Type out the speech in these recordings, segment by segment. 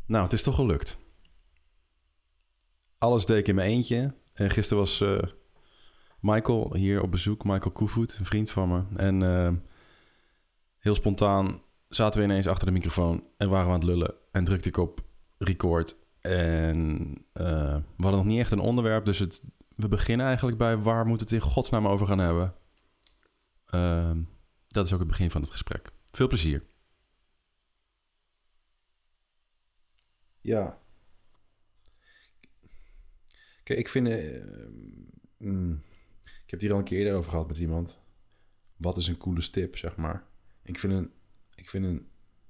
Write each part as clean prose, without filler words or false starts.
Nou, het is toch gelukt. Alles deed ik in mijn eentje. En gisteren was Michael hier op bezoek. Michael Koevoet, een vriend van me. En heel spontaan zaten we ineens achter de microfoon en waren we aan het lullen. En drukte ik op record. En we hadden nog niet echt een onderwerp. Dus we beginnen eigenlijk bij waar moet het in godsnaam over gaan hebben. Dat is ook het begin van het gesprek. Veel plezier. Ja. Kijk, ik vind... ik heb het hier al een keer eerder over gehad met iemand. Wat is een coole stip, zeg maar. Ik vind een...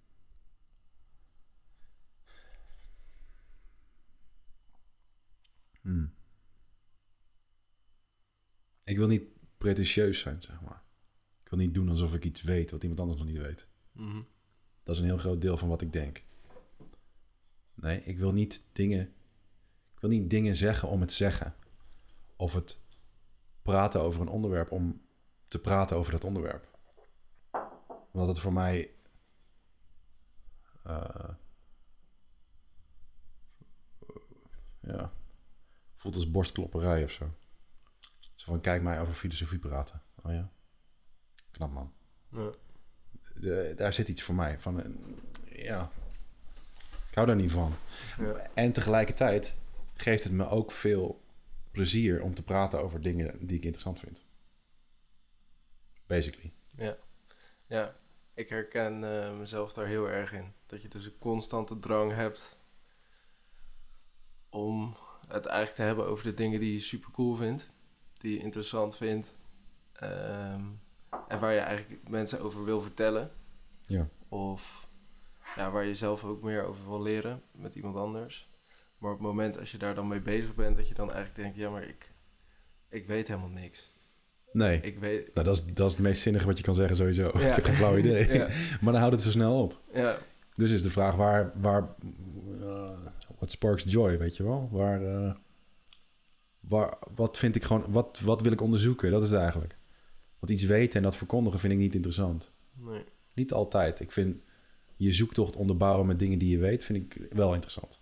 Ik wil niet pretentieus zijn, zeg maar. Ik wil niet doen alsof ik iets weet wat iemand anders nog niet weet. Mm-hmm. Dat is een heel groot deel van wat ik denk. Nee, ik wil niet dingen zeggen om het zeggen. Of het praten over een onderwerp om te praten over dat onderwerp. Omdat het voor mij... voelt als borstklopperij of zo. Zo van, kijk mij over filosofie praten. Oh ja? Knap, man. Ja. Daar zit iets voor mij. Van, ja... Ik hou daar niet van. Ja. En tegelijkertijd geeft het me ook veel plezier om te praten over dingen die ik interessant vind. Basically. Ja. Ik herken mezelf daar heel erg in. Dat je dus een constante drang hebt om het eigenlijk te hebben over de dingen die je super cool vindt. Die je interessant vindt. En waar je eigenlijk mensen over wil vertellen. Ja. Of waar je zelf ook meer over wil leren met iemand anders. Maar op het moment als je daar dan mee bezig bent, dat je dan eigenlijk denkt, ja, maar ik weet helemaal niks. Nee, nou, dat is het meest zinnige wat je kan zeggen sowieso. Ja. Ik heb geen flauw idee. Ja. Maar dan houdt het zo snel op. Ja. Dus is de vraag what sparks joy, weet je wel? Wat vind ik gewoon, wat wil ik onderzoeken? Dat is het eigenlijk. Want iets weten en dat verkondigen vind ik niet interessant. Nee. Niet altijd. Ik vind je zoektocht onderbouwen met dingen die je weet, vind ik wel interessant.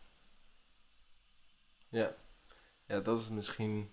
Ja, dat is misschien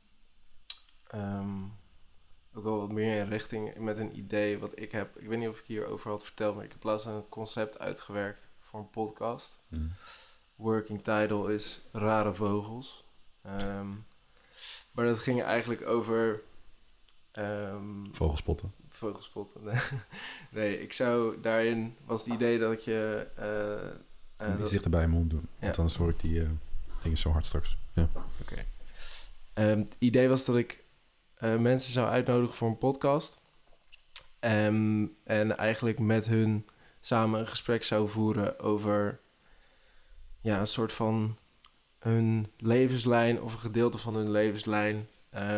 ook wel wat meer in richting met een idee wat ik heb. Ik weet niet of ik hierover had verteld, maar ik heb laatst een concept uitgewerkt voor een podcast. Working title is Rare Vogels. Maar dat ging eigenlijk over... Vogelspotten. Nee, ik zou daarin... was het idee dat je... iets dichter bij je mond doen. Ja. Want anders hoor ik die dingen zo hard straks. Ja. Oké. Het idee was dat ik mensen zou uitnodigen voor een podcast. En eigenlijk met hun samen een gesprek zou voeren over... ja, een soort van hun levenslijn of een gedeelte van hun levenslijn.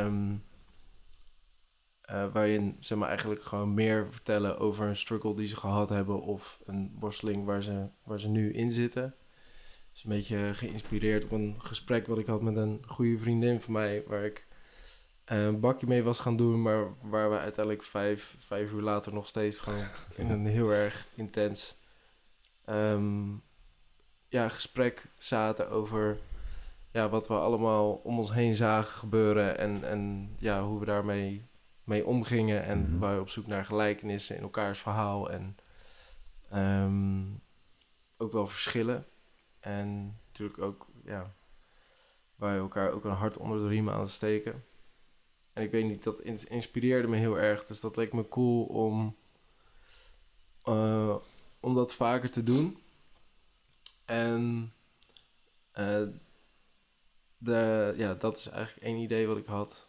Waarin ze maar eigenlijk gewoon meer vertellen over een struggle die ze gehad hebben of een worsteling waar ze nu in zitten. Dus een beetje geïnspireerd op een gesprek wat ik had met een goede vriendin van mij, waar ik een bakje mee was gaan doen, maar waar we uiteindelijk vijf uur later nog steeds gewoon in een heel erg intens gesprek zaten over wat we allemaal om ons heen zagen gebeuren en hoe we daarmee omgingen en waar we op zoek naar gelijkenissen in elkaars verhaal en ook wel verschillen. En natuurlijk ook, waar je elkaar ook een hart onder de riem aan te steken. En ik weet niet, dat inspireerde me heel erg. Dus dat leek me cool om dat vaker te doen. En dat is eigenlijk één idee wat ik had.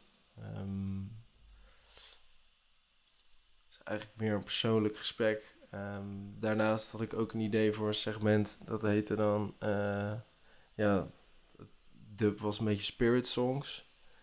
Het is eigenlijk meer een persoonlijk gesprek. Daarnaast had ik ook een idee voor een segment. Dat heette dan... dub was een beetje spirit songs.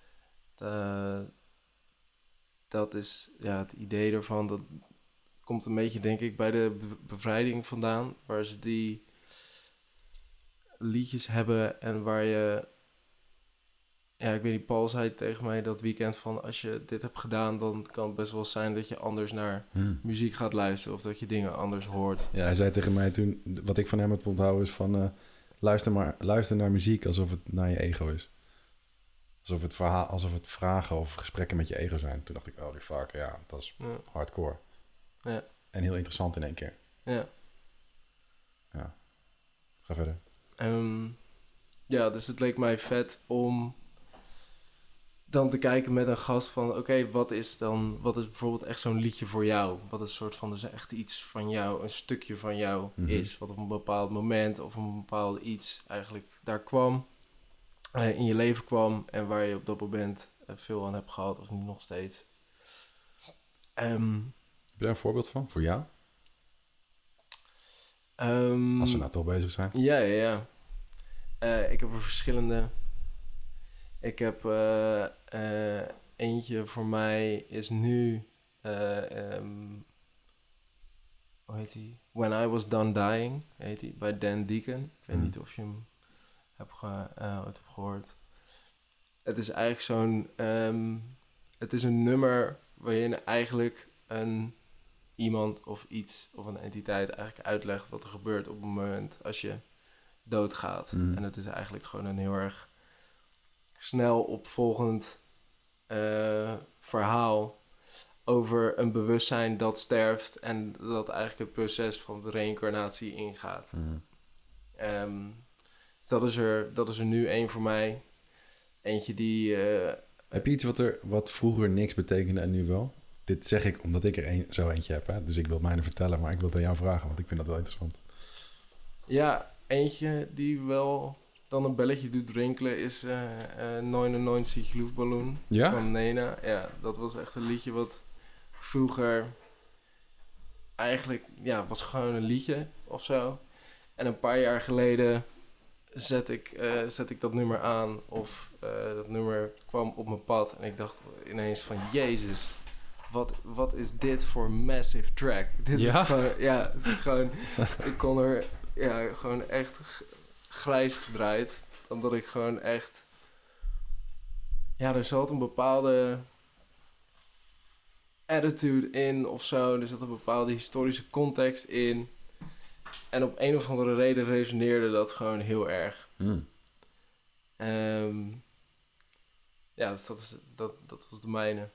Dat is het idee daarvan. Dat komt een beetje, denk ik, bij de bevrijding vandaan. Waar ze die liedjes hebben en waar je Ja, ik weet niet, Paul zei tegen mij dat weekend van... als je dit hebt gedaan, dan kan het best wel zijn dat je anders naar muziek gaat luisteren... of dat je dingen anders hoort. Ja, hij zei tegen mij toen... Wat ik van hem heb onthouden is van... luister naar muziek alsof het naar je ego is. Alsof het vragen of gesprekken met je ego zijn. Toen dacht ik, oh, die fuck, ja, dat is hardcore. Ja. En heel interessant in één keer. Ja. Ja. Ga verder. Ja, dus het leek mij vet om dan te kijken met een gast van... oké, wat is bijvoorbeeld echt zo'n liedje voor jou? Wat een soort van, dus echt iets van jou, een stukje van jou is. Wat op een bepaald moment of een bepaald iets eigenlijk daar kwam. In je leven kwam en waar je op dat moment veel aan hebt gehad of nu nog steeds. Heb je daar een voorbeeld van? Voor jou? Als we nou toch bezig zijn. Ja. Ik heb er verschillende. Ik heb eentje voor mij is nu... hoe heet die? When I Was Done Dying, heet die, bij Dan Deacon. Ik weet niet of je hem ooit hebt gehoord. Het is eigenlijk zo'n... het is een nummer waarin eigenlijk iemand of iets of een entiteit eigenlijk uitlegt wat er gebeurt op het moment als je doodgaat. En het is eigenlijk gewoon een heel erg snel opvolgend verhaal over een bewustzijn dat sterft en dat eigenlijk het proces van de reïncarnatie ingaat. Dus dat is er nu één voor mij. Eentje die... Heb je iets wat vroeger niks betekende en nu wel? Dit zeg ik omdat ik er zo eentje heb. Hè? Dus ik wil het mijne vertellen, maar ik wil het aan jou vragen, want ik vind dat wel interessant. Ja, eentje die wel dan een belletje doet rinkelen is 99 Luftballon van Nena. Ja, dat was echt een liedje wat vroeger eigenlijk, ja, was gewoon een liedje of zo. En een paar jaar geleden zet ik dat nummer aan of dat nummer kwam op mijn pad en ik dacht ineens van Jezus, wat is dit voor massive track? Dit is gewoon, ja, het is gewoon, ik kon er gewoon echt grijs gedraaid, omdat ik gewoon echt, ja, er zat een bepaalde attitude in of zo, er zat een bepaalde historische context in. En op een of andere reden resoneerde dat gewoon heel erg. Ja, dus dat was de mijne.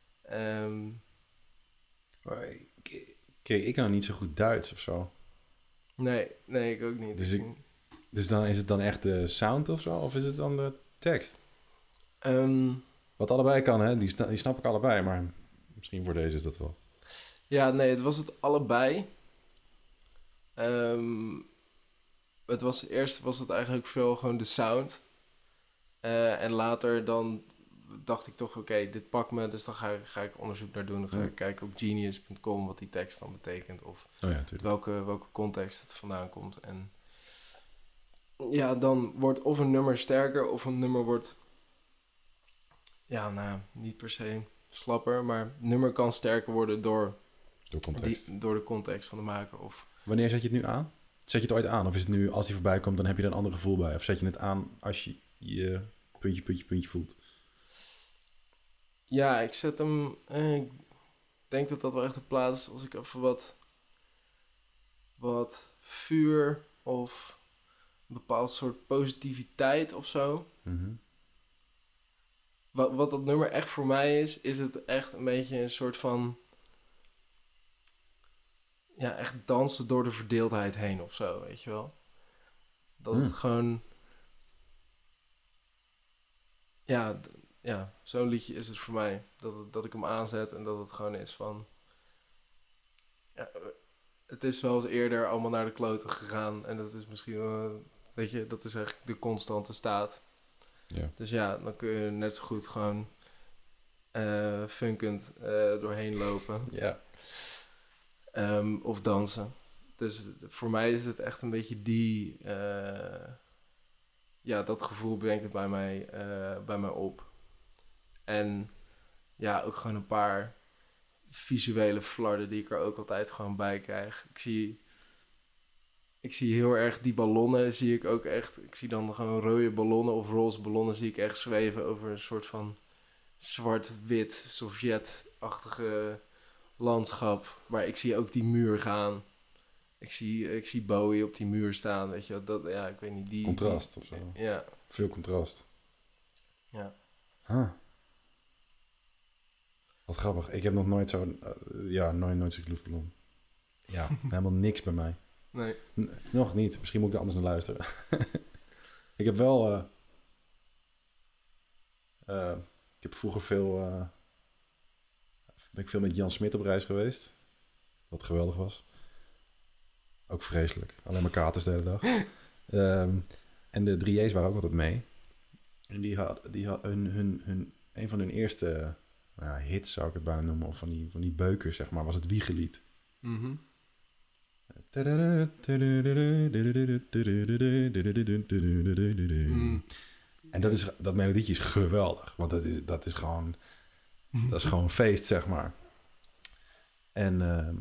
Kijk, ik kan niet zo goed Duits of zo. Nee, ik ook niet. Dus dan is het dan echt de sound of zo? Of is het dan de tekst? Wat allebei kan, hè? Die snap ik allebei, maar misschien voor deze is dat wel. Ja, nee, het was het allebei. Eerst was het eigenlijk veel gewoon de sound. En later dan dacht ik toch, oké, dit pakt me, dus dan ga ik onderzoek naar doen. Dan ga ik kijken op genius.com wat die tekst dan betekent. Of welke context het vandaan komt. En ja, dan wordt of een nummer sterker of een nummer wordt, ja, nou, niet per se slapper. Maar een nummer kan sterker worden door de context van de maker. Of... Wanneer zet je het nu aan? Zet je het ooit aan? Of is het nu, als die voorbij komt, dan heb je er een ander gevoel bij? Of zet je het aan als je je puntje voelt? Ja, ik zet hem... ik denk dat dat wel echt een plaats is als ik even wat vuur of een bepaald soort positiviteit of zo. Wat dat nummer echt voor mij is het echt een beetje een soort van... Ja, echt dansen door de verdeeldheid heen of zo, weet je wel. Dat het gewoon... Ja, zo'n liedje is het voor mij. Dat ik hem aanzet en dat het gewoon is van... Ja, het is wel eens eerder allemaal naar de kloten gegaan. En dat is misschien... weet je, dat is eigenlijk de constante staat. Ja. Dus ja, dan kun je net zo goed gewoon... funkend doorheen lopen. Ja. Of dansen. Dus voor mij is het echt een beetje die... ja, dat gevoel brengt het bij mij op. En ja, ook gewoon een paar visuele flarden die ik er ook altijd gewoon bij krijg. Ik zie Ik zie heel erg die ballonnen, zie ik ook echt. Ik zie dan gewoon rode ballonnen of roze ballonnen zie ik echt zweven over een soort van zwart-wit Sovjet-achtige landschap. Maar ik zie ook die muur gaan. Ik zie Bowie op die muur staan, weet je. Dat, ja, ik weet niet. Contrast of zo. Ja. Veel contrast. Ja. Huh. Wat grappig. Ik heb nog nooit zo... nooit zo'n luchtballon. Ja, helemaal niks bij mij. Nee. Nog niet. Misschien moet ik er anders naar luisteren. Ik heb wel... ik heb vroeger ben ik veel met Jan Smit op reis geweest. Wat geweldig was. Ook vreselijk. Alleen maar katers de hele dag. En de 3J's waren ook altijd mee. En die had een van hun eerste hits, zou ik het bijna noemen. Of van die beukers, zeg maar, was het Wiegelied. Mhm. En dat melodietje is geweldig. Want dat is gewoon feest, zeg maar. En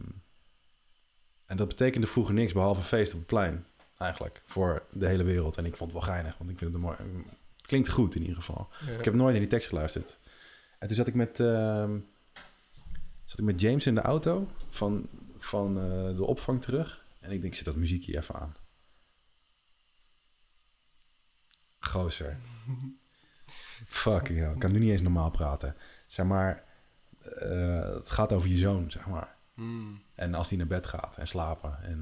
dat betekende vroeger niks behalve feest op het plein. Eigenlijk. Voor de hele wereld. En ik vond het wel geinig. Want ik vind het mooi. Het klinkt goed in ieder geval. Ja. Ik heb nooit naar die tekst geluisterd. En toen zat ik met James in de auto van de opvang terug. En ik denk, ik zet dat muziekje even aan. Gozer. Fucking hell. Ik kan nu niet eens normaal praten. Zeg maar, het gaat over je zoon, zeg maar. En als hij naar bed gaat en slapen. En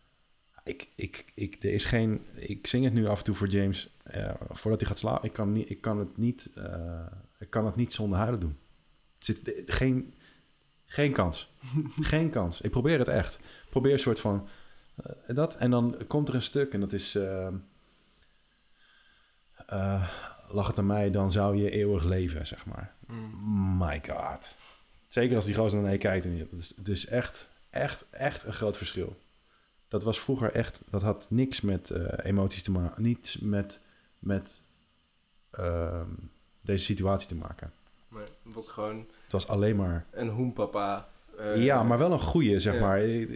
er is geen... Ik zing het nu af en toe voor James voordat hij gaat slapen. Ik kan het niet zonder huilen doen. Er zit geen kans. Geen kans. Ik probeer het echt. Ik probeer een soort van... dat. En dan komt er een stuk en dat is... lag het aan mij, dan zou je eeuwig leven, zeg maar. My god. Zeker als die gozer naar je kijkt. En het is echt een groot verschil. Dat was vroeger echt... Dat had niks met emoties te maken. Niets met deze situatie te maken. Maar het was gewoon... Het was alleen maar... Een hoenpapa. ja, maar wel een goeie, zeg maar.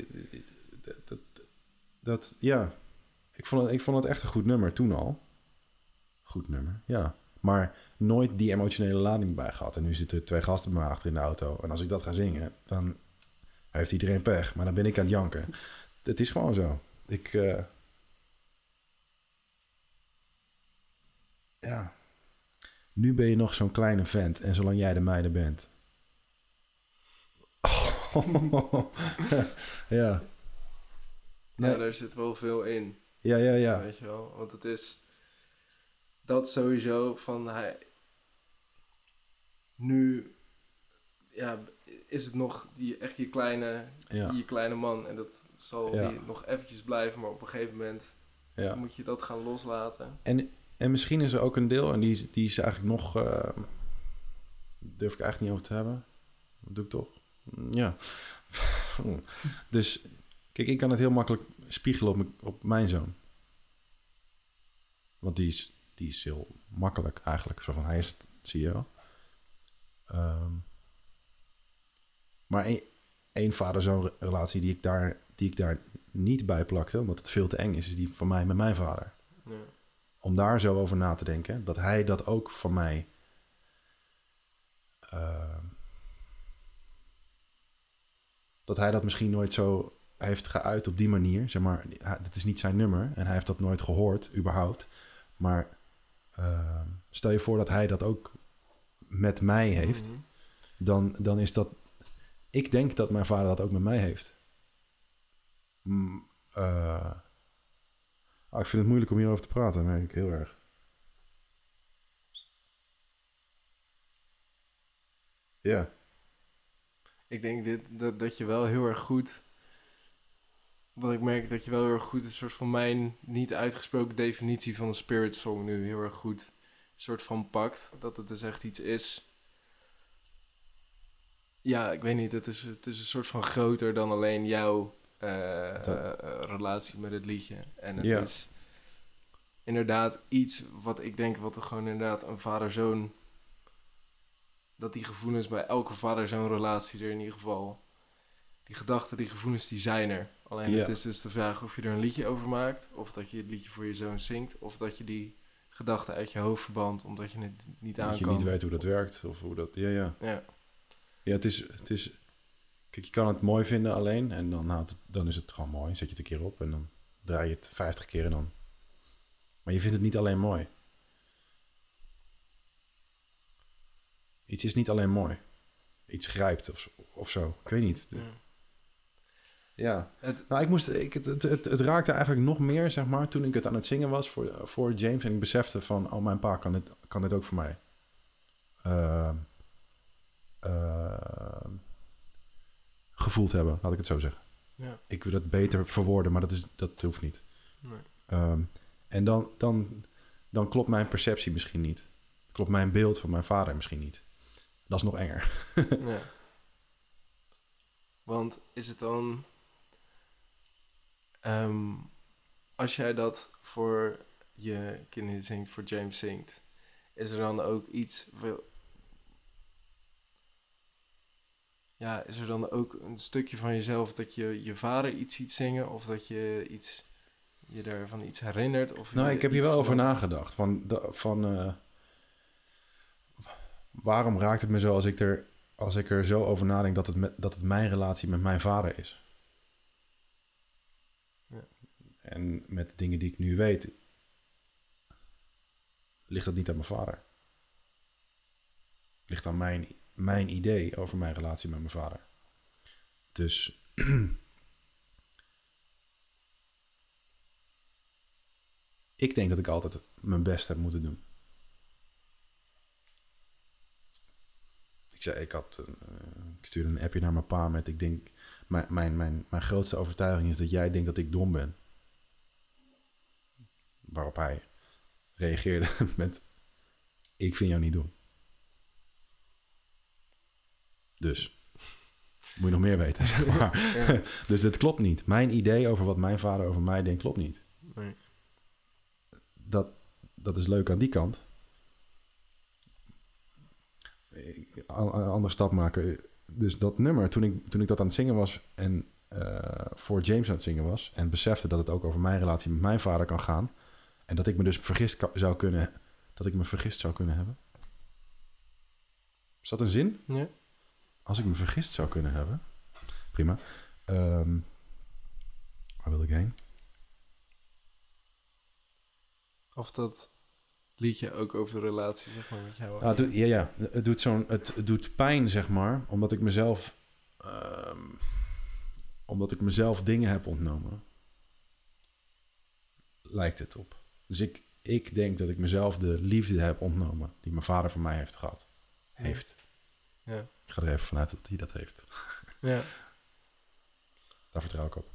Ja. Ik vond het echt een goed nummer toen al. Goed nummer, ja. Maar nooit die emotionele lading bij gehad. En nu zitten er 2 gasten bij me achter in de auto. En als ik dat ga zingen, dan heeft iedereen pech. Maar dan ben ik aan het janken. Het is gewoon zo. Ja. Nu ben je nog zo'n kleine vent. En zolang jij de meide bent. Ja. Nee. Ja, daar zit wel veel in. Ja. Weet je wel, want het is... Dat sowieso van hij... Nu... Ja, is het nog je kleine man. En dat zal die nog eventjes blijven. Maar op een gegeven moment moet je dat gaan loslaten. En misschien is er ook een deel... En die is eigenlijk nog... durf ik eigenlijk niet over te hebben. Dat doe ik toch? Ja. Dus... Kijk, ik kan het heel makkelijk spiegelen op mijn zoon. Want die is heel makkelijk eigenlijk. Zo van, hij is het, zie je wel. Maar één vader-zoon relatie die ik daar niet bij plakte... omdat het veel te eng is die van mij met mijn vader. Ja. Om daar zo over na te denken... dat hij dat ook van mij... dat hij dat misschien nooit zo... heeft geuit op die manier, zeg maar, het is niet zijn nummer en hij heeft dat nooit gehoord, überhaupt. Maar stel je voor dat hij dat ook met mij heeft, dan is dat... Ik denk dat mijn vader dat ook met mij heeft. Ik vind het moeilijk om hierover te praten, merk ik heel erg. Ja. Ik denk dat je wel heel erg goed... Wat ik merk dat je wel heel erg goed... een soort van mijn niet uitgesproken definitie van een spirit song... nu heel erg goed een soort van pakt. Dat het dus echt iets is... Ja, ik weet niet. Het is een soort van groter dan alleen jouw relatie met het liedje. En het is inderdaad iets wat ik denk... wat er gewoon inderdaad een vader-zoon... dat die gevoelens bij elke vader-zoon relatie er in ieder geval... die gedachten, die gevoelens, die zijn er. Alleen het is dus de vraag of je er een liedje over maakt, of dat je het liedje voor je zoon zingt, of dat je die gedachten uit je hoofd verbandt, omdat je het niet aan kan. Dat je niet weet hoe dat werkt, of hoe dat... Ja, het is... Kijk, je kan het mooi vinden alleen, en dan is het gewoon mooi. Zet je het een keer op en dan draai je het 50 keer en dan... Maar je vindt het niet alleen mooi. Iets is niet alleen mooi. Iets grijpt of zo. Ik weet niet. Ja. Het raakte eigenlijk nog meer, zeg maar, toen ik het aan het zingen was voor James. En ik besefte van, oh, mijn pa kan dit ook voor mij. Gevoeld hebben, laat ik het zo zeggen. Ja. Ik wil dat beter verwoorden, maar dat hoeft niet. Nee. En dan klopt mijn perceptie misschien niet. Klopt mijn beeld van mijn vader misschien niet. Dat is nog enger. Ja. Want is het dan... als jij dat voor je kinderen zingt, voor James zingt... is er dan ook iets... Ja, is er dan ook een stukje van jezelf dat je je vader iets ziet zingen? Of dat je je daarvan iets herinnert? Of ik heb hier wel over nagedacht. Waarom raakt het me zo als ik er zo over nadenk dat het mijn relatie met mijn vader is? Ja. En met de dingen die ik nu weet, ligt dat niet aan mijn vader. Ligt aan mijn idee over mijn relatie met mijn vader. Dus ik denk dat ik altijd mijn best heb moeten doen. Ik stuurde een appje naar mijn pa met, ik denk, mijn grootste overtuiging is dat jij denkt dat ik dom ben. Waarop hij reageerde met, ik vind jou niet dom. Dus, moet je nog meer weten, zeg maar. Ja. Dus het klopt niet. Mijn idee over wat mijn vader over mij denkt, klopt niet. Nee. Dat is leuk aan die kant. Een andere stap maken. Dus dat nummer, toen ik dat aan het zingen was en voor James aan het zingen was en besefte dat het ook over mijn relatie met mijn vader kan gaan en dat ik me dus vergist zou kunnen hebben. Is dat een zin? Ja. Als ik me vergist zou kunnen hebben. Prima. Waar wil ik heen? Of dat liedje ook over de relatie, zeg maar, met jou. Het doet pijn, zeg maar, omdat ik mezelf dingen heb ontnomen. Lijkt het op. Dus ik denk dat ik mezelf de liefde heb ontnomen die mijn vader voor mij heeft gehad. Ja. Ik ga er even vanuit dat hij dat heeft. Ja. Daar vertrouw ik op.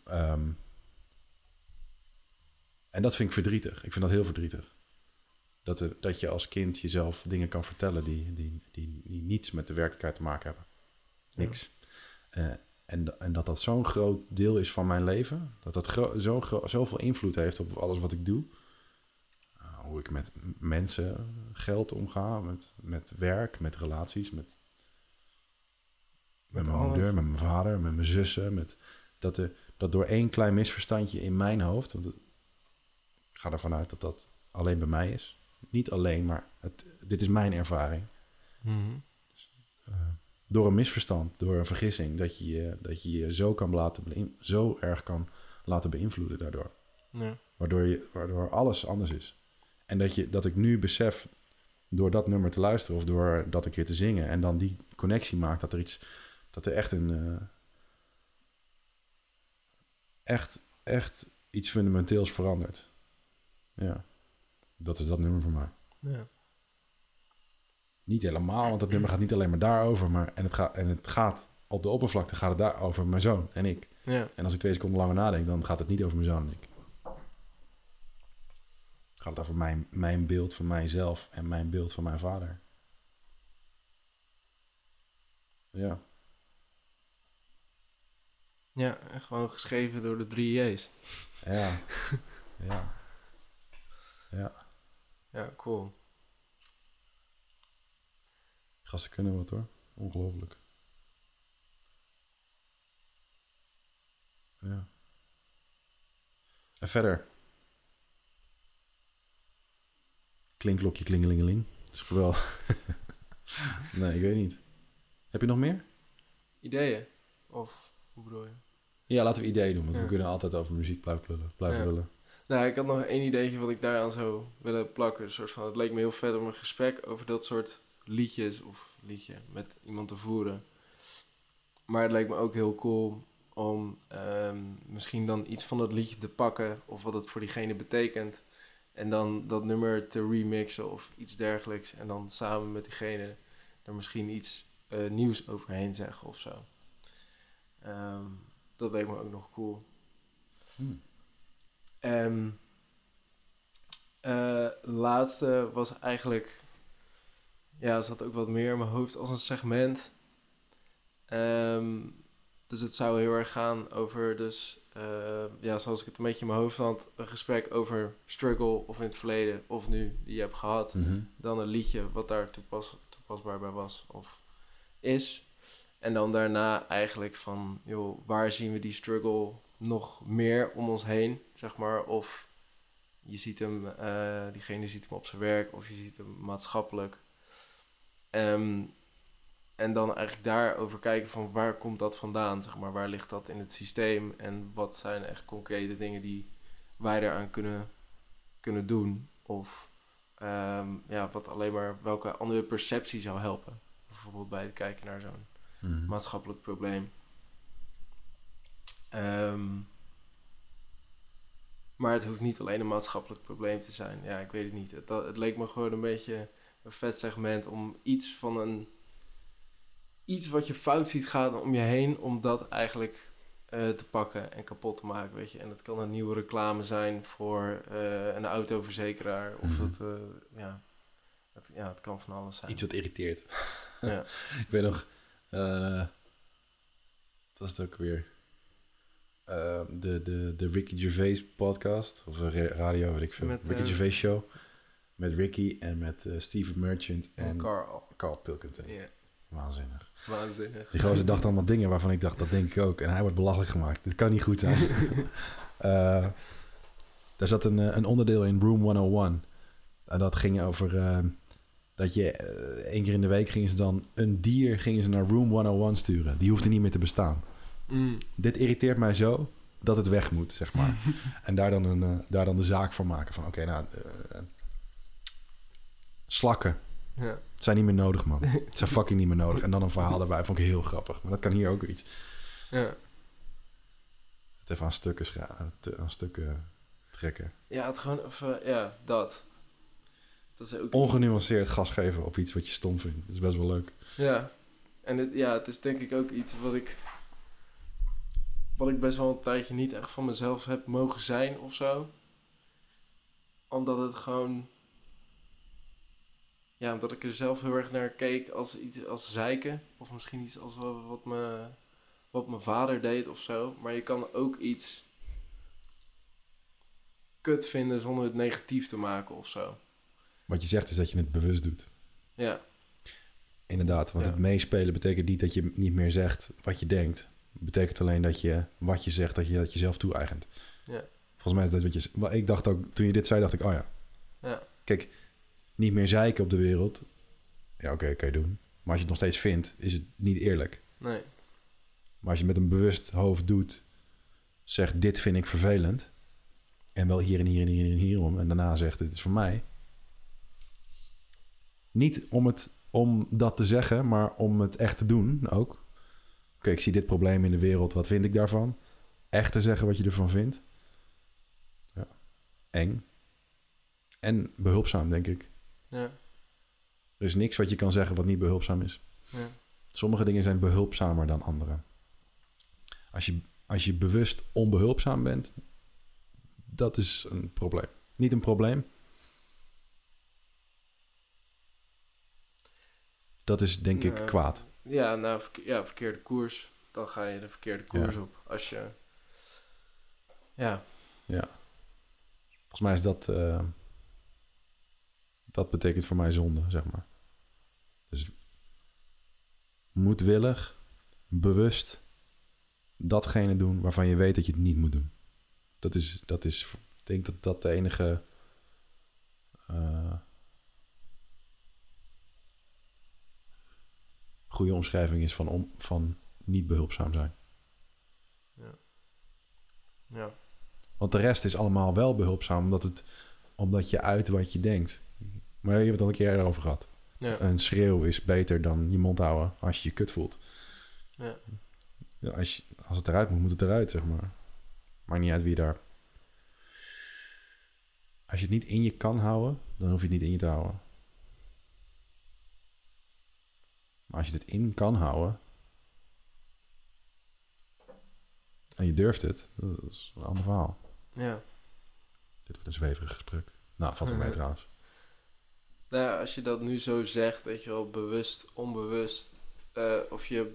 En dat vind ik verdrietig. Ik vind dat heel verdrietig. Dat je als kind jezelf dingen kan vertellen die niets met de werkelijkheid te maken hebben. Niks. Ja. En dat zo'n groot deel is van mijn leven. Dat zoveel invloed heeft op alles wat ik doe. Hoe ik met mensen, geld omga, met werk, met relaties, met mijn moeder, met mijn vader, met mijn zussen. Dat door één klein misverstandje in mijn hoofd... Want ik ga ervan uit dat alleen bij mij is. Niet alleen, maar dit is mijn ervaring. Mm-hmm. Door een misverstand, door een vergissing... dat je je zo erg kan laten beïnvloeden daardoor. Ja. Waardoor alles anders is. En dat ik nu besef, door dat nummer te luisteren... of door dat een keer te zingen... en dan die connectie maakt... dat er echt echt iets fundamenteels verandert. Ja. Dat is dat nummer voor mij. Ja. Niet helemaal, want dat nummer gaat niet alleen maar daarover. Maar, en het gaat op de oppervlakte gaat het daar over mijn zoon en ik. Ja. En als ik 2 seconden langer nadenk, dan gaat het niet over mijn zoon en ik. Het gaat over mijn beeld van mijzelf en mijn beeld van mijn vader. Ja. Ja, en gewoon geschreven door de 3 J's. Ja. Ja. Ja. Ja, cool. Gasten kunnen wat hoor. Ongelooflijk. Ja. En verder. Klinkklokje, klingelingeling. Dat is wel... Nee, ik weet niet. Heb je nog meer? Ideeën? Of hoe bedoel je? Ja, laten we ideeën doen, want Ja. we kunnen altijd over muziek blijven Ja. lullen. Nou, ik had nog één ideetje wat ik daaraan zou willen plakken. Een soort van, het leek me heel vet om een gesprek over dat soort liedjes of liedje met iemand te voeren. Maar het leek me ook heel cool om misschien dan iets van dat liedje te pakken of wat het voor diegene betekent. En dan dat nummer te remixen of iets dergelijks. En dan samen met diegene er misschien iets nieuws overheen zeggen of zo. Dat leek me ook nog cool. Laatste was eigenlijk... Ja, er zat ook wat meer in mijn hoofd als een segment. Dus het zou heel erg gaan over dus... ja, zoals ik het een beetje in mijn hoofd had... Een gesprek over struggle of in het verleden of nu die je hebt gehad. Dan een liedje wat daar toepasbaar bij was of is. En dan daarna eigenlijk van... joh, waar zien we die struggle nog meer om ons heen, zeg maar. Of je ziet hem... diegene ziet hem op zijn werk of je ziet hem maatschappelijk. En dan eigenlijk daarover kijken van waar komt dat vandaan, zeg maar. Waar ligt dat in het systeem en wat zijn echt concrete dingen die wij eraan kunnen doen. Of ja, wat alleen maar welke andere perceptie zou helpen. Bijvoorbeeld bij het kijken naar zo'n maatschappelijk probleem. Maar het hoeft niet alleen een maatschappelijk probleem te zijn. Ja, ik weet het niet. Het leek me gewoon een beetje een vet segment om iets wat je fout ziet gaan om je heen, om dat eigenlijk te pakken en kapot te maken, weet je. En dat kan een nieuwe reclame zijn voor een autoverzekeraar. Of het kan van alles zijn. Iets wat irriteert. Ja. Ik weet nog... wat was het ook weer? De Ricky Gervais podcast. Of radio, weet ik veel. Met, Ricky Gervais show. Met Ricky en met Steven Merchant en Carl Pilkington. Yeah. Waanzinnig. Waanzinnig. Die gozer dacht allemaal dingen waarvan ik dacht, dat denk ik ook. En hij wordt belachelijk gemaakt. Dit kan niet goed zijn. Daar zat een onderdeel in Room 101. En dat ging over... dat je 1 keer in de week gingen ze dan... Een dier gingen ze naar Room 101 sturen. Die hoefde niet meer te bestaan. Dit irriteert mij zo dat het weg moet, zeg maar. En daar dan de zaak voor maken. Van oké, slakken. Ja. Het zijn niet meer nodig, man. Het zijn fucking niet meer nodig. En dan een verhaal daarbij vond ik heel grappig. Maar dat kan hier ook iets. Ja. Het even aan stukken trekken. Ja, het gewoon even... Ja, dat. Dat is ook... Ongenuanceerd gas geven op iets wat je stom vindt. Dat is best wel leuk. Ja. En het is denk ik ook iets wat ik best wel een tijdje niet echt van mezelf heb mogen zijn of zo. Omdat het gewoon... Ja, omdat ik er zelf heel erg naar keek als iets als zeiken. Of misschien iets als wat mijn vader deed of zo. Maar je kan ook iets kut vinden zonder het negatief te maken of zo. Wat je zegt is dat je het bewust doet. Ja. Inderdaad, want het meespelen betekent niet dat je niet meer zegt wat je denkt. Het betekent alleen dat je wat je zegt, dat je jezelf toe-eigent. Ja. Volgens mij is dat wat je... Ik dacht ook, toen je dit zei, dacht ik, oh ja. Ja. Kijk, niet meer zeiken op de wereld. Ja, oké, kan je doen. Maar als je het nog steeds vindt, is het niet eerlijk. Nee. Maar als je met een bewust hoofd doet, zegt dit vind ik vervelend. En wel hier en hier en hier en hierom. En daarna zegt dit is voor mij. Niet om dat te zeggen, maar om het echt te doen ook. Oké, ik zie dit probleem in de wereld. Wat vind ik daarvan? Echt te zeggen wat je ervan vindt. Ja. Eng. En behulpzaam, denk ik. Ja. Er is niks wat je kan zeggen wat niet behulpzaam is. Ja. Sommige dingen zijn behulpzamer dan andere. Als je bewust onbehulpzaam bent, dat is een probleem. Niet een probleem. Dat is denk ik kwaad. Ja, verkeerde koers. Dan ga je de verkeerde koers op. Als je... Ja. Ja. Volgens mij is dat... dat betekent voor mij zonde, zeg maar. Dus moedwillig, bewust... datgene doen waarvan je weet dat je het niet moet doen. Dat is, ik denk dat dat de enige goede omschrijving is van niet behulpzaam zijn. Ja. Want de rest is allemaal wel behulpzaam, omdat je uit wat je denkt. Maar je hebt het al een keer eerder over gehad. Ja. Een schreeuw is beter dan je mond houden als je je kut voelt. Ja. Ja, als het eruit moet het eruit, zeg maar. Maakt niet uit wie daar... Als je het niet in je kan houden, dan hoef je het niet in je te houden. Maar als je het in kan houden... en je durft het, dat is een ander verhaal. Ja. Dit wordt een zweverig gesprek. Nou, valt wel mee trouwens. Nou ja, als je dat nu zo zegt, weet je wel, bewust, onbewust, of je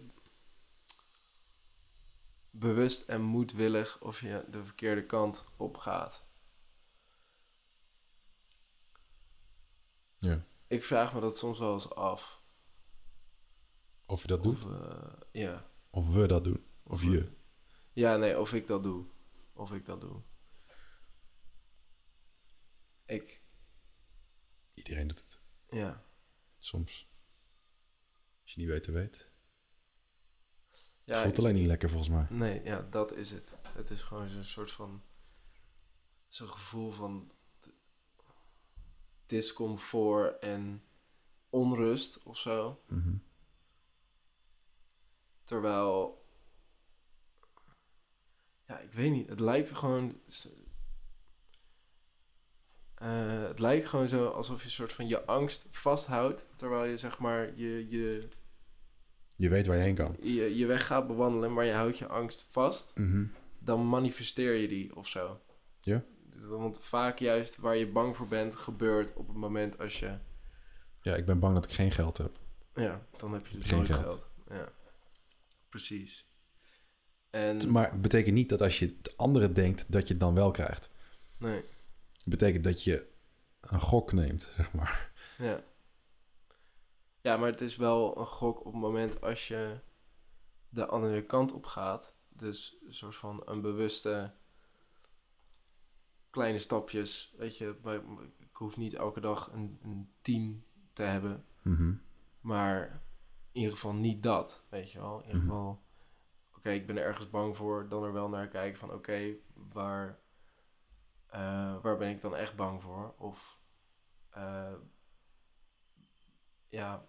bewust en moedwillig of je de verkeerde kant op gaat. Ja. Ik vraag me dat soms wel eens af. Of je dat doet? Ja. Of we dat doen? Of je? Ja, nee, of ik dat doe. Iedereen doet het. Ja. Soms. Als je niet weet, dan weet. Ja, Het voelt alleen niet lekker volgens mij. Nee, ja, dat is het. Het is gewoon zo'n soort van... zo'n gevoel van discomfort en onrust of zo. Mm-hmm. Terwijl... Ja, ik weet niet. Het lijkt gewoon... het lijkt gewoon zo alsof je een soort van je angst vasthoudt. Terwijl je zeg maar je weet waar je heen kan. je weg gaat bewandelen, maar je houdt je angst vast. Mm-hmm. Dan manifesteer je die of zo. Ja? Dus want vaak juist waar je bang voor bent, gebeurt op het moment als je... Ja, ik ben bang dat ik geen geld heb. Ja, dan heb je dus Geen nooit geld. geld. Ja, precies. En... Maar het betekent niet dat als je het andere denkt, dat je het dan wel krijgt. Nee. Het betekent dat je een gok neemt, zeg maar. Ja. Ja, maar het is wel een gok op het moment als je de andere kant op gaat. Dus een soort van een bewuste kleine stapjes. Weet je, ik hoef niet elke dag een team te hebben. Mm-hmm. Maar in ieder geval niet dat, weet je wel. In ieder geval, oké, ik ben er ergens bang voor. Dan er wel naar kijken van, oké, waar ben ik dan echt bang voor? Of, ja,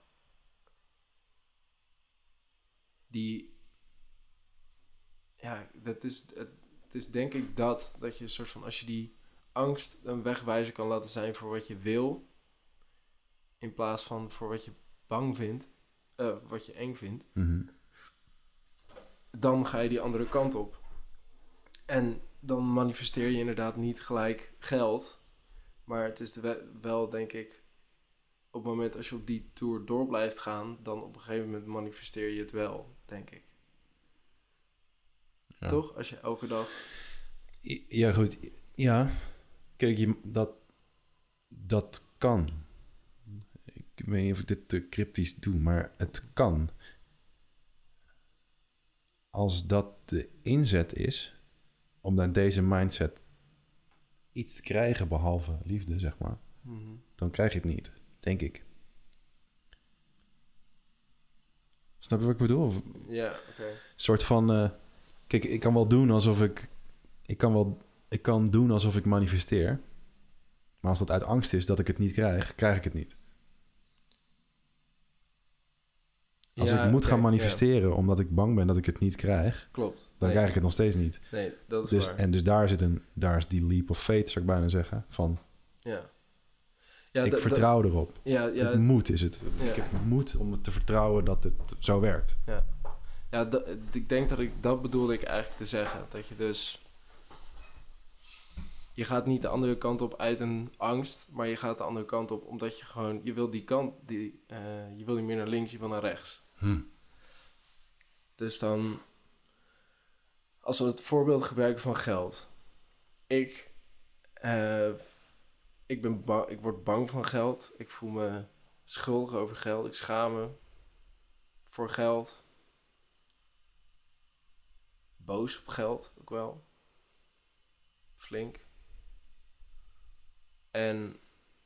het is denk ik dat je een soort van, als je die angst een wegwijzer kan laten zijn voor wat je wil, in plaats van voor wat je bang vindt, wat je eng vindt, Mm-hmm. dan ga je die andere kant op. En dan manifesteer je inderdaad niet gelijk geld, maar het is wel, denk ik, op het moment als je op die tour door blijft gaan, dan op een gegeven moment manifesteer je het wel, denk ik. Ja. Toch? Als je elke dag... Ja, goed. Ja. Kijk, dat kan. Ik weet niet of ik dit te cryptisch doe, maar het kan. Als dat de inzet is om naar deze mindset iets te krijgen behalve liefde, zeg maar, dan krijg je het niet, denk ik. Snap je wat ik bedoel? Ja, oké. Een soort van... kijk, ik kan wel doen alsof ik kan doen alsof ik manifesteer. Maar als dat uit angst is dat ik het niet krijg, krijg ik het niet. Als ik moet gaan manifesteren omdat ik bang ben dat ik het niet krijg... Klopt. Dan krijg ik het nog steeds niet. Nee, dat is waar. En dus daar is die leap of faith, zou ik bijna zeggen. Van, ja, ik vertrouw erop. Ja. Het moet is het. Ja. Ik heb moed om het te vertrouwen dat het zo werkt. Ja, ik denk dat bedoelde ik eigenlijk te zeggen. Dat je dus... Je gaat niet de andere kant op uit een angst, maar je gaat de andere kant op omdat je gewoon... Je wil die kant, je wil niet meer naar links, je wil naar rechts. Dus dan... Als we het voorbeeld gebruiken van geld. Ik word bang van geld. Ik voel me schuldig over geld. Ik schaam me voor geld. Boos op geld ook wel. Flink. En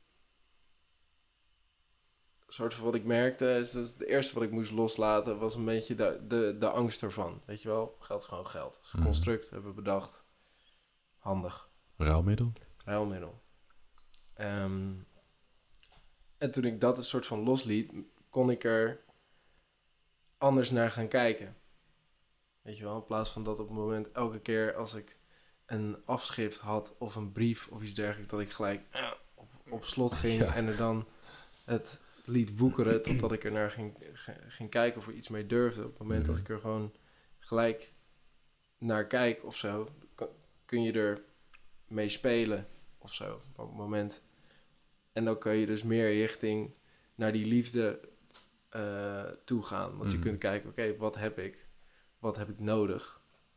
soort van wat ik merkte, is dus het eerste wat ik moest loslaten was een beetje de angst ervan. Weet je wel, geld is gewoon geld. Dus construct hebben we bedacht. Handig. Ruilmiddel. En toen ik dat een soort van losliet, kon ik er anders naar gaan kijken. Weet je wel, in plaats van dat op het moment elke keer als ik een afschrift had of een brief of iets dergelijks, dat ik gelijk op slot ging en er dan het liet woekeren totdat ik er naar ging kijken of er iets mee durfde. Op het moment als ik er gewoon gelijk naar kijk of zo, kun je er mee spelen of zo op het moment. En dan kun je dus meer richting naar die liefde toe gaan. Want je kunt kijken, oké, wat heb ik? Wat heb ik nodig?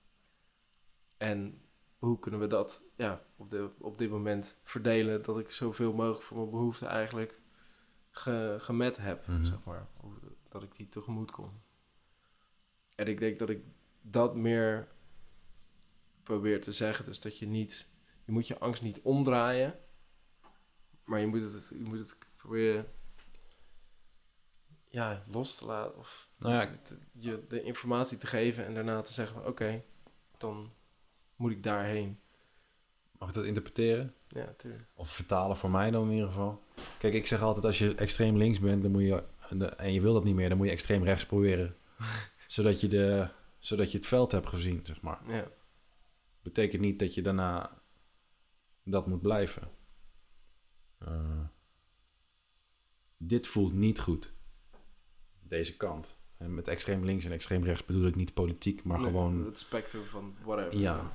En hoe kunnen we dat op dit moment verdelen, dat ik zoveel mogelijk voor mijn behoeften eigenlijk gemet heb, zeg maar. Dat ik die tegemoet kom. En ik denk dat ik dat meer probeer te zeggen. Dus dat je moet je angst niet omdraaien, maar je moet het proberen los te laten. Of je de informatie te geven en daarna te zeggen, oké, dan moet ik daarheen. Mag ik dat interpreteren? Ja, tuurlijk. Of vertalen voor mij dan in ieder geval. Kijk, ik zeg altijd, als je extreem links bent, dan moet je, en je wil dat niet meer, dan moet je extreem rechts proberen. zodat je het veld hebt gezien, zeg maar. Ja. Betekent niet dat je daarna dat moet blijven. Dit voelt niet goed. Deze kant. En met extreem links en extreem rechts bedoel ik niet politiek, maar gewoon... Het spectrum van whatever. Ja.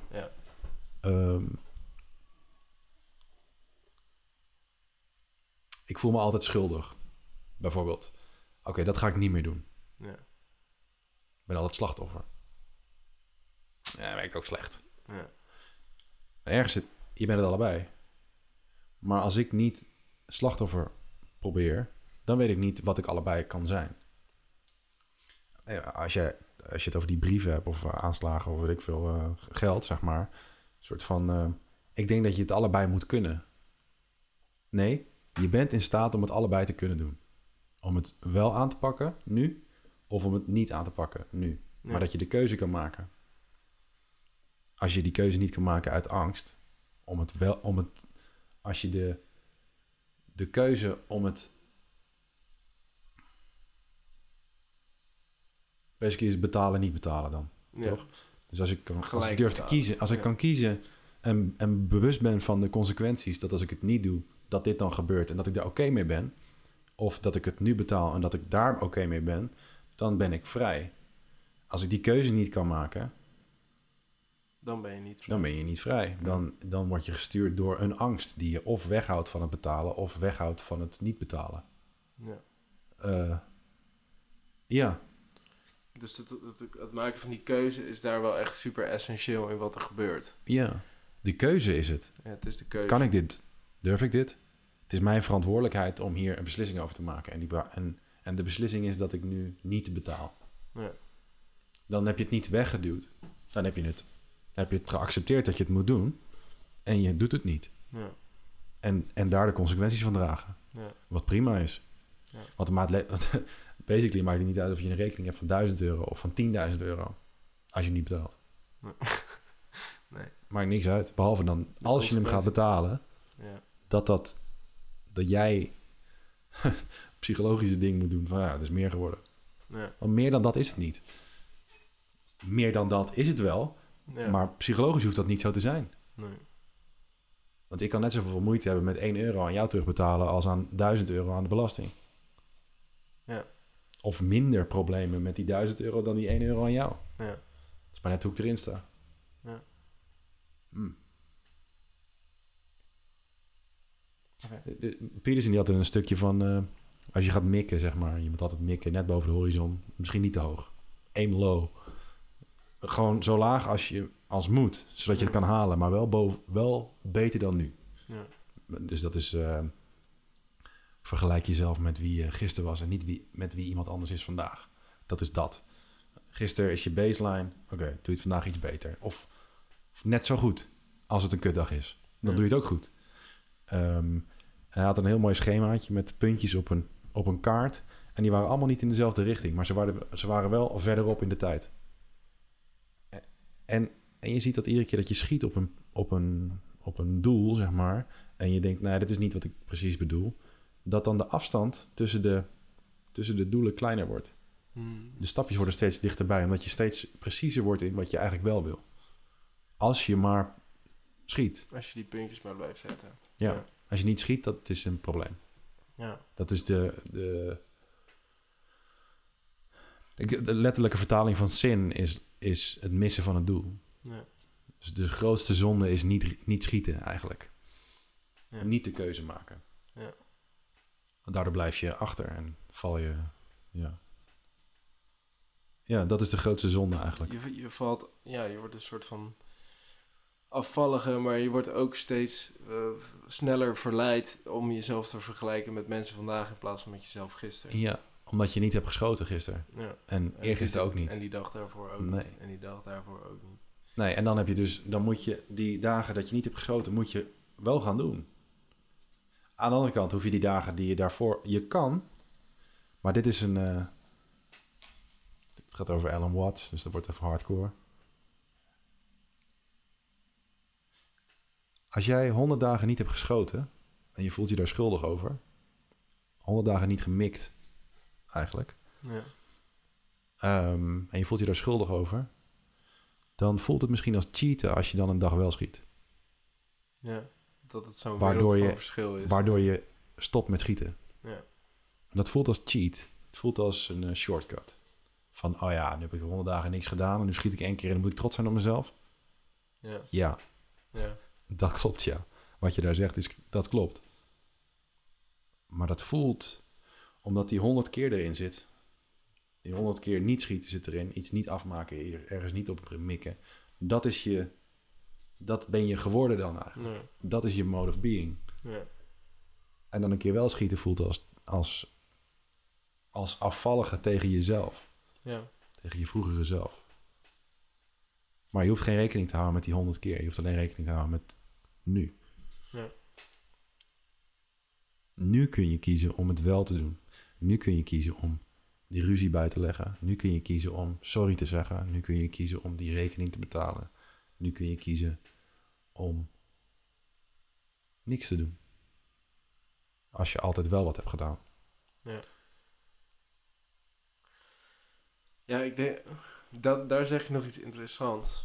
Ik voel me altijd schuldig. Bijvoorbeeld. Oké, dat ga ik niet meer doen. Ja. Ik ben altijd slachtoffer. Ja, werkt ook slecht. Ja. Ergens je bent het allebei. Maar als ik niet slachtoffer probeer, dan weet ik niet wat ik allebei kan zijn. Als je het over die brieven hebt of aanslagen of weet ik veel geld, zeg maar. Een soort van, ik denk dat je het allebei moet kunnen. Nee, je bent in staat om het allebei te kunnen doen. Om het wel aan te pakken, nu, of om het niet aan te pakken, nu. Ja. Maar dat je de keuze kan maken. Als je die keuze niet kan maken uit angst, als je de keuze om het... Basically is betalen, niet betalen dan, toch? Dus als ik durf te kiezen, als ik kan kiezen en bewust ben van de consequenties, dat als ik het niet doe, dat dit dan gebeurt en dat ik daar oké mee ben, of dat ik het nu betaal en dat ik daar oké mee ben, dan ben ik vrij. Als ik die keuze niet kan maken, dan ben je niet vrij. Dan word je gestuurd door een angst die je of weghoudt van het betalen of weghoudt van het niet betalen. Ja. Dus het maken van die keuze is daar wel echt super essentieel in wat er gebeurt. Ja, de keuze is het. Ja, het is de keuze. Kan ik dit? Durf ik dit? Het is mijn verantwoordelijkheid om hier een beslissing over te maken. En de beslissing is dat ik nu niet betaal. Ja. Dan heb je het niet weggeduwd. Dan heb je het geaccepteerd dat je het moet doen. En je doet het niet. Ja. En daar de consequenties van dragen. Ja. Wat prima is. Ja. Want basically maakt het niet uit of je een rekening hebt van €1.000 of van €10.000. Als je niet betaalt. Nee. Maakt niks uit. Behalve dan, als je hem gaat betalen, dat jij psychologische ding moet doen van het is meer geworden. Ja. Want meer dan dat is het niet. Meer dan dat is het wel, maar psychologisch hoeft dat niet zo te zijn. Nee. Want ik kan net zoveel moeite hebben met €1 aan jou terugbetalen als aan €1.000 aan de belasting. Ja. Of minder problemen met die €1.000 dan die €1 aan jou. Ja. Dat is maar net hoe ik erin sta. Ja. Okay. Peterson die had er een stukje van... als je gaat mikken, zeg maar. Je moet altijd mikken, net boven de horizon. Misschien niet te hoog. Aim low. Gewoon zo laag als moet. Zodat je het kan halen. Maar wel beter dan nu. Ja. Dus dat is... vergelijk jezelf met wie je gisteren was... en niet met wie iemand anders is vandaag. Dat is dat. Gisteren is je baseline. Oké, doe je het vandaag iets beter. Of net zo goed. als het een kutdag is. Dan Ja. doe je het ook goed. Hij had een heel mooi schemaatje met puntjes op een kaart. En die waren allemaal niet in dezelfde richting. Maar ze waren wel verderop in de tijd. En je ziet dat iedere keer dat je schiet op een doel, zeg maar. En je denkt, dit is niet wat ik precies bedoel. Dat dan de afstand tussen de doelen kleiner wordt. De stapjes worden steeds dichterbij. Omdat je steeds preciezer wordt in wat je eigenlijk wel wil. Als je maar schiet. Als je die puntjes maar blijft zetten. Ja. Als je niet schiet, dat is een probleem. Ja. Dat is de letterlijke vertaling van sin is het missen van het doel. Ja. Dus de grootste zonde is niet schieten eigenlijk. Ja. Niet de keuze maken. Ja. Daardoor blijf je achter en val je... Ja, dat is de grootste zonde eigenlijk. Je valt... Ja, je wordt een soort van afvallige, maar je wordt ook steeds sneller verleid om jezelf te vergelijken met mensen vandaag in plaats van met jezelf gisteren. Ja, omdat je niet hebt geschoten gisteren. Ja. En eergisteren ook niet. En die dag daarvoor ook Nee. niet. En die dag daarvoor ook niet. Nee, en dan heb je dus... Dan moet je die dagen dat je niet hebt geschoten, moet je wel gaan doen. Aan de andere kant hoef je die dagen die je daarvoor... Je kan, maar dit is een... Het gaat over Alan Watts, dus dat wordt even hardcore. Als jij 100 dagen niet hebt geschoten en je voelt je daar schuldig over, 100 dagen niet gemikt eigenlijk, Ja. en je voelt je daar schuldig over, dan voelt het misschien als cheaten als je dan een dag wel schiet. Ja. Dat het zo'n Waardoor wereld van je- verschil is. Waardoor je stopt met schieten. Ja. En dat voelt als cheat. Het voelt als een shortcut. Van, nu heb ik 100 dagen niks gedaan en nu schiet ik 1 keer en dan moet ik trots zijn op mezelf. Ja. Ja, Ja. dat klopt, ja. Wat je daar zegt, dat klopt. Maar dat voelt, omdat die 100 keer erin zit. Die 100 keer niet schieten zit erin. Iets niet afmaken, ergens niet op mikken. Dat ben je geworden dan eigenlijk. Ja. Dat is je mode of being. Ja. En dan een keer wel schieten voelt als afvallige tegen jezelf. Ja. Tegen je vroegere zelf. Maar je hoeft geen rekening te houden met die 100 keer. Je hoeft alleen rekening te houden met nu. Ja. Nu kun je kiezen om het wel te doen. Nu kun je kiezen om die ruzie bij te leggen. Nu kun je kiezen om sorry te zeggen. Nu kun je kiezen om die rekening te betalen. Nu kun je kiezen om niks te doen. Als je altijd wel wat hebt gedaan. Ja, ik denk... daar zeg je nog iets interessants.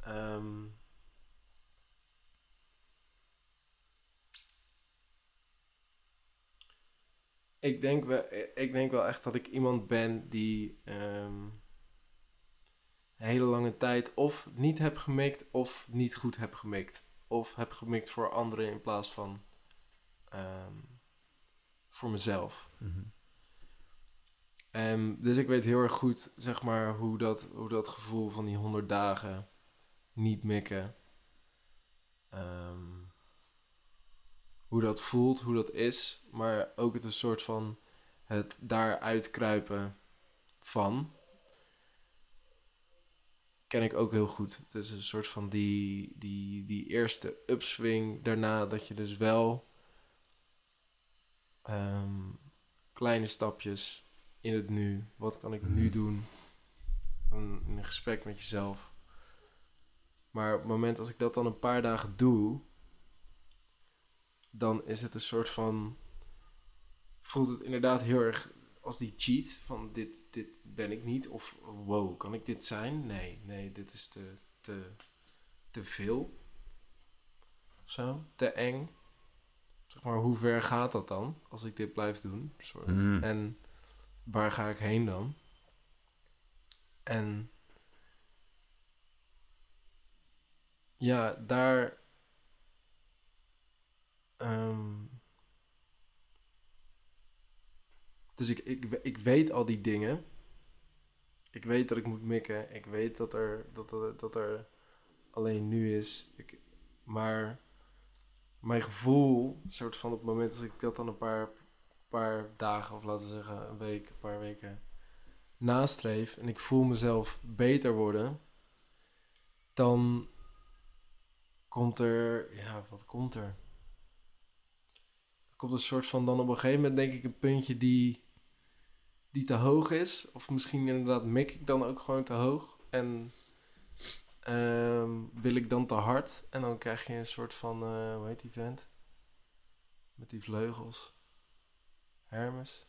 Ik denk wel echt dat ik iemand ben die een hele lange tijd of niet heb gemikt of niet goed heb gemikt. Of heb gemikt voor anderen in plaats van voor mezelf. Dus ik weet heel erg goed, zeg maar, hoe dat gevoel van die 100 dagen niet mikken. Hoe dat voelt, hoe dat is. Maar ook het een soort van het daaruit kruipen van. Ken ik ook heel goed. Het is een soort van die eerste upswing daarna dat je dus wel kleine stapjes in het nu. Wat kan ik nu doen? In een gesprek met jezelf. Maar op het moment als ik dat dan een paar dagen doe, dan is het een soort van... Voelt het inderdaad heel erg als die cheat. Van dit ben ik niet. Of wow, kan ik dit zijn? Nee, dit is te veel. Of zo, te eng. Zeg maar, hoe ver gaat dat dan? Als ik dit blijf doen. En waar ga ik heen dan? En ja, daar... Dus ik weet al die dingen. Ik weet dat ik moet mikken. Ik weet dat er alleen nu is. Maar mijn gevoel, soort van op het moment als ik dat dan een paar dagen, of laten we zeggen een paar weken nastreef en ik voel mezelf beter worden, dan wat komt er? Er komt een soort van dan op een gegeven moment denk ik een puntje die te hoog is. Of misschien inderdaad mik ik dan ook gewoon te hoog. En wil ik dan te hard. En dan krijg je een soort van, hoe heet die vent? Met die vleugels. Hermes.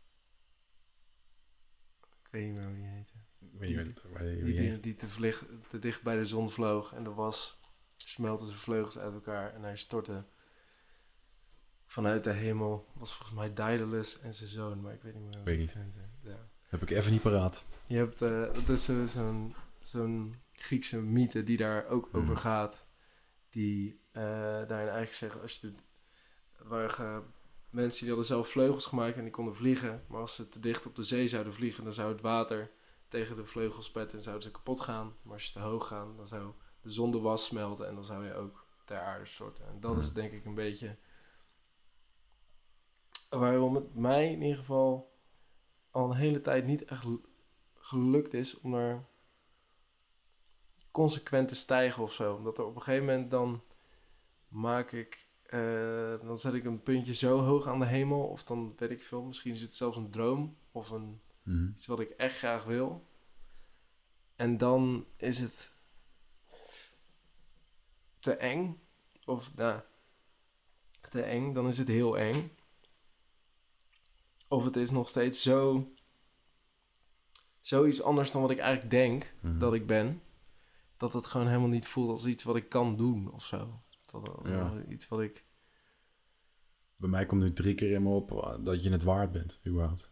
Ik weet niet meer hoe die heette. Die te dicht bij de zon vloog. En er smelten zijn vleugels uit elkaar. En hij stortte vanuit de hemel. Was volgens mij Daedalus en zijn zoon. Maar ik weet niet meer hoe die vent heet. Ja. Heb ik even niet paraat. Je hebt, dat is zo'n Griekse mythe die daar ook over gaat. Die daarin eigenlijk zeggen, er waren mensen die hadden zelf vleugels gemaakt en die konden vliegen. Maar als ze te dicht op de zee zouden vliegen, dan zou het water tegen de vleugels spetten en zouden ze kapot gaan. Maar als je te hoog gaat, dan zou de zon de was smelten en dan zou je ook ter aarde storten. En dat is denk ik een beetje waarom het mij in ieder geval al een hele tijd niet echt gelukt is om er consequent te stijgen of zo. Omdat er op een gegeven moment dan dan zet ik een puntje zo hoog aan de hemel. Of dan weet ik veel, misschien is het zelfs een droom. Of iets wat ik echt graag wil. En dan is het te eng. Te eng. Dan is het heel eng. Of het is nog steeds zoiets anders dan wat ik eigenlijk denk dat ik ben. Dat het gewoon helemaal niet voelt als iets wat ik kan doen of zo. Iets wat ik... Bij mij komt nu 3 keer in me op dat je het waard bent, überhaupt.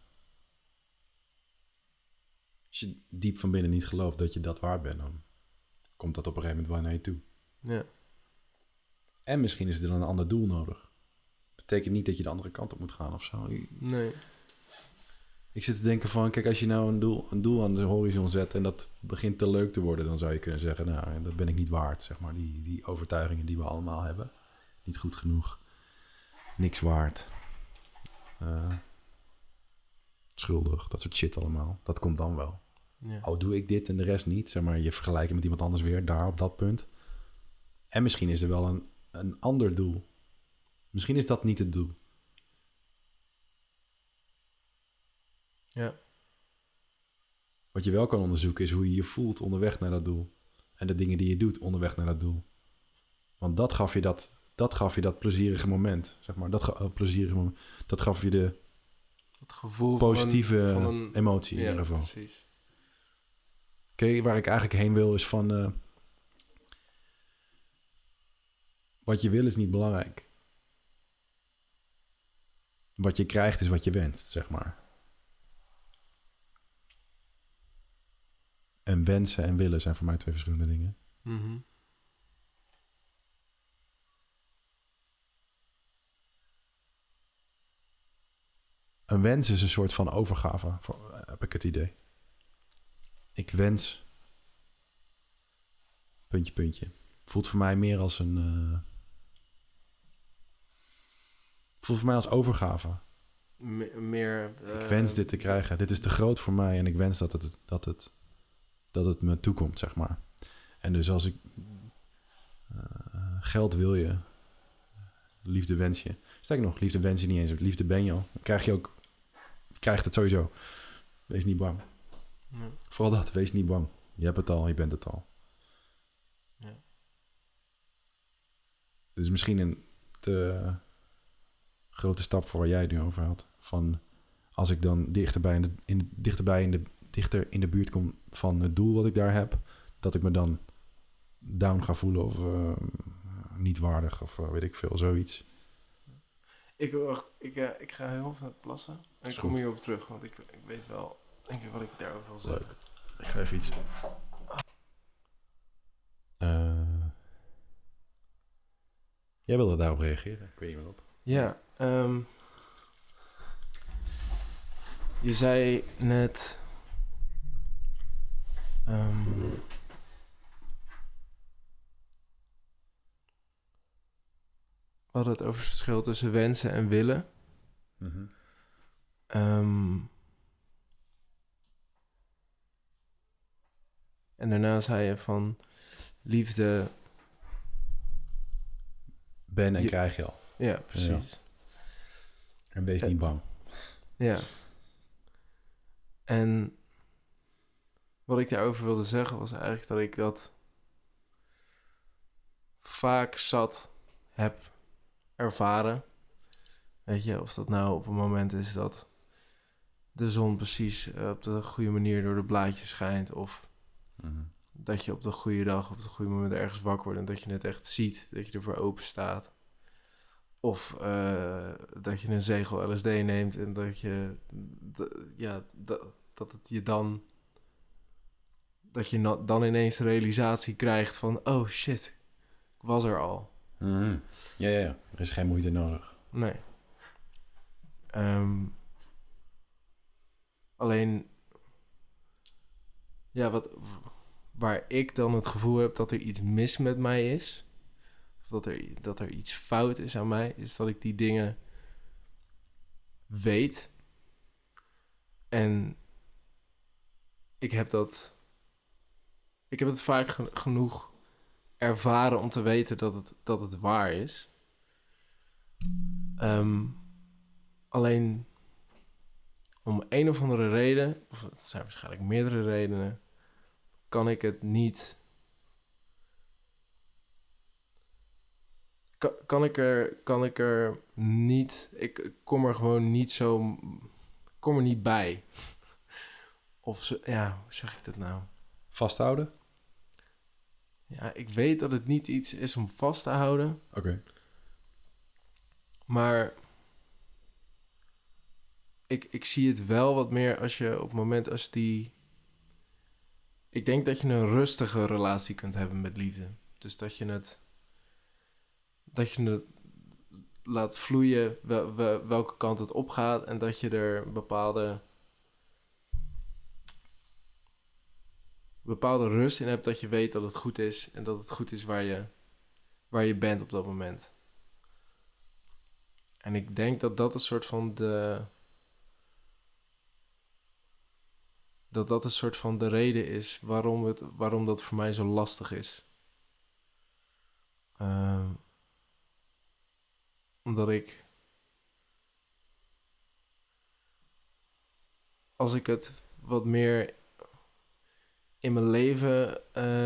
Als je diep van binnen niet gelooft dat je dat waard bent, dan komt dat op een gegeven moment wel naar je toe. Ja. En misschien is er dan een ander doel nodig. Betekent niet dat je de andere kant op moet gaan of zo. Nee. Ik zit te denken van, kijk, als je nou een doel aan de horizon zet en dat begint te leuk te worden, dan zou je kunnen zeggen, nou, dat ben ik niet waard, zeg maar. Die overtuigingen die we allemaal hebben. Niet goed genoeg. Niks waard. Schuldig. Dat soort shit allemaal. Dat komt dan wel. Ja. Oh, doe ik dit en de rest niet? Zeg maar, je vergelijkt met iemand anders weer daar op dat punt. En misschien is er wel een ander doel. Misschien is dat niet het doel. Ja. Wat je wel kan onderzoeken is hoe je je voelt onderweg naar dat doel. En de dingen die je doet onderweg naar dat doel. Want dat gaf je dat plezierige moment. Zeg maar, plezierige moment. Dat gaf je de het gevoel positieve van een emotie in ieder geval. Precies. Oké, waar ik eigenlijk heen wil is van... wat je wil is niet belangrijk. Wat je krijgt is wat je wenst, zeg maar. En wensen en willen zijn voor mij 2 verschillende dingen. Mm-hmm. Een wens is een soort van overgave, heb ik het idee. Ik wens... Puntje. Voelt voor mij meer als een... voelt voor mij als overgave. Ik wens dit te krijgen. Dit is te groot voor mij en ik wens dat het me toekomt, zeg maar. En dus als ik... geld wil je. Liefde wens je. Sterker nog, liefde wens je niet eens. Liefde ben je al. Dan krijg je ook... Je krijgt het sowieso. Wees niet bang. Ja. Vooral dat, wees niet bang. Je hebt het al, je bent het al. Ja. Dit is misschien een te grote stap voor waar jij het nu over had. Van als ik dan dichter in de buurt kom van het doel wat ik daar heb, dat ik me dan down ga voelen of niet waardig of weet ik veel, zoiets. Ik ga heel even plassen en ik kom hierop terug, want ik weet wel denk ik wat ik daarover wil zeggen. Leuk. Ik ga even iets. Jij wilde daarop reageren? Ik weet niet meer op. Ja, je zei net... we hadden het over het verschil tussen wensen en willen. Mm-hmm. En daarna zei je van... liefde ben en krijg je al. Ja, precies. En wees niet bang. Ja. En wat ik daarover wilde zeggen was eigenlijk dat ik dat vaak zat heb ervaren. Weet je, of dat nou op een moment is dat de zon precies op de goede manier door de blaadjes schijnt. Of dat je op de goede dag, op het goede moment ergens wakker wordt en dat je het echt ziet, dat je ervoor open staat. Of dat je een zegel LSD neemt en dat je, dat het je dan, dat je dan ineens de realisatie krijgt van, oh shit, ik was er al. Ja. Er is geen moeite nodig. Nee. Alleen, ja, waar ik dan het gevoel heb dat er iets mis met mij is, of dat er iets fout is aan mij, is dat ik die dingen weet. En ik heb het vaak genoeg ervaren om te weten dat het waar is. Alleen om een of andere reden, of het zijn waarschijnlijk meerdere redenen, kan ik het niet. Kan ik er niet. Ik kom er gewoon niet zo. Kom er niet bij. Of zo, ja, hoe zeg ik dat nou? Vasthouden? Ja, ik weet dat het niet iets is om vast te houden. Oké. Maar ik zie het wel wat meer als je op het moment als die. Ik denk dat je een rustige relatie kunt hebben met liefde. Dus dat je het laat vloeien welke kant het opgaat. En dat je er bepaalde rust in hebt dat je weet dat het goed is. En dat het goed is waar je bent op dat moment. En ik denk dat dat een soort van dat een soort van de reden is waarom dat voor mij zo lastig is. Omdat ik, als ik het wat meer in mijn leven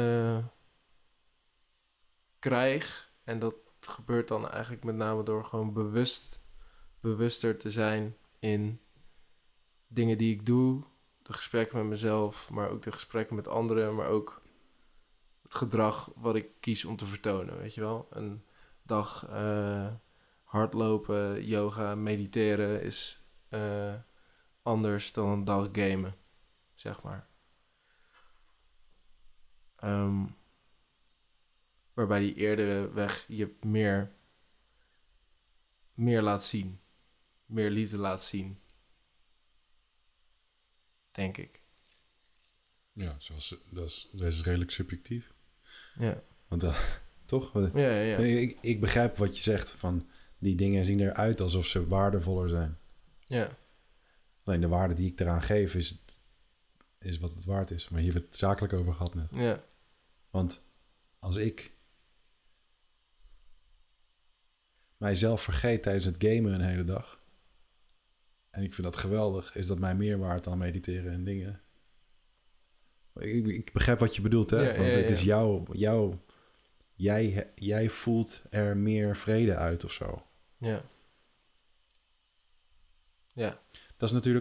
krijg, en dat gebeurt dan eigenlijk met name door gewoon bewuster te zijn in dingen die ik doe, de gesprekken met mezelf, maar ook de gesprekken met anderen, maar ook het gedrag wat ik kies om te vertonen, weet je wel. Een dag hardlopen, yoga, mediteren is anders dan een dag gamen, zeg maar. Waarbij die eerdere weg je meer laat zien. Meer liefde laat zien. Denk ik. Ja, dat is redelijk subjectief. Ja. Want toch? Ja. Ik begrijp wat je zegt. Van die dingen zien eruit alsof ze waardevoller zijn. Ja. Alleen de waarde die ik eraan geef is wat het waard is. Maar hier hebben we het zakelijk over gehad net. Ja. Want als ik mijzelf vergeet tijdens het gamen een hele dag, en ik vind dat geweldig, is dat mij meer waard dan mediteren en dingen. Ik begrijp wat je bedoelt, hè? Ja, want het is ja. jij voelt er meer vrede uit of zo. Ja. Ja. Dat is natuurlijk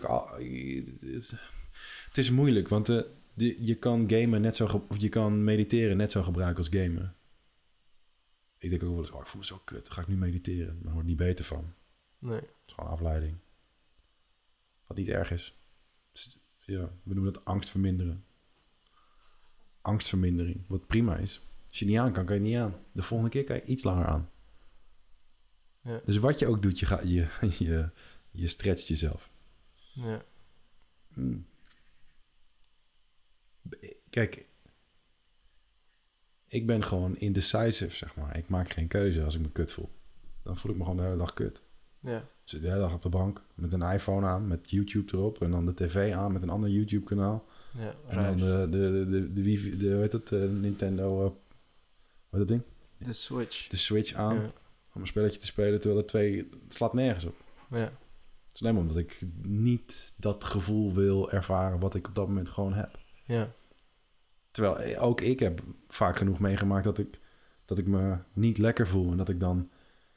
het is moeilijk, want je kan gamen net zo of je kan mediteren net zo gebruiken als gamen. Ik denk ook wel eens, ik voel me zo kut, dan ga ik nu mediteren, maar daar word ik niet beter van. Nee. Het is gewoon afleiding. Wat niet erg is. Ja, we noemen dat angstverminderen. Angstvermindering, wat prima is. Als je niet aan kan je niet aan. De volgende keer kan je iets langer aan. Ja. Dus wat je ook doet, je stretcht jezelf. Ja. Kijk, ik ben gewoon indecisive, zeg maar. Ik maak geen keuze als ik me kut voel. Dan voel ik me gewoon de hele dag kut. Ja. Ik zit de hele dag op de bank met een iPhone aan, met YouTube erop. En dan de tv aan met een ander YouTube-kanaal. Ja, en dan de wifi, hoe heet dat, Nintendo, wat dat ding? De Switch. De Switch aan. Ja. om een spelletje te spelen, terwijl het slaat nergens op. Ja. Het is alleen maar omdat ik niet dat gevoel wil ervaren wat ik op dat moment gewoon heb. Ja. Terwijl ook ik heb vaak genoeg meegemaakt dat ik me niet lekker voel. En dat ik dan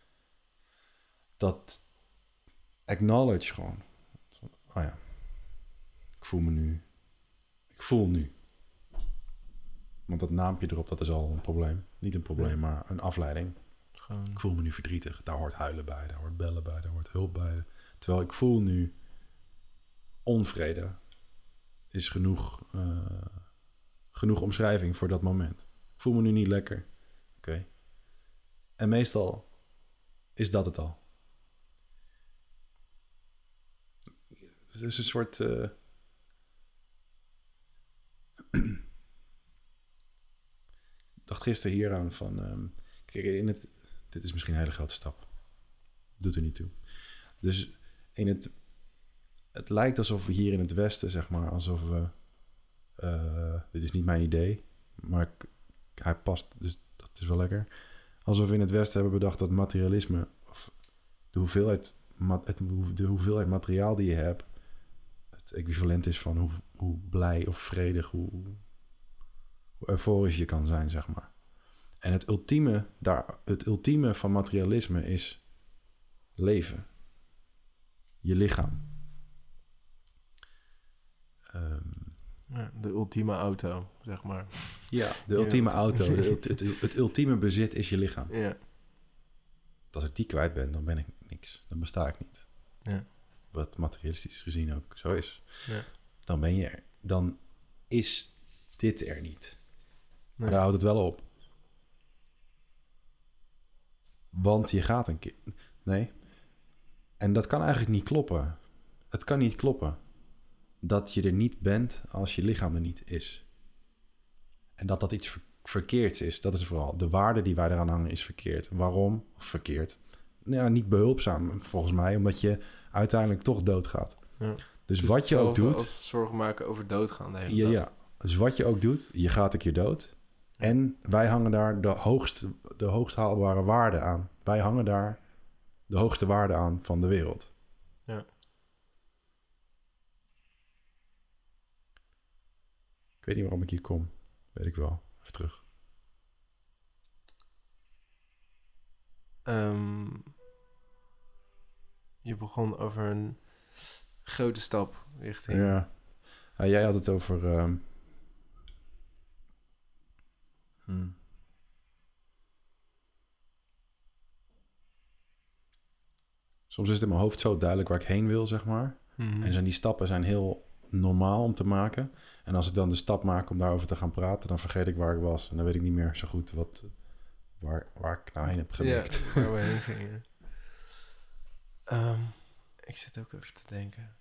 dat acknowledge gewoon. Oh ja, ik voel nu. Want dat naampje erop, dat is al een probleem. Niet een probleem, maar een afleiding. Gewoon... Ik voel me nu verdrietig. Daar hoort huilen bij, daar hoort bellen bij, daar hoort hulp bij. Terwijl ik voel nu onvrede. Is genoeg omschrijving voor dat moment. Ik voel me nu niet lekker. Oké. En meestal is dat het al. Het is een soort... Ik dacht gisteren hieraan van... kijk, dit is misschien een hele grote stap. Doet er niet toe. Dus het lijkt alsof we hier in het Westen, zeg maar, alsof we... dit is niet mijn idee, maar hij past, dus dat is wel lekker. Alsof we in het Westen hebben bedacht dat materialisme, of de hoeveelheid materiaal die je hebt, het equivalent is van hoe blij of vredig, hoe euforisch je kan zijn, zeg maar. En het ultieme van materialisme is leven. Je lichaam. De ultieme auto, zeg maar. Ja, de ultieme auto. Het ultieme bezit is je lichaam. Ja. Als ik die kwijt ben, dan ben ik niks. Dan besta ik niet. Ja. Wat materialistisch gezien ook zo is. Ja. Dan ben je er. Dan is dit er niet. Nee. Maar daar houdt het wel op. Want je gaat een keer... Nee. En dat kan eigenlijk niet kloppen. Het kan niet kloppen. Dat je er niet bent als je lichaam er niet is. En dat iets verkeerds is. Dat is vooral. De waarde die wij eraan hangen is verkeerd. Waarom? Of verkeerd? Nou ja, niet behulpzaam volgens mij. Omdat je uiteindelijk toch doodgaat. Ja. Dus wat je ook doet... als zorgen maken over doodgaan de hele dag. Ja. Dus wat je ook doet, je gaat een keer dood. Ja. En wij hangen daar de hoogst haalbare waarde aan. Wij hangen daar de hoogste waarde aan van de wereld. Ja. Ik weet niet waarom ik hier kom. Weet ik wel. Even terug. Je begon over een grote stap richting... Ja. Jij had het over... Soms is het in mijn hoofd zo duidelijk waar ik heen wil, zeg maar. Mm-hmm. En die stappen zijn heel normaal om te maken. En als ik dan de stap maak om daarover te gaan praten, dan vergeet ik waar ik was. En dan weet ik niet meer zo goed waar ik nou heen heb gemikt. Ja, waar we heen gingen. Ik zit ook even te denken.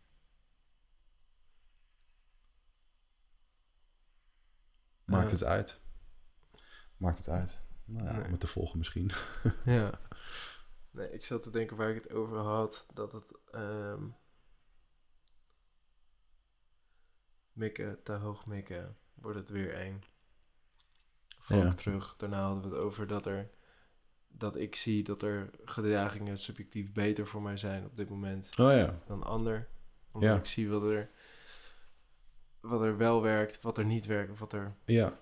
Maakt het uit? Maakt het uit? Nou ja, Nee. om het te volgen misschien. Ja. Nee, ik zat te denken waar ik het over had. Dat het... mikken, te hoog mikken, wordt het weer eng. Val ik terug. Daarna hadden we het over dat ik zie dat er gedragingen subjectief beter voor mij zijn op dit moment dan ander. Omdat ik zie wat er wel werkt, wat er niet werkt, of wat er... Ja.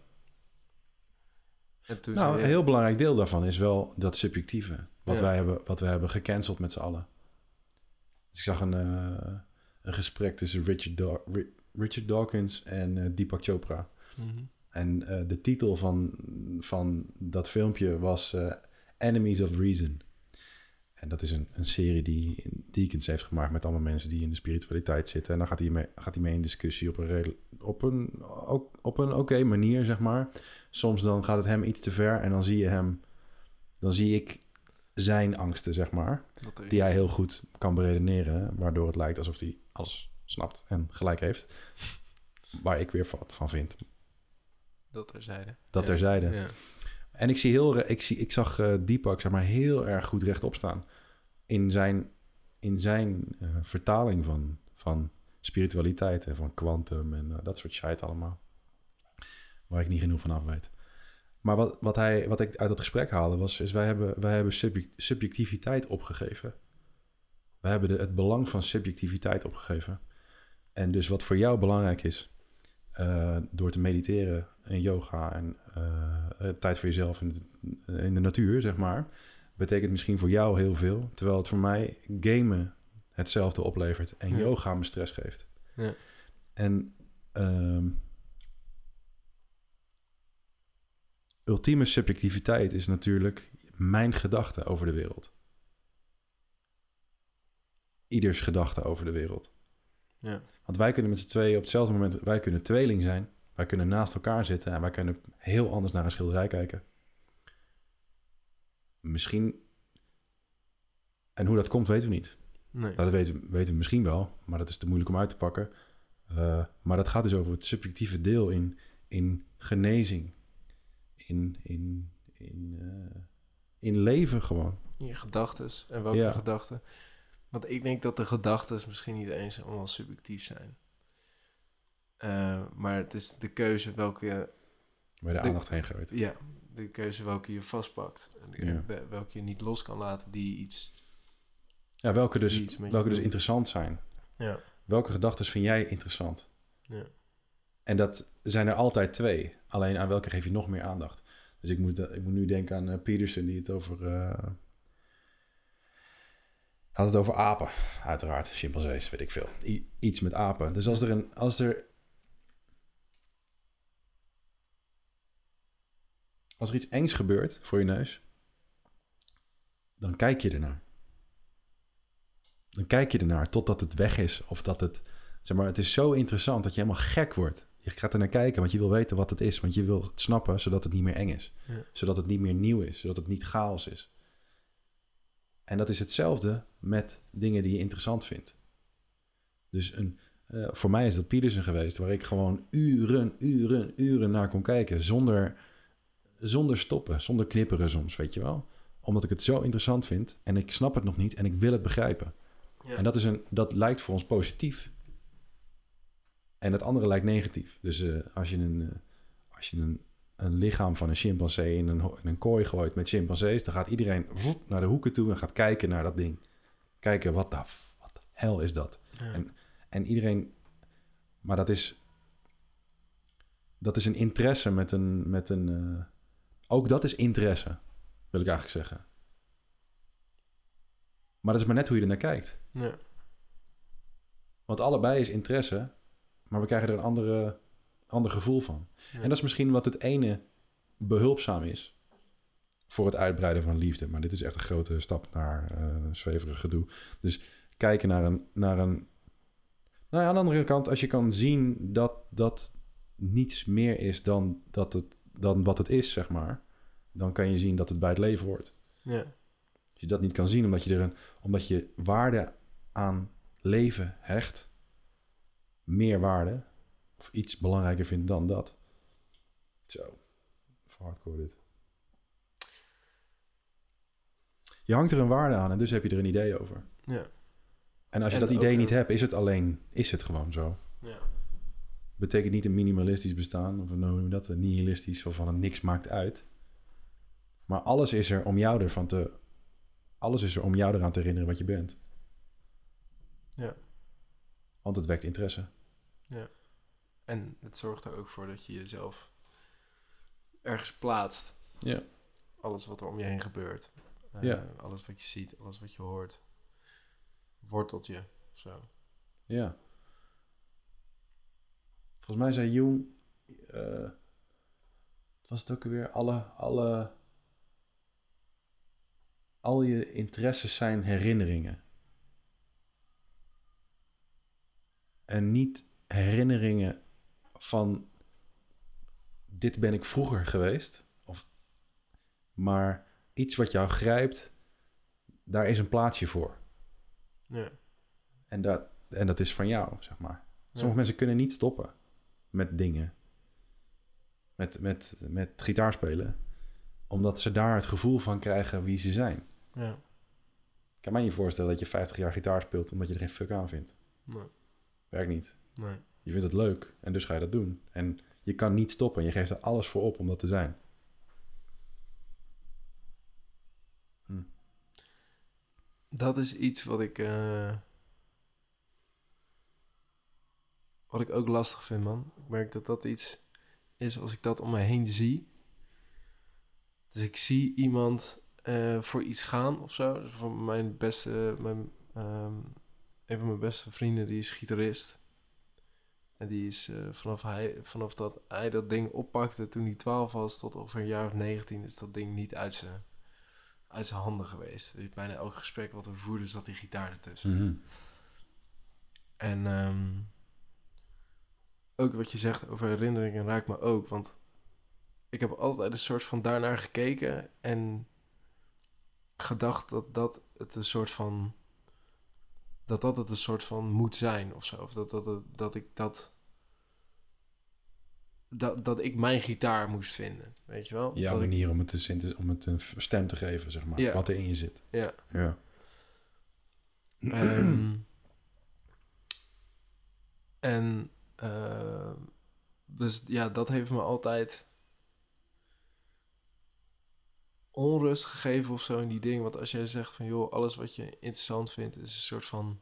En toen Nou, een heel belangrijk deel daarvan is wel dat subjectieve. Wat wij hebben gecanceld met z'n allen. Dus ik zag een gesprek tussen Richard Dawkins en Deepak Chopra. Mm-hmm. En de titel van dat filmpje was Enemies of Reason. En dat is een serie die Deakins heeft gemaakt met allemaal mensen die in de spiritualiteit zitten. En dan gaat hij mee in discussie op een oké manier, zeg maar. Soms dan gaat het hem iets te ver en dan zie ik zijn angsten, zeg maar. Die hij heel goed kan beredeneren, waardoor het lijkt alsof hij alles snapt en gelijk heeft. Waar ik weer van vind. Dat terzijde. Ja. En ik zag Deepak, zeg maar, heel erg goed rechtop staan. In zijn vertaling van spiritualiteit en van kwantum en dat soort shit allemaal. Waar ik niet genoeg van af weet. Maar wat ik uit dat gesprek haalde is wij hebben subjectiviteit opgegeven. We hebben het belang van subjectiviteit opgegeven. En dus wat voor jou belangrijk is, door te mediteren en yoga en tijd voor jezelf in de natuur, zeg maar, betekent misschien voor jou heel veel, terwijl het voor mij gamen hetzelfde oplevert en yoga me stress geeft. Ja. En ultieme subjectiviteit is natuurlijk mijn gedachte over de wereld. Ieders gedachte over de wereld. Ja. Want wij kunnen met z'n tweeën op hetzelfde moment, wij kunnen tweeling zijn, wij kunnen naast elkaar zitten en wij kunnen heel anders naar een schilderij kijken. Misschien, en hoe dat komt weten we niet. Nee. Dat weten we misschien wel, maar dat is te moeilijk om uit te pakken. Maar dat gaat dus over het subjectieve deel in genezing. In leven gewoon. In je gedachtes. En welke gedachten? Want ik denk dat de gedachtes misschien niet eens allemaal subjectief zijn. Maar het is de keuze welke... Waar de aandacht heen gooit. Ja, de keuze welke je vastpakt. En welke je niet los kan laten, die iets... Ja, welke dus interessant zijn. Ja. Welke gedachten vind jij interessant? Ja. En dat zijn er altijd 2. Alleen aan welke geef je nog meer aandacht? Dus ik moet nu denken aan Peterson, die het had het over apen. Uiteraard, chimpansees, weet ik veel. Iets met apen. Dus als er iets engs gebeurt voor je neus, dan kijk je ernaar. Dan kijk je ernaar totdat het weg is. Of dat het, zeg maar, het is zo interessant dat je helemaal gek wordt. Je gaat er naar kijken, want je wil weten wat het is. Want je wil het snappen, zodat het niet meer eng is. Ja. Zodat het niet meer nieuw is. Zodat het niet chaos is. En dat is hetzelfde met dingen die je interessant vindt. Dus voor mij is dat Peterson geweest, waar ik gewoon uren naar kon kijken. Zonder stoppen, zonder knipperen soms, weet je wel. Omdat ik het zo interessant vind en ik snap het nog niet en ik wil het begrijpen. Ja. En dat lijkt voor ons positief. En het andere lijkt negatief. Dus als je een lichaam van een chimpansee in een kooi gooit met chimpansees, dan gaat iedereen naar de hoeken toe en gaat kijken naar dat ding. Kijken, wat de hel is dat? Ja. En iedereen... Maar dat is een interesse met een ook dat is interesse, wil ik eigenlijk zeggen. Maar dat is maar net hoe je er naar kijkt. Ja. Want allebei is interesse, maar we krijgen er een ander gevoel van. Ja. En dat is misschien wat het ene behulpzaam is voor het uitbreiden van liefde. Maar dit is echt een grote stap naar zweverig gedoe. Dus kijken naar een... Nou ja, aan de andere kant, als je kan zien dat niets meer is dan wat het is, zeg maar, dan kan je zien dat het bij het leven hoort. Ja. Als je dat niet kan zien, omdat je waarde aan leven hecht, meer waarde, of iets belangrijker vindt dan dat. Zo, hardcore dit. Je hangt er een waarde aan en dus heb je er een idee over. Ja. En als je dat idee niet hebt, is het gewoon zo. Ja. Betekent niet een minimalistisch bestaan, of noem je dat, een nihilistisch, of van een niks maakt uit. Maar alles is er om jou eraan te herinneren wat je bent. Ja. Want het wekt interesse. Ja. En het zorgt er ook voor dat je jezelf ergens plaatst. Ja. Alles wat er om je heen gebeurt. Alles wat je ziet, alles wat je hoort. Wortelt je, zo. Ja. Volgens mij zei Jung... was het ook weer? Al je interesses zijn herinneringen. En niet herinneringen van... dit ben ik vroeger geweest. Maar iets wat jou grijpt... daar is een plaatsje voor. Ja. En dat is van jou, zeg maar. Sommige mensen kunnen niet stoppen met dingen. Met gitaar spelen. Omdat ze daar het gevoel van krijgen wie ze zijn. Ja. Ik kan mij niet voorstellen dat je 50 jaar gitaar speelt omdat je er geen fuck aan vindt. Nee. Werkt niet. Nee. Je vindt het leuk en dus ga je dat doen. En je kan niet stoppen. Je geeft er alles voor op om dat te zijn. Dat is iets wat ik ook lastig vind, man. Ik merk dat dat iets is als ik dat om me heen zie. Dus ik zie iemand voor iets gaan of zo. Dus voor een van mijn beste vrienden, die is gitarist. En die is vanaf dat hij dat ding oppakte toen hij 12 was tot ongeveer een jaar of 19, is dat ding niet uit zijn handen geweest. Dus bijna elk gesprek wat we voerden zat die gitaar ertussen. Mm-hmm. En ook wat je zegt over herinneringen raakt me ook. Want ik heb altijd een soort van daarnaar gekeken en gedacht dat het een soort van moet zijn of zo. Of dat ik mijn gitaar moest vinden, weet je wel? Jouw manier om het een stem te geven, zeg maar. Ja. Wat er in je zit. Ja. Ja. Dus ja, dat heeft me altijd onrust gegeven of zo in die dingen. Want als jij zegt van, joh, alles wat je interessant vindt is een soort van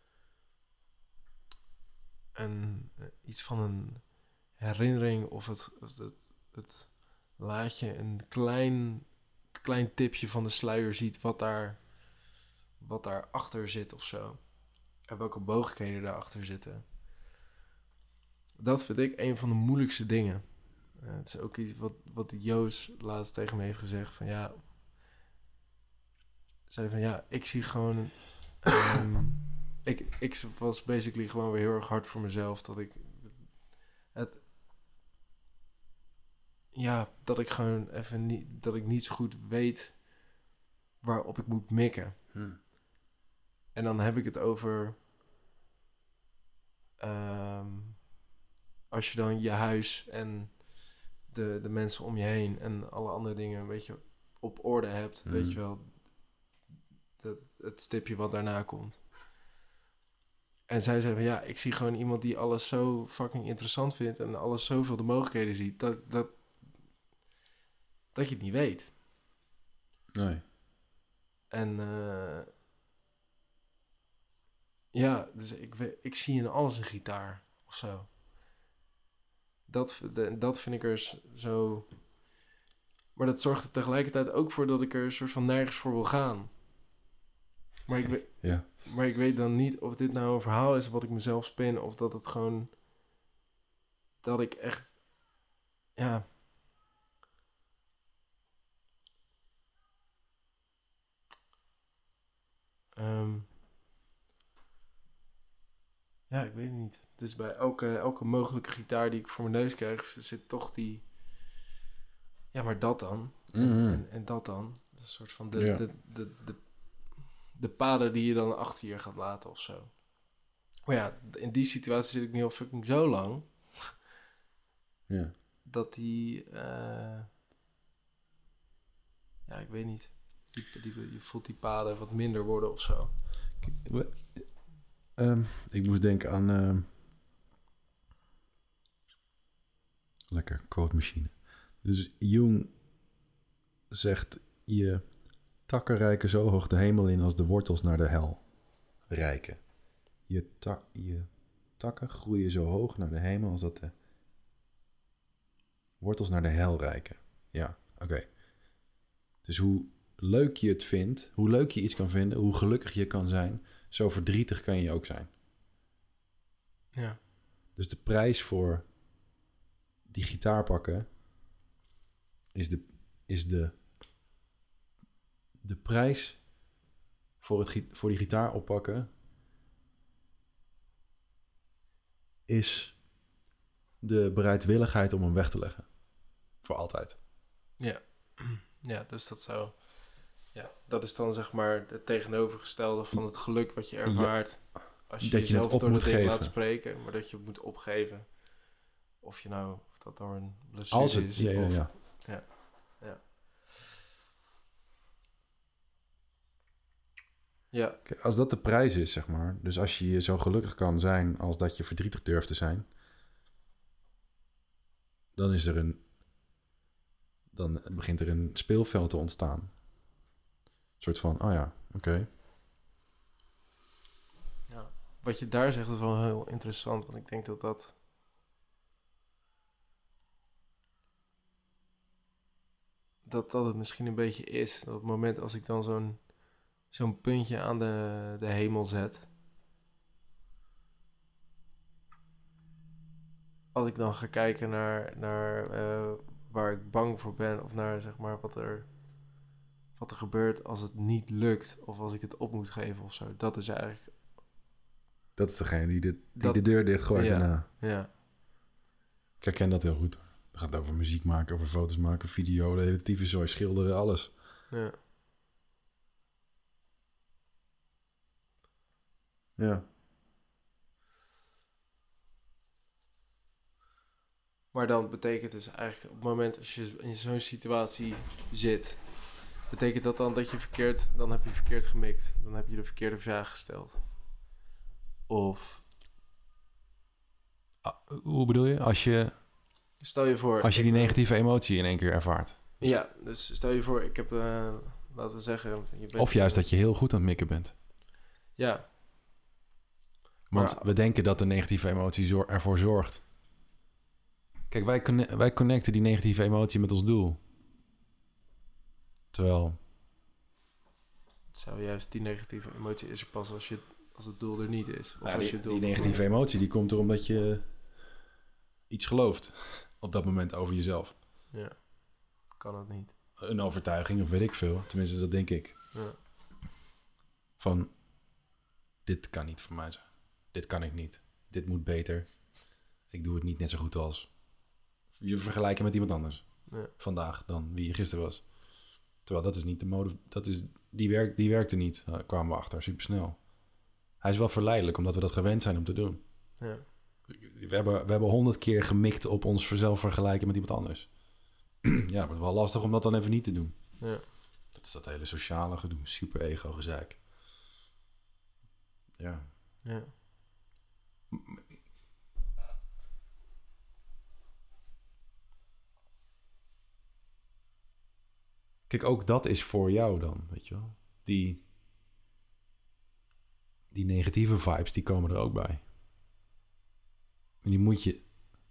iets van een herinnering of het laat je een klein tipje van de sluier ziet wat daar achter zit of zo. En welke mogelijkheden daarachter zitten. Dat vind ik een van de moeilijkste dingen. Het is ook iets wat Joost laatst tegen me heeft gezegd. Van ja, zei van ja, ik zie gewoon... ik was basically gewoon weer heel erg hard voor mezelf. Dat ik gewoon even niet... Dat ik niet zo goed weet waarop ik moet mikken. En dan heb ik het over... als je dan je huis en de mensen om je heen en alle andere dingen een beetje op orde hebt, weet je wel, het stipje wat daarna komt. En zij zei van ja, ik zie gewoon iemand die alles zo fucking interessant vindt en alles zoveel de mogelijkheden ziet, dat je het niet weet. Nee. En ja, dus ik zie in alles een gitaar of zo. Dat vind ik er zo... Maar dat zorgt er tegelijkertijd ook voor dat ik er een soort van nergens voor wil gaan. Maar ik weet dan niet of dit nou een verhaal is wat ik mezelf spin, of dat het gewoon... Dat ik echt... Ja... Ja, ik weet het niet. Dus bij elke mogelijke gitaar die ik voor mijn neus krijg, zit toch die... Ja, maar dat dan. En dat dan. Een soort van de paden die je dan achter je gaat laten of zo. Maar ja, in die situatie zit ik nu al fucking zo lang. Ja. Dat die... ja, ik weet niet. Je voelt die paden wat minder worden of zo. Ik moest denken aan... lekker, quote machine. Dus Jung zegt... Je takken reiken zo hoog de hemel in als de wortels naar de hel reiken. Je takken groeien zo hoog naar de hemel als dat de wortels naar de hel reiken. Ja, oké. Dus hoe leuk je het vindt, hoe leuk je iets kan vinden, hoe gelukkig je kan zijn, zo verdrietig kan je ook zijn. Ja. Dus de prijs voor die gitaar pakken is de prijs voor die gitaar oppakken is de bereidwilligheid om hem weg te leggen. Voor altijd. Ja. Ja, dus dat zou... Ja, dat is dan zeg maar het tegenovergestelde van het geluk wat je ervaart. Als je dat je jezelf het op door moet het ding geven. laat spreken, maar dat je het moet opgeven. Of dat door een blessure Als het, is. ja. Ja. Kijk, als dat de prijs is, zeg maar. Dus als je zo gelukkig kan zijn als dat je verdrietig durft te zijn. Dan begint er een speelveld te ontstaan. Een soort van, oh ja, oké. wat je daar zegt is wel heel interessant. Want ik denk dat het misschien een beetje is. Dat op het moment als ik dan zo'n puntje aan de hemel zet. Als ik dan ga kijken naar waar ik bang voor ben. Of naar zeg maar wat er gebeurt als het niet lukt. Of als ik het op moet geven of zo. Dat is eigenlijk... Dat is degene die de deur dichtgooit daarna. Ja. Ik herken dat heel goed. Het gaat over muziek maken, over foto's maken, video, de hele tyfuszooi, schilderen, alles. Ja. Ja. Maar dan betekent dus eigenlijk op het moment als je in zo'n situatie zit, betekent dat dan dat je dan heb je verkeerd gemikt. Dan heb je de verkeerde vraag gesteld. Of... Hoe bedoel je? Stel je voor... Als je die negatieve emotie in één keer ervaart. Ja, dus stel je voor, ik heb, laten we zeggen... Of juist dat je heel goed aan het mikken bent. Ja. Want we denken dat de negatieve emotie ervoor zorgt. Kijk, wij connecten die negatieve emotie met ons doel. Terwijl... Zou juist die negatieve emotie is er pas als het doel er niet is. Of Ja, als je het doel die negatieve emotie die komt er omdat je iets gelooft. Op dat moment over jezelf. Ja, kan het niet. Een overtuiging of weet ik veel. Tenminste, dat denk ik. Ja. Van, dit kan niet voor mij zijn. Dit kan ik niet. Dit moet beter. Ik doe het niet net zo goed als... Je vergelijken met iemand anders. Ja. Vandaag dan wie je gisteren was. Terwijl dat is niet de mode... Die werkte niet, kwamen we achter, supersnel. Hij is wel verleidelijk, omdat we dat gewend zijn om te doen. Ja. We hebben 100 keer gemikt op ons zelf vergelijken met iemand anders. Ja, het wordt wel lastig om dat dan even niet te doen. Ja. Dat is dat hele sociale gedoe. Super ego gezeik. Ja. Ja. Kijk, ook dat is voor jou dan, weet je wel. Die negatieve vibes, die komen er ook bij. En die moet je...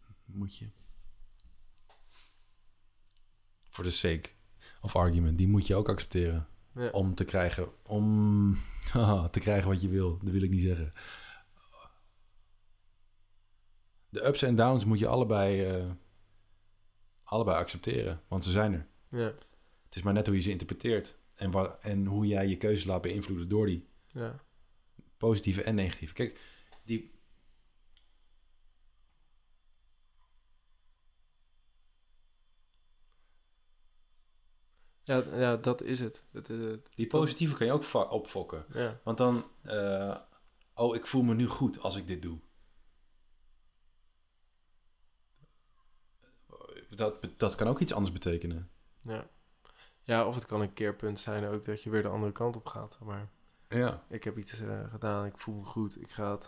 voor de sake of argument, die moet je ook accepteren. Ja. Om te krijgen te krijgen wat je wil. Dat wil ik niet zeggen. De ups en downs moet je allebei accepteren. Want ze zijn er. Ja. Het is maar net hoe je ze interpreteert. En hoe jij je keuzes laat beïnvloeden door die Ja. positieve en negatieve. Kijk, Ja, dat is het. die positieve kan je ook opfokken. Ja. Want dan... ik voel me nu goed als ik dit doe. Dat kan ook iets anders betekenen. Ja. Ja, of het kan een keerpunt zijn ook dat je weer de andere kant op gaat. Maar Ja. ik heb iets gedaan, ik voel me goed, ik ga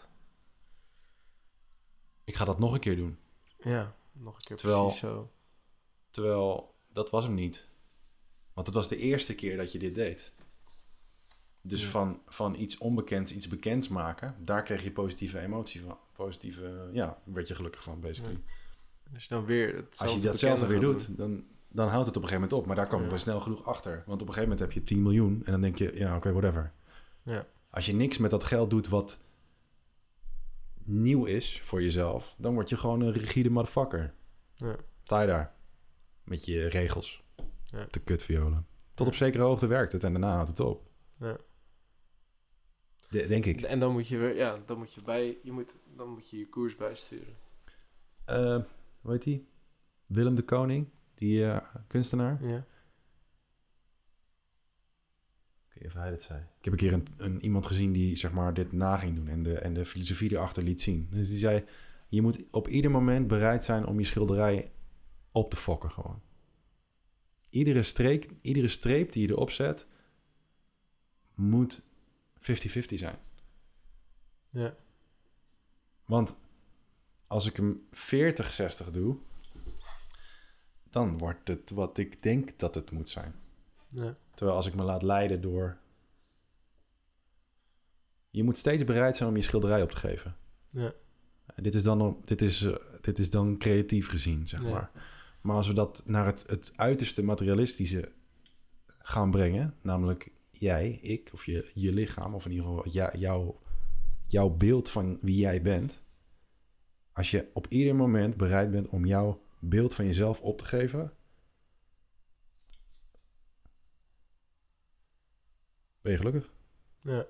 dat nog een keer doen. Ja, nog een keer Terwijl- precies zo. Terwijl, dat was hem niet. Want het was de eerste keer dat je dit deed. Dus Ja. van iets onbekends, iets bekends maken... daar kreeg je positieve emotie van. Werd je gelukkig van, basically. Ja. Als je dan weer Als je datzelfde weer bekende doet, dan houdt het op een gegeven moment op. Maar daar komen we snel genoeg achter. Want op een gegeven moment heb je 10 miljoen... en dan denk je, ja, oké, whatever. Ja. Als je niks met dat geld doet wat nieuw is voor jezelf... dan word je gewoon een rigide motherfucker. Ja. Sta je daar met je regels. Ja. Te kutviolen. Tot op zekere hoogte werkt het en daarna houdt het op. Ja. Denk ik. En dan moet je weer, dan moet je je koers bijsturen. Hoe heet die? Willem de Koning, die kunstenaar. Ja. Ik weet niet of hij dit zei. Ik heb een keer iemand gezien die zeg maar dit na ging doen en de filosofie erachter liet zien. Dus die zei, je moet op ieder moment bereid zijn om je schilderij op te fokken gewoon. Iedere streep die je erop zet, moet 50-50 zijn. Ja. Want als ik hem 40-60 doe, dan wordt het wat ik denk dat het moet zijn. Ja. Terwijl als ik me laat leiden door Je moet steeds bereid zijn om je schilderij op te geven. Ja. En dit is dan creatief gezien, zeg maar. Maar als we dat naar het uiterste materialistische gaan brengen, namelijk jij, ik of je lichaam, of in ieder geval jouw beeld van wie jij bent. Als je op ieder moment bereid bent om jouw beeld van jezelf op te geven, ben je gelukkig? Ja.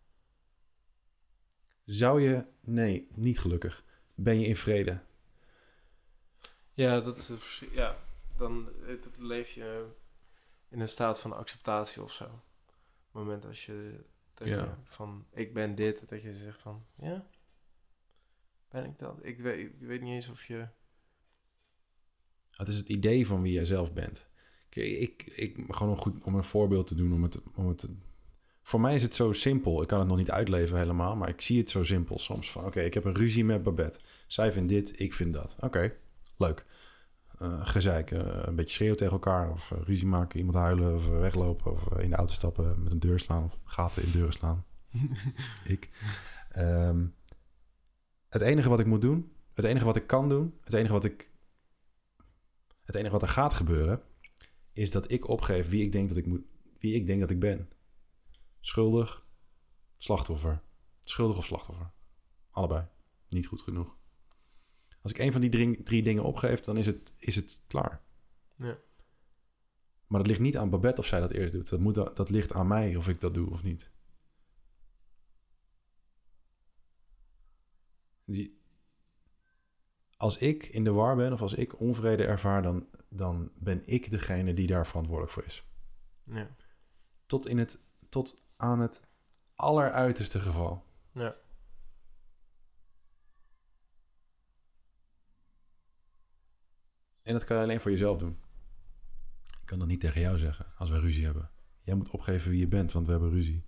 Nee, niet gelukkig. Ben je in vrede? Ja, dat is dan leef je in een staat van acceptatie of zo. Op het moment als je je van ik ben dit, dat je zegt van ja, ben ik dat? Ik weet niet eens of je... Het is het idee van wie jij zelf bent. Ik gewoon goed om een voorbeeld te doen. Voor mij is het zo simpel. Ik kan het nog niet uitleven helemaal, maar ik zie het zo simpel soms. Van oké, ik heb een ruzie met Babette. Zij vindt dit, ik vind dat. Oké, leuk. Gezeik, een beetje schreeuwen tegen elkaar. Of ruzie maken, iemand huilen of weglopen. Of in de auto stappen, met een deur slaan. Of gaten in deuren slaan. Ik. Het enige wat ik moet doen, het enige wat ik kan doen, het enige wat er gaat gebeuren, is dat ik opgeef wie ik denk dat ik ben. Schuldig, slachtoffer. Schuldig of slachtoffer. Allebei. Niet goed genoeg. Als ik een van die drie dingen opgeef, dan is het klaar. Ja. Maar dat ligt niet aan Babette of zij dat eerst doet. Dat ligt aan mij of ik dat doe of niet. Als ik in de war ben of als ik onvrede ervaar, dan ben ik degene die daar verantwoordelijk voor is. Ja. Tot aan het alleruiterste geval. Ja. En dat kan je alleen voor jezelf doen. Ik kan dat niet tegen jou zeggen als wij ruzie hebben. Jij moet opgeven wie je bent, want we hebben ruzie.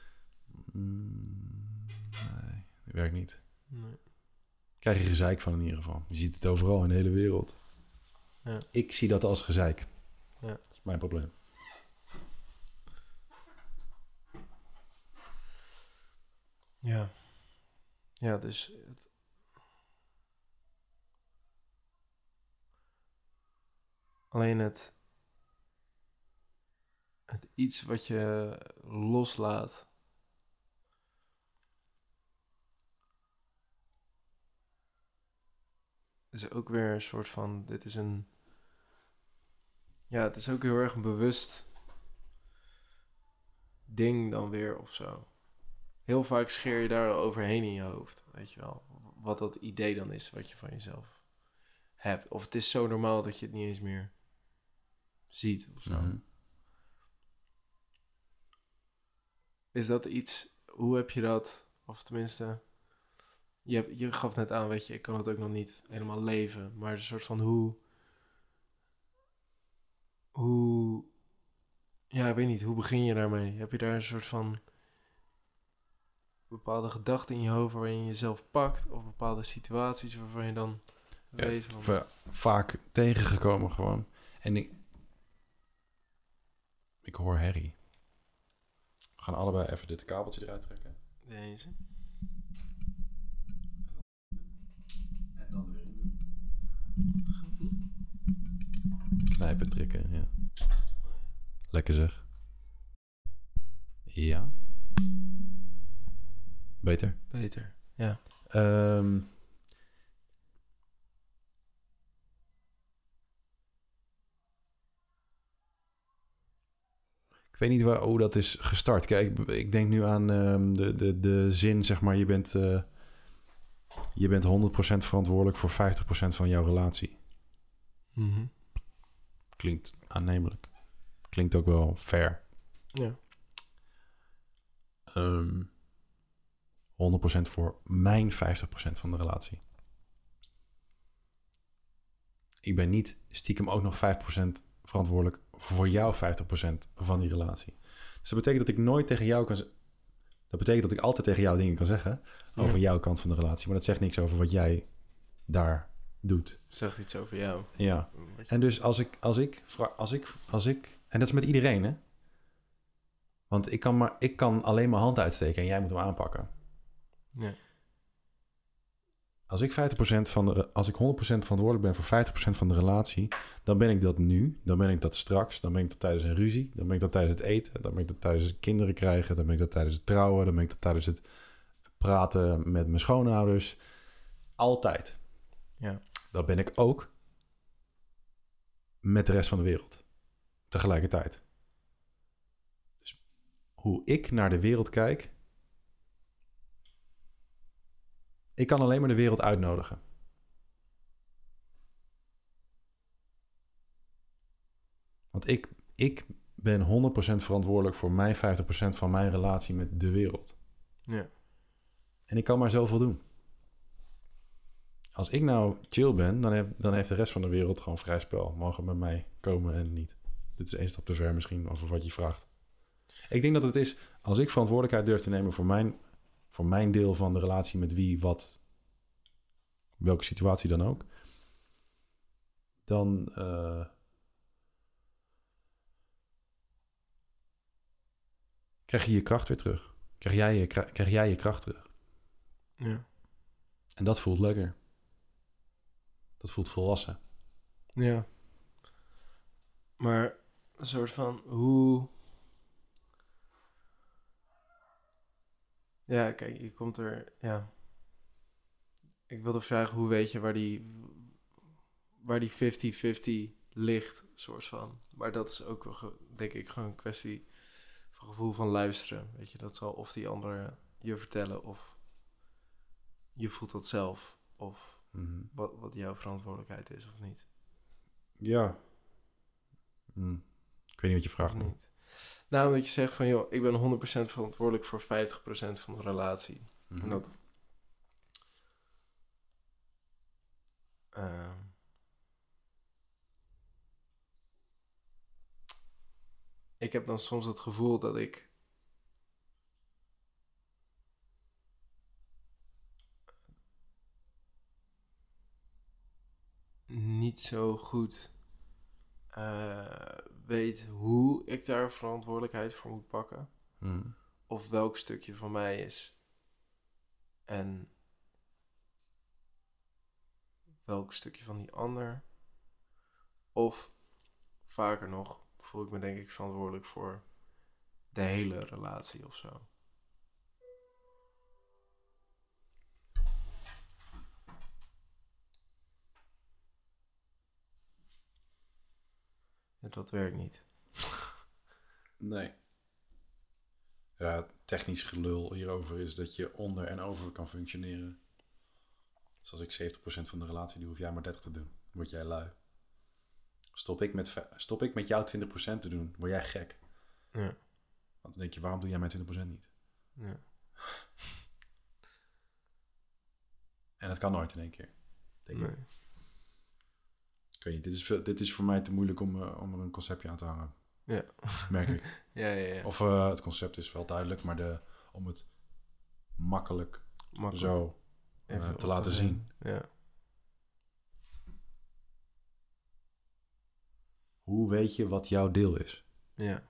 Nee, dat werkt niet. Nee. Krijg je gezeik van in ieder geval. Je ziet het overal in de hele wereld. Ja. Ik zie dat als gezeik. Ja. Dat is mijn probleem. Ja. Ja, dus... Alleen het iets wat je loslaat... is ook weer een soort van... Dit is een... Ja, het is ook heel erg een bewust ding dan weer of zo. Heel vaak scheer je daar overheen in je hoofd, weet je wel. Wat dat idee dan is wat je van jezelf hebt. Of het is zo normaal dat je het niet eens meer ziet of zo. Mm-hmm. Is dat iets... Hoe heb je dat... Of tenminste... Je gaf net aan, weet je, ik kan het ook nog niet helemaal leven. Maar een soort van hoe... Ja, ik weet niet, hoe begin je daarmee? Heb je daar een soort van... bepaalde gedachten in je hoofd waarin je jezelf pakt? Of bepaalde situaties waarvan je dan weet van... Vaak tegengekomen gewoon. En ik hoor herrie. We gaan allebei even dit kabeltje eruit trekken. Deze. En dan weer in doen. Knijpen, trekken, ja. Lekker zeg. Ja. Beter? Beter, ja. Ik weet niet hoe dat is gestart. Kijk, ik denk nu aan de zin, zeg maar, je bent 100% verantwoordelijk voor 50% van jouw relatie. Mm-hmm. Klinkt aannemelijk. Klinkt ook wel fair. Ja. 100% voor mijn 50% van de relatie. Ik ben niet stiekem ook nog 5% verantwoordelijk voor jouw 50% van die relatie. Dus dat betekent dat ik nooit tegen jou kan... Dat betekent dat ik altijd tegen jou dingen kan zeggen over jouw kant van de relatie. Maar dat zegt niks over wat jij daar doet. Zegt iets over jou. Ja. En dus als ik... En dat is met iedereen, hè? Want ik kan alleen mijn hand uitsteken en jij moet hem aanpakken. Ja. Als ik 100% verantwoordelijk ben voor 50% van de relatie, dan ben ik dat nu, dan ben ik dat straks, dan ben ik dat tijdens een ruzie, dan ben ik dat tijdens het eten, dan ben ik dat tijdens het kinderen krijgen, dan ben ik dat tijdens het trouwen, dan ben ik dat tijdens het praten met mijn schoonouders. Altijd. Ja. Dat ben ik ook met de rest van de wereld. Tegelijkertijd. Dus hoe ik naar de wereld kijk, ik kan alleen maar de wereld uitnodigen. Want ik ben 100% verantwoordelijk voor mijn 50% van mijn relatie met de wereld. Ja. En ik kan maar zoveel doen. Als ik nou chill ben, dan heeft de rest van de wereld gewoon vrij spel. Mogen met mij komen en niet. Dit is 1 stap te ver misschien, over wat je vraagt. Ik denk dat het is, als ik verantwoordelijkheid durf te nemen voor mijn deel van de relatie met wie, wat, welke situatie dan ook, dan krijg je je kracht weer terug. Krijg jij je kracht terug. Ja. En dat voelt lekker. Dat voelt volwassen. Ja. Maar een soort van hoe... Ja, kijk, je komt er... Ja. Ik wilde vragen, hoe weet je waar die 50-50 ligt, soort van. Maar dat is ook wel, denk ik, gewoon een kwestie van gevoel van luisteren. Weet je, dat zal of die anderen je vertellen of je voelt dat zelf. Of wat jouw verantwoordelijkheid is of niet. Ja. Ik weet niet wat je vraagt. Of niet. Nou, dat je zegt van, joh, ik ben 100% verantwoordelijk voor 50% van de relatie. En dat... ik heb dan soms het gevoel dat ik niet zo goed weet hoe ik daar verantwoordelijkheid voor moet pakken. Of welk stukje van mij is. En welk stukje van die ander. Of vaker nog voel ik me denk ik verantwoordelijk voor de hele relatie of zo. Ja, dat werkt niet. Nee. Ja, technisch gelul hierover is dat je onder en over kan functioneren. Dus als ik 70% van de relatie doe, hoef jij maar 30 te doen. Word jij lui. Stop ik met jou 20% te doen, word jij gek. Ja. Want dan denk je, waarom doe jij mijn 20% niet? Ja. En dat kan nooit in één keer. Denk Nee. Ik weet niet, dit is voor mij te moeilijk om er een conceptje aan te hangen. Ja. Merk ik. Ja. Of het concept is wel duidelijk, maar om het makkelijk zo te laten zien. Ja. Hoe weet je wat jouw deel is? Ja.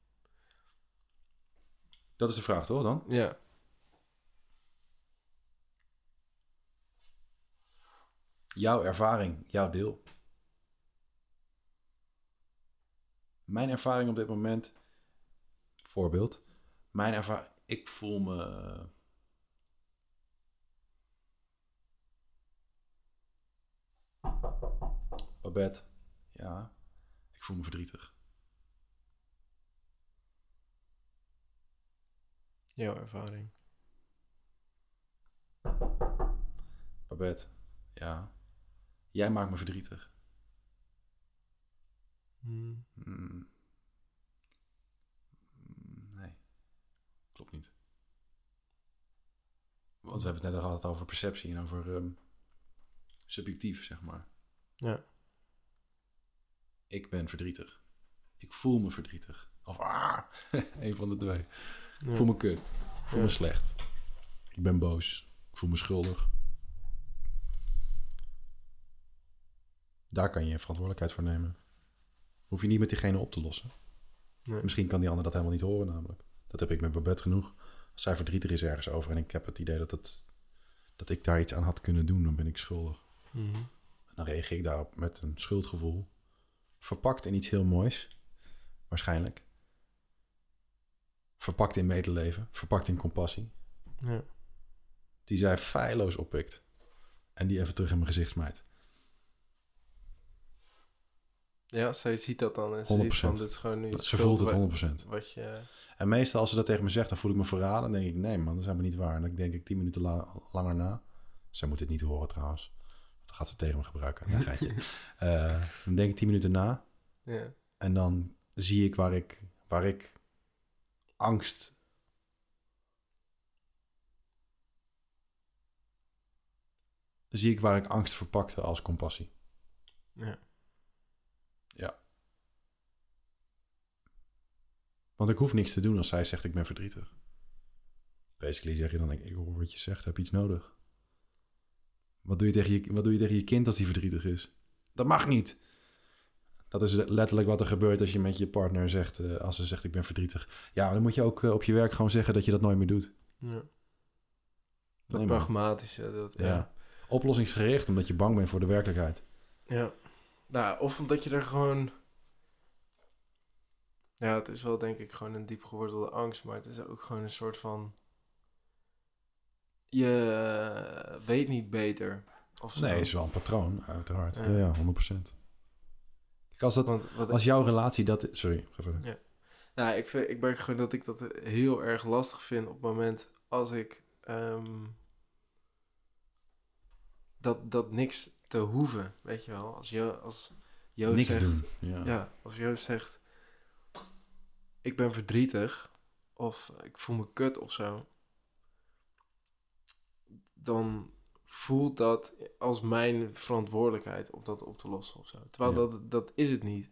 Dat is de vraag, toch dan? Ja. Jouw ervaring, jouw deel. Mijn ervaring op dit moment, voorbeeld. Ik voel me... Babette, ja, ik voel me verdrietig. Jouw ervaring. Babette, ja, jij maakt me verdrietig. Nee, klopt niet. Want we hebben het net al gehad over perceptie en over subjectief, zeg maar. Ja. Ik ben verdrietig. Ik voel me verdrietig. Of een van de twee. Ja. Ik voel me kut. Ik voel me slecht. Ik ben boos. Ik voel me schuldig. Daar kan je verantwoordelijkheid voor nemen. Hoef je niet met diegene op te lossen. Nee. Misschien kan die ander dat helemaal niet horen namelijk. Dat heb ik met Babette genoeg. Als zij verdrietig is ergens over en ik heb het idee dat ik daar iets aan had kunnen doen, dan ben ik schuldig. Mhm. En dan reageer ik daarop met een schuldgevoel. Verpakt in iets heel moois, waarschijnlijk. Verpakt in medeleven, verpakt in compassie. Ja. Die zij feilloos oppikt. En die even terug in mijn gezicht smijt. Ja, zij ziet dat dan. En 100%. ze ziet van, dit is gewoon nu Ze voelt het 100%. Wat je... En meestal als ze dat tegen me zegt, dan voel ik me verraden. Dan denk ik, nee man, dat is helemaal niet waar. En dan denk ik 10 minuten langer na. Zij moet dit niet horen trouwens. Dan gaat ze tegen me gebruiken. Nee, geintje. Dan denk ik 10 minuten na. Ja. En dan zie ik waar ik angst... zie ik waar ik angst verpakte als compassie. Ja. Ja. Want ik hoef niks te doen als zij zegt ik ben verdrietig. Basically zeg je dan, ik hoor wat je zegt, heb je iets nodig? Wat doe je tegen je kind als die verdrietig is? Dat mag niet. Dat is letterlijk wat er gebeurt als je met je partner zegt, als ze zegt ik ben verdrietig. Ja, dan moet je ook op je werk gewoon zeggen dat je dat nooit meer doet. Ja. Dat Nee, man. pragmatische. Dat, Ja. Oplossingsgericht, omdat je bang bent voor de werkelijkheid. Ja. Nou, of omdat je er gewoon... Ja, het is wel denk ik gewoon een diep gewortelde angst, maar het is ook gewoon een soort van... Je weet niet beter. Of zo. Nee, het is wel een patroon, uiteraard. Ja. Ja, 100%. Kijk, als jouw relatie dat... Sorry, ga verder. Ja. Nou, ik merk gewoon dat ik dat heel erg lastig vind op het moment als ik... dat niks te hoeven, weet je wel. Als Joost Niks zegt... doen. Ja, als Joost zegt... Ik ben verdrietig. Of ik voel me kut of zo. Dan voelt dat als mijn verantwoordelijkheid om dat op te lossen of zo. Terwijl dat is het niet.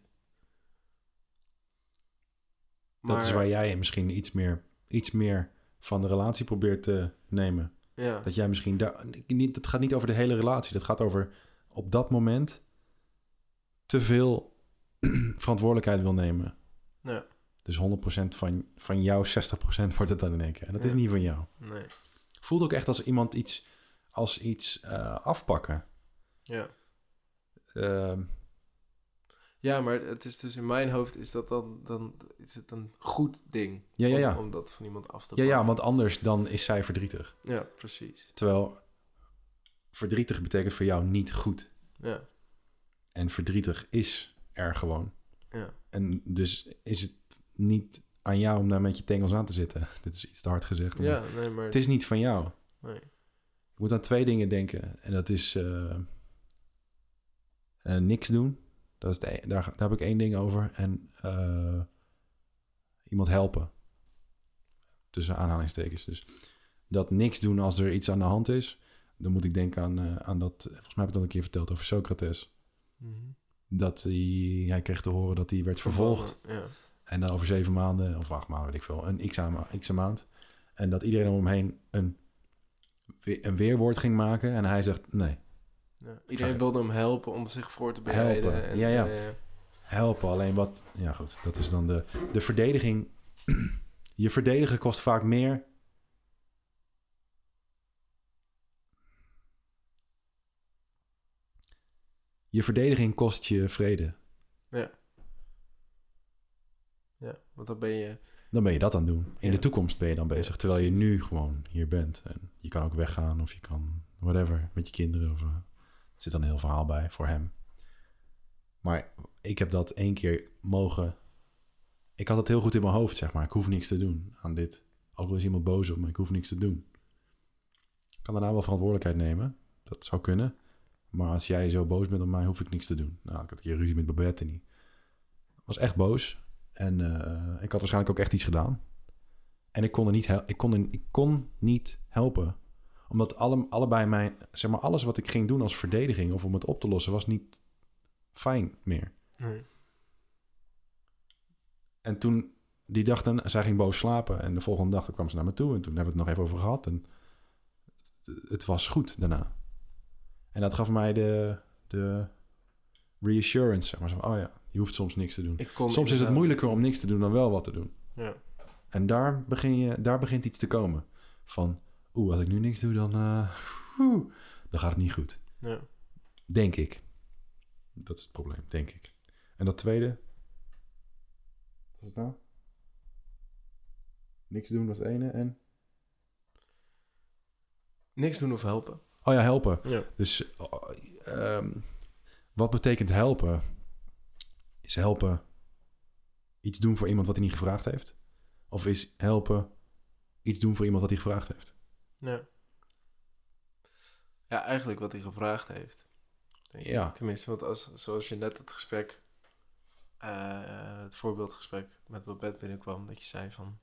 Dat is waar jij misschien iets meer van de relatie probeert te nemen. Ja. Dat jij misschien het gaat niet over de hele relatie. Dat gaat over op dat moment te veel verantwoordelijkheid wil nemen. Ja. Dus 100% van jou, 60% wordt het dan in één keer. En dat is niet van jou. Nee. Voelt ook echt als iemand iets afpakken. Ja. Ehm, Ja, maar het is dus in mijn hoofd is dat dan is het een goed ding. Ja. Om dat van iemand af te pakken. ja, want anders dan is zij verdrietig. Ja, precies. Terwijl verdrietig betekent voor jou niet goed. Ja. En verdrietig is er gewoon. Ja. En dus is het niet aan jou om daar met je tengels aan te zitten. Dit is iets te hard gezegd. Maar Ja, nee, maar... het is niet van jou. Nee. Je moet aan 2 dingen denken. En dat is niks doen. Dat is daar heb ik 1 ding over. En iemand helpen. Tussen aanhalingstekens. Dus dat niks doen als er iets aan de hand is. Dan moet ik denken aan dat... Volgens mij heb ik dat een keer verteld over Socrates. Mhm. Dat hij kreeg te horen dat hij werd vervolgd. Ja. En dan over 7 maanden, of 8 maanden, weet ik veel, een x maand. En dat iedereen om hem heen een weerwoord ging maken. En hij zegt, nee. Ja. Iedereen wilde hem helpen om zich voor te bereiden. Helpen, En, ja. Helpen, alleen wat... Ja goed, dat is dan de verdediging. Je verdedigen kost vaak meer... Je verdediging kost je vrede. Ja, want dan ben je... Dan ben je dat aan het doen. In Ja. de toekomst ben je dan bezig. Ja, terwijl je precies. nu gewoon hier bent. En je kan ook weggaan of je kan whatever met je kinderen. Of, er zit dan een heel verhaal bij voor hem. Maar ik heb dat 1 keer mogen... Ik had het heel goed in mijn hoofd, zeg maar. Ik hoef niks te doen aan dit. Ook al is iemand boos op me, ik hoef niks te doen. Ik kan daarna wel verantwoordelijkheid nemen. Dat zou kunnen. Maar als jij zo boos bent op mij, hoef ik niks te doen. Nou, ik had een keer ruzie met Babette en die was echt boos. En ik had waarschijnlijk ook echt iets gedaan. En ik kon niet helpen. Omdat allebei mijn... Zeg maar, alles wat ik ging doen als verdediging... of om het op te lossen, was niet fijn meer. Nee. En toen, die dag, zij ging boos slapen. En de volgende dag kwam ze naar me toe. En toen hebben we het nog even over gehad. En het was goed daarna. En dat gaf mij de reassurance. Zeg maar. Zo van, oh ja, je hoeft soms niks te doen. Soms is het moeilijker om niks te doen dan wel wat te doen. Ja. En daar begint iets te komen. Van, als ik nu niks doe, dan gaat het niet goed. Ja. Denk ik. Dat is het probleem, denk ik. En dat tweede? Wat is het nou? Niks doen was het ene en... Niks doen of helpen. Oh ja, helpen. Ja. Dus wat betekent helpen? Is helpen iets doen voor iemand wat hij niet gevraagd heeft? Of is helpen iets doen voor iemand wat hij gevraagd heeft? Ja. Ja, eigenlijk wat hij gevraagd heeft. Denk Ja. ik. Tenminste, want zoals je net het gesprek... het voorbeeldgesprek met Babette binnenkwam... dat je zei van...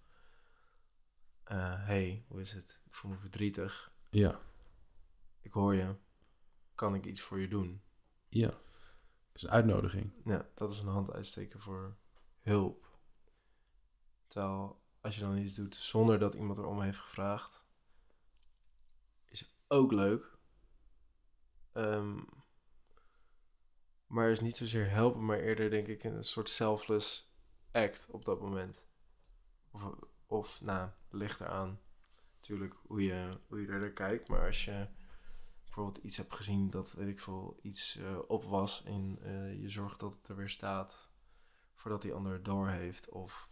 hey, hoe is het? Ik voel me verdrietig. Ja. Ik hoor je. Kan ik iets voor je doen? Ja. Dat is een uitnodiging. Ja, dat is een hand uitsteken voor hulp. Terwijl als je dan iets doet zonder dat iemand erom heeft gevraagd... is ook leuk. Maar is niet zozeer helpen, maar eerder denk ik een soort selfless act op dat moment. Of ligt eraan natuurlijk hoe je er naar kijkt. Maar als je bijvoorbeeld iets hebt gezien dat, weet ik veel, iets op was en je zorgt dat het er weer staat voordat die ander het door heeft. Of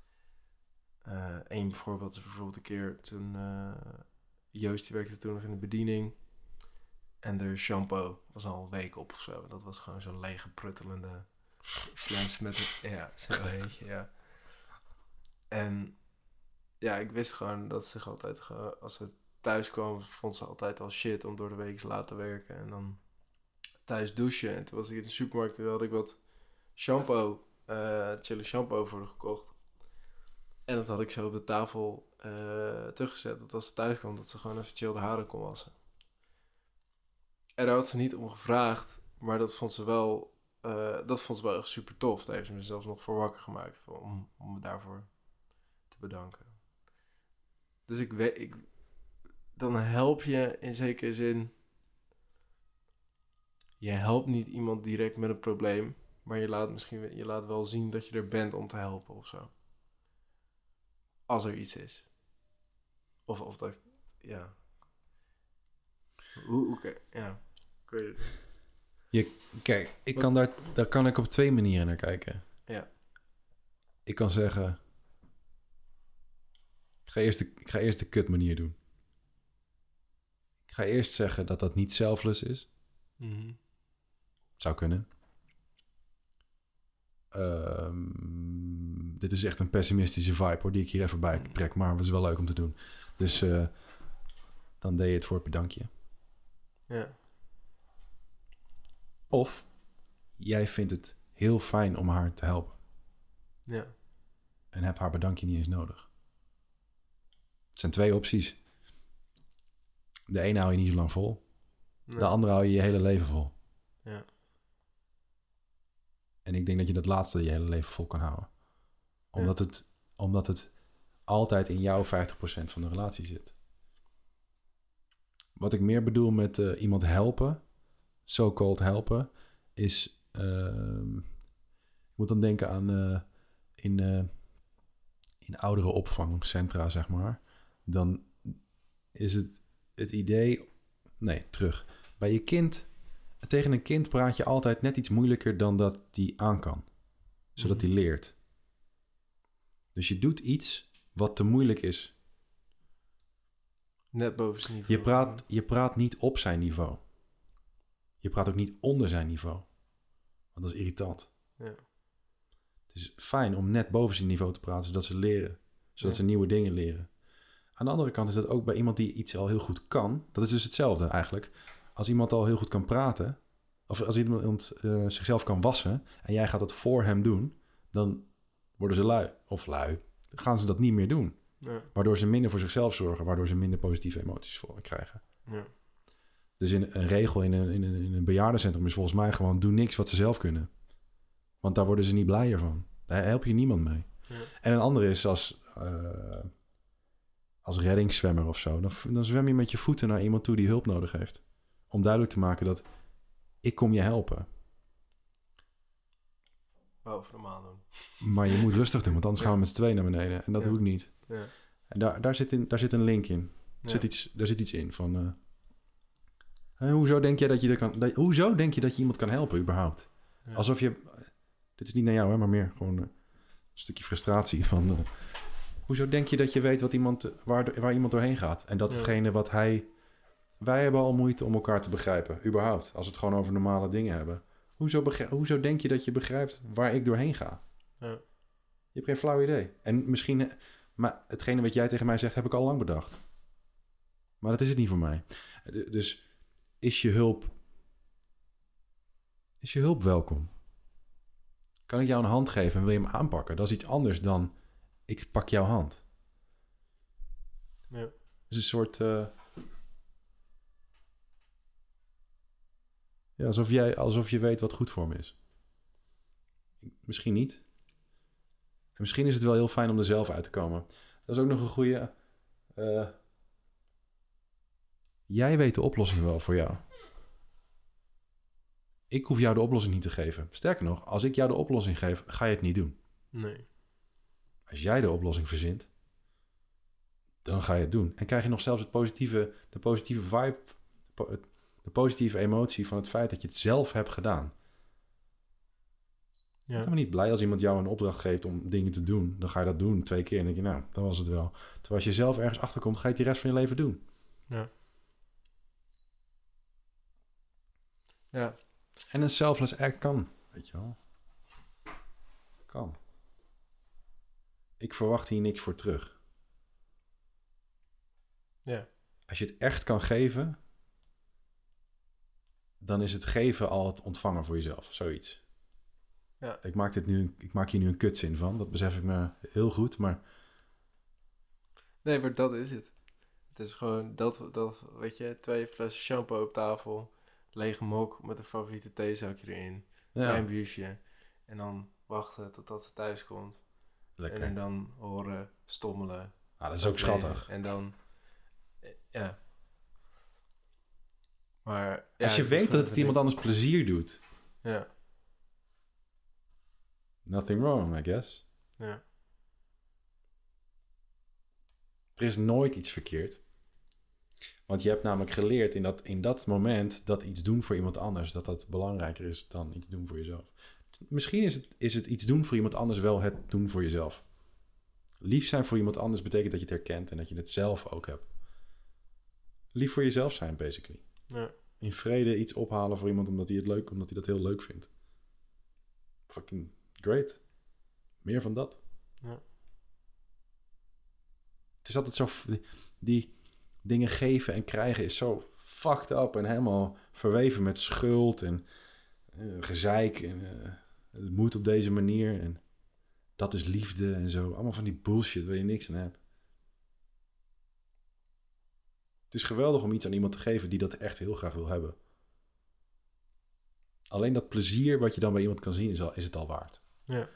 één voorbeeld is bijvoorbeeld een keer toen Joost die werkte toen nog in de bediening. En de shampoo was al een week op of zo. Dat was gewoon zo'n lege, pruttelende fles met het... Ja, zo heet je, ja. En ja, ik wist gewoon dat ze zich altijd... Als ze thuis kwam, vond ze altijd al shit om door de week te laten werken. En dan thuis douchen. En toen was ik in de supermarkt en had ik wat shampoo, chille shampoo voor haar gekocht. En dat had ik zo op de tafel teruggezet. Dat als ze thuis kwam, dat ze gewoon even chill de haren kon wassen. En daar had ze niet om gevraagd, maar dat vond ze wel echt super tof. Daar heeft ze me zelfs nog voor wakker gemaakt om me daarvoor te bedanken. Dus dan help je in zekere zin. Je helpt niet iemand direct met een probleem, maar je laat wel zien dat je er bent om te helpen of zo. Als er iets is. Of dat, ja. Ja. Ik weet het niet. Kijk, daar kan ik op 2 manieren naar kijken. Ja. Ik kan zeggen... Ik ga eerst de kut manier doen. Ik ga eerst zeggen dat dat niet selfless is. Mm-hmm. Zou kunnen. Dit is echt een pessimistische vibe hoor, die ik hier even bij trek. Maar het is wel leuk om te doen. Dus dan deed je het voor het bedankje. Ja. Of jij vindt het heel fijn om haar te helpen. Ja. En heb haar bedankje niet eens nodig. Het zijn 2 opties. De ene hou je niet zo lang vol. Nee. De andere hou je je hele leven vol. Ja. En ik denk dat je dat laatste je hele leven vol kan houden. Omdat het altijd in jouw 50% van de relatie zit. Wat ik meer bedoel met iemand helpen, so-called helpen, is... ik moet dan denken aan in oudere opvangcentra, zeg maar. Dan is het idee... Nee, terug. Bij je kind... Tegen een kind praat je altijd net iets moeilijker dan dat die aan kan. Zodat hij leert. Dus je doet iets wat te moeilijk is. Net boven zijn niveau. Je praat niet op zijn niveau. Je praat ook niet onder zijn niveau. Want dat is irritant. Ja. Het is fijn om net boven zijn niveau te praten, zodat ze leren. Zodat ze nieuwe dingen leren. Aan de andere kant is dat ook bij iemand die iets al heel goed kan. Dat is dus hetzelfde eigenlijk. Als iemand al heel goed kan praten, of als iemand zichzelf kan wassen en jij gaat dat voor hem doen, dan worden ze lui. Of lui. Dan gaan ze dat niet meer doen. Ja. Waardoor ze minder voor zichzelf zorgen, waardoor ze minder positieve emoties krijgen. Ja. Dus een regel in een bejaardencentrum is volgens mij gewoon doe niks wat ze zelf kunnen. Want daar worden ze niet blijer van. Daar help je niemand mee. Ja. En een andere is als reddingszwemmer of zo. Dan zwem je met je voeten naar iemand toe die hulp nodig heeft. Om duidelijk te maken dat ik kom je helpen. Boven normaal doen. Maar je moet rustig doen, want anders gaan we met z'n tweeën naar beneden. En dat Ja. doe ik niet. Ja. En daar zit een link in. Ja. Daar zit iets in van... hoezo denk je hoezo denk je dat je iemand kan helpen, überhaupt? Ja. Alsof je... Dit is niet naar jou, hè, maar meer gewoon een stukje frustratie van... hoezo denk je dat je weet wat waar iemand doorheen gaat? En dat Ja. hetgene wat hij... Wij hebben al moeite om elkaar te begrijpen, überhaupt. Als we het gewoon over normale dingen hebben. Hoezo denk je dat je begrijpt waar ik doorheen ga? Ja. Je hebt geen flauw idee. En misschien... Maar hetgene wat jij tegen mij zegt, heb ik al lang bedacht. Maar dat is het niet voor mij. Dus is je hulp welkom? Kan ik jou een hand geven en wil je hem aanpakken? Dat is iets anders dan ik pak jouw hand. Ja. Het is een soort... ja, alsof je weet wat goed voor me is. Misschien niet. En misschien is het wel heel fijn om er zelf uit te komen. Dat is ook nog een goede... jij weet de oplossing wel voor jou. Ik hoef jou de oplossing niet te geven. Sterker nog, als ik jou de oplossing geef, ga je het niet doen. Nee. Als jij de oplossing verzint, dan ga je het doen. En krijg je nog zelfs de positieve vibe, de positieve emotie van het feit dat je het zelf hebt gedaan. Ja. Ik ben niet blij als iemand jou een opdracht geeft om dingen te doen. Dan ga je dat doen 2 keer en denk je, nou, dat was het wel. Terwijl als je zelf ergens achterkomt, ga je het de rest van je leven doen. Ja. Ja. En een selfless act kan, weet je wel. Kan. Ik verwacht hier niks voor terug. Ja. Als je het echt kan geven, dan is het geven al het ontvangen voor jezelf. Zoiets. Ja. Ik maak hier nu een kutzin van. Dat besef ik me heel goed, maar... Nee, maar dat is het. Het is gewoon dat weet je, 2 flessen shampoo op tafel, lege mok met een favoriete theezakje erin, klein briefje. En dan wachten totdat ze thuis komt. Lekker. En dan horen stommelen. Ah, dat is ook schattig. En dan, ja. Maar... Als je weet dat het iemand anders plezier doet. Ja. Nothing wrong, I guess. Ja. Er is nooit iets verkeerd. Want je hebt namelijk geleerd in dat moment dat iets doen voor iemand anders, dat belangrijker is dan iets doen voor jezelf. Misschien is het iets doen voor iemand anders wel het doen voor jezelf. Lief zijn voor iemand anders betekent dat je het herkent en dat je het zelf ook hebt. Lief voor jezelf zijn, basically. Ja. In vrede iets ophalen voor iemand omdat hij dat heel leuk vindt. Fucking great. Meer van dat. Ja. Het is altijd zo... Die dingen geven en krijgen is zo fucked up en helemaal verweven met schuld en gezeik en het moet op deze manier en dat is liefde en zo. Allemaal van die bullshit waar je niks aan hebt. Het is geweldig om iets aan iemand te geven die dat echt heel graag wil hebben. Alleen dat plezier wat je dan bij iemand kan zien is het al waard. Ja.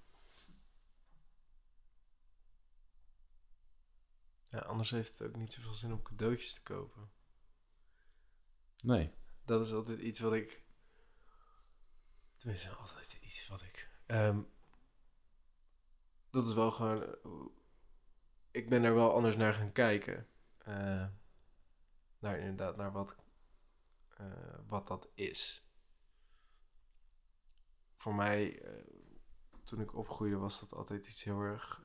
Ja, anders heeft het ook niet zoveel zin om cadeautjes te kopen. Nee. Dat is altijd iets wat ik... Tenminste, altijd iets wat ik... dat is wel gewoon... ik ben er wel anders naar gaan kijken. Naar wat dat is. Voor mij, toen ik opgroeide, was dat altijd iets heel erg...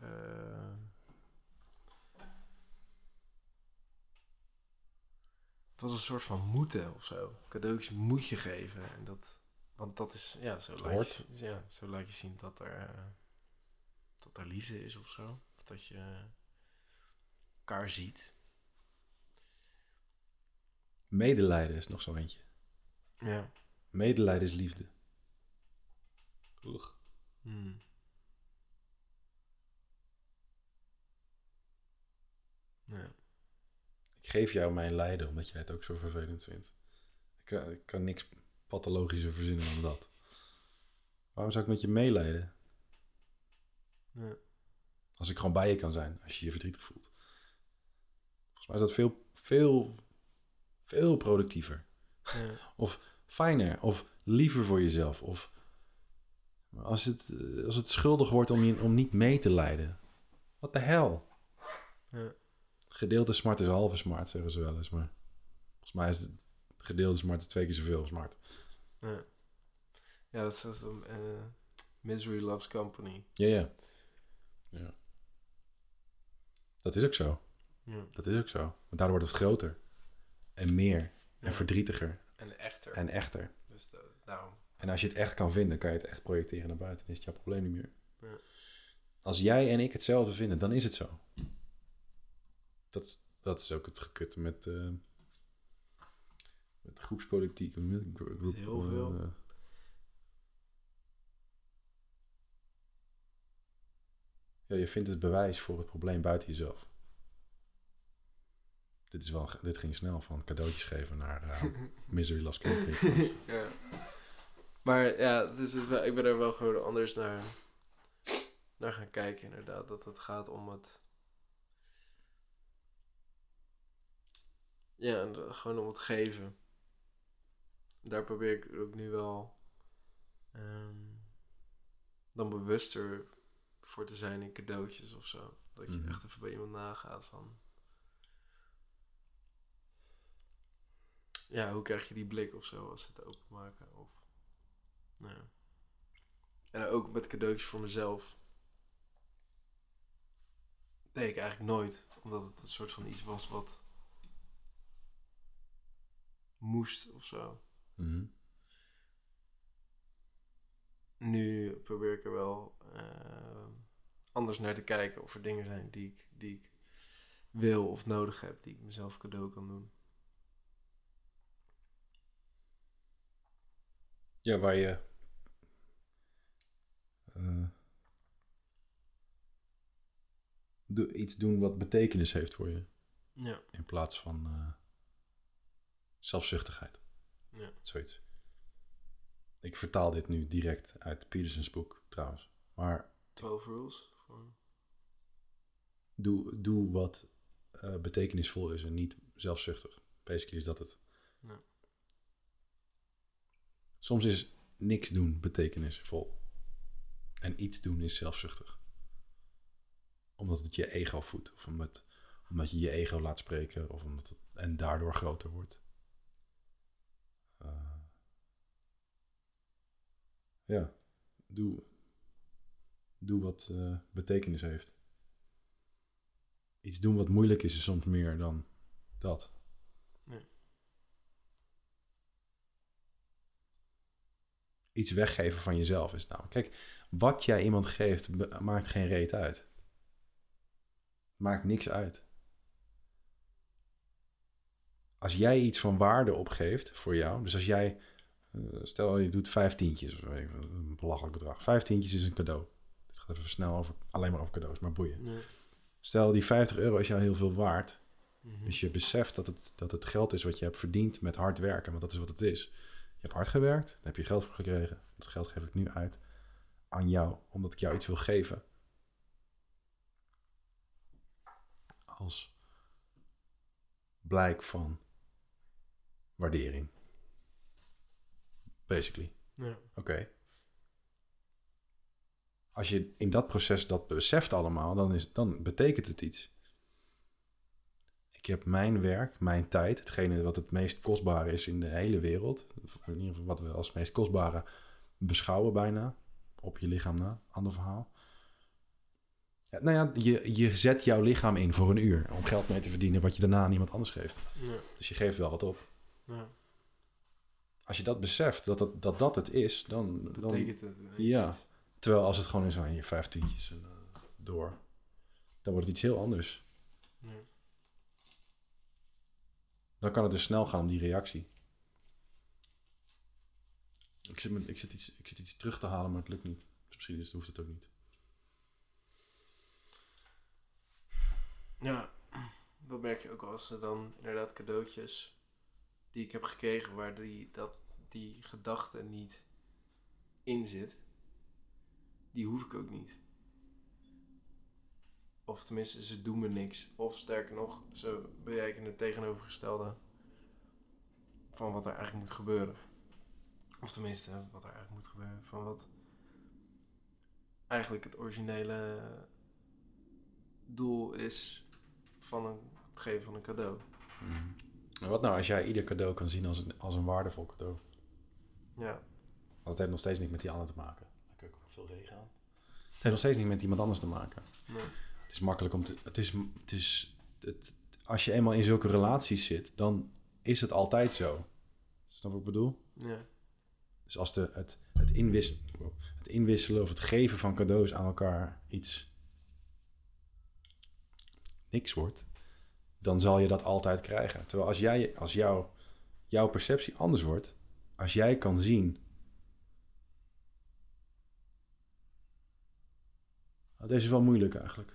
het was een soort van moeten of zo. Cadeautjes moet je geven. En want dat is, ja, zo laat je zien dat er liefde is of zo. Of dat je elkaar ziet. Medelijden is nog zo eentje. Ja. Medelijden is liefde. Oeg. Ja. Ik geef jou mijn lijden omdat jij het ook zo vervelend vindt. Ik kan niks pathologischer verzinnen dan dat. Waarom zou ik met je meelijden? Ja. Als ik gewoon bij je kan zijn, als je je verdrietig voelt. Volgens mij is dat veel, veel, veel productiever. Ja. Of fijner, of liever voor jezelf. Of Als het schuldig wordt om niet mee te lijden. What the hell? Ja. Gedeelte smart is halve smart, zeggen ze wel eens. Maar volgens mij is het gedeelte smart 2 keer zoveel smart. Ja, ja, dat is Misery Loves Company. Ja. Dat is ook zo. Ja. Dat is ook zo. Want daardoor wordt het groter. En meer. En Ja. verdrietiger. En echter. En echter. Dus daarom. En als je het echt kan vinden, kan je het echt projecteren naar buiten. Dan is het jouw probleem niet meer. Ja. Als jij en ik hetzelfde vinden, dan is het zo. Dat is ook het gekutte met groepspolitiek. Heel veel. Ja, je vindt het bewijs voor het probleem buiten jezelf. Dit ging snel van cadeautjes geven naar Misery Loves Company. Ja. Maar ja, het is dus wel, ik ben er wel gewoon anders naar gaan kijken inderdaad. Dat het gaat om het... Ja, gewoon om het geven. Daar probeer ik ook nu wel dan bewuster voor te zijn in cadeautjes of zo. Dat je echt even bij iemand nagaat van... Ja, hoe krijg je die blik of zo als ze het openmaken? Of... Nou ja. En ook met cadeautjes voor mezelf. Deed ik eigenlijk nooit. Omdat het een soort van iets was wat... moest of zo. Mm-hmm. Nu probeer ik er wel anders naar te kijken of er dingen zijn die ik wil of nodig heb, die ik mezelf cadeau kan doen. Ja, waar je iets doen wat betekenis heeft voor je. Ja. In plaats van zelfzuchtigheid. Ja. Zoiets. Ik vertaal dit nu direct uit Petersens boek, trouwens. Maar 12 rules. doe wat betekenisvol is en niet zelfzuchtig. Basically is dat het. Ja. Soms is niks doen betekenisvol. En iets doen is zelfzuchtig. Omdat het je ego voedt. Of omdat je je ego laat spreken. Of omdat het en daardoor groter wordt. Ja. Doe wat betekenis heeft. Iets doen wat moeilijk is soms meer dan dat. Nee. Iets weggeven van jezelf is het namelijk. Kijk, wat jij iemand geeft maakt geen reet uit. Maakt niks uit. Als jij iets van waarde opgeeft voor jou. Dus als jij, stel je doet 5 tientjes. Of een belachelijk bedrag. 5 tientjes is een cadeau. Dit gaat even snel alleen maar over cadeaus, maar boeien. Ja. Stel die €50 is jou heel veel waard. Mm-hmm. Dus je beseft dat het geld is wat je hebt verdiend met hard werken. Want dat is wat het is. Je hebt hard gewerkt, daar heb je geld voor gekregen. Dat geld geef ik nu uit aan jou, omdat ik jou iets wil geven. Als blijk van waardering. Basically. Ja. Oké. Als je in dat proces dat beseft allemaal, dan betekent het iets. Ik heb mijn werk, mijn tijd, hetgene wat het meest kostbare is in de hele wereld. In ieder geval wat we als het meest kostbare beschouwen bijna. Op je lichaam na, ander verhaal. Ja, nou ja, je zet jouw lichaam in voor 1 uur om geld mee te verdienen wat je daarna aan iemand anders geeft. Ja. Dus je geeft wel wat op. Ja. Als je dat beseft, dat het is, dan Betekent het? Ja. Iets. Terwijl als het gewoon is van je 5 tientjes door, dan wordt het iets heel anders. Ja. Dan kan het dus snel gaan om die reactie. Ik zit iets terug te halen, maar het lukt niet. Dus misschien hoeft het ook niet. Ja, dat merk je ook als er dan inderdaad cadeautjes die ik heb gekregen waar die gedachte niet in zit. Die hoef ik ook niet. Of tenminste, ze doen me niks. Of sterker nog, ze bereiken het tegenovergestelde van wat er eigenlijk moet gebeuren. Of tenminste, wat er eigenlijk moet gebeuren. Van eigenlijk het originele doel is van het geven van een cadeau. En wat nou als jij ieder cadeau kan zien als een waardevol cadeau? Ja. Want het heeft nog steeds niet met die ander te maken. Dan kun je ook nog veel regen aan. Het heeft nog steeds niet met iemand anders te maken. Nee. Het is makkelijk om te... Als je eenmaal in zulke relaties zit, dan is het altijd zo. Snap wat ik bedoel? Ja. Dus als het inwisselen of het geven van cadeaus aan elkaar niks wordt, dan zal je dat altijd krijgen. Terwijl als jouw perceptie anders wordt, als jij kan zien... Deze is wel moeilijk eigenlijk.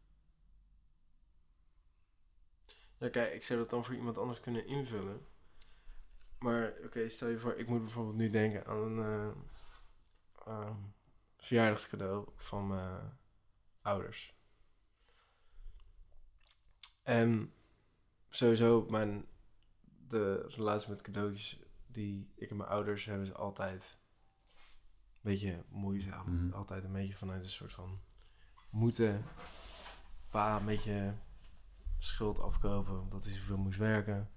Ja, kijk, ik zou dat dan voor iemand anders kunnen invullen. Maar oké, stel je voor, ik moet bijvoorbeeld nu denken aan een verjaardagscadeau van mijn ouders. En sowieso de relatie met cadeautjes die ik en mijn ouders hebben is altijd een beetje moeizaam. Mhm. Altijd een beetje vanuit een soort van moeten pa een beetje schuld afkopen omdat hij zoveel moest werken.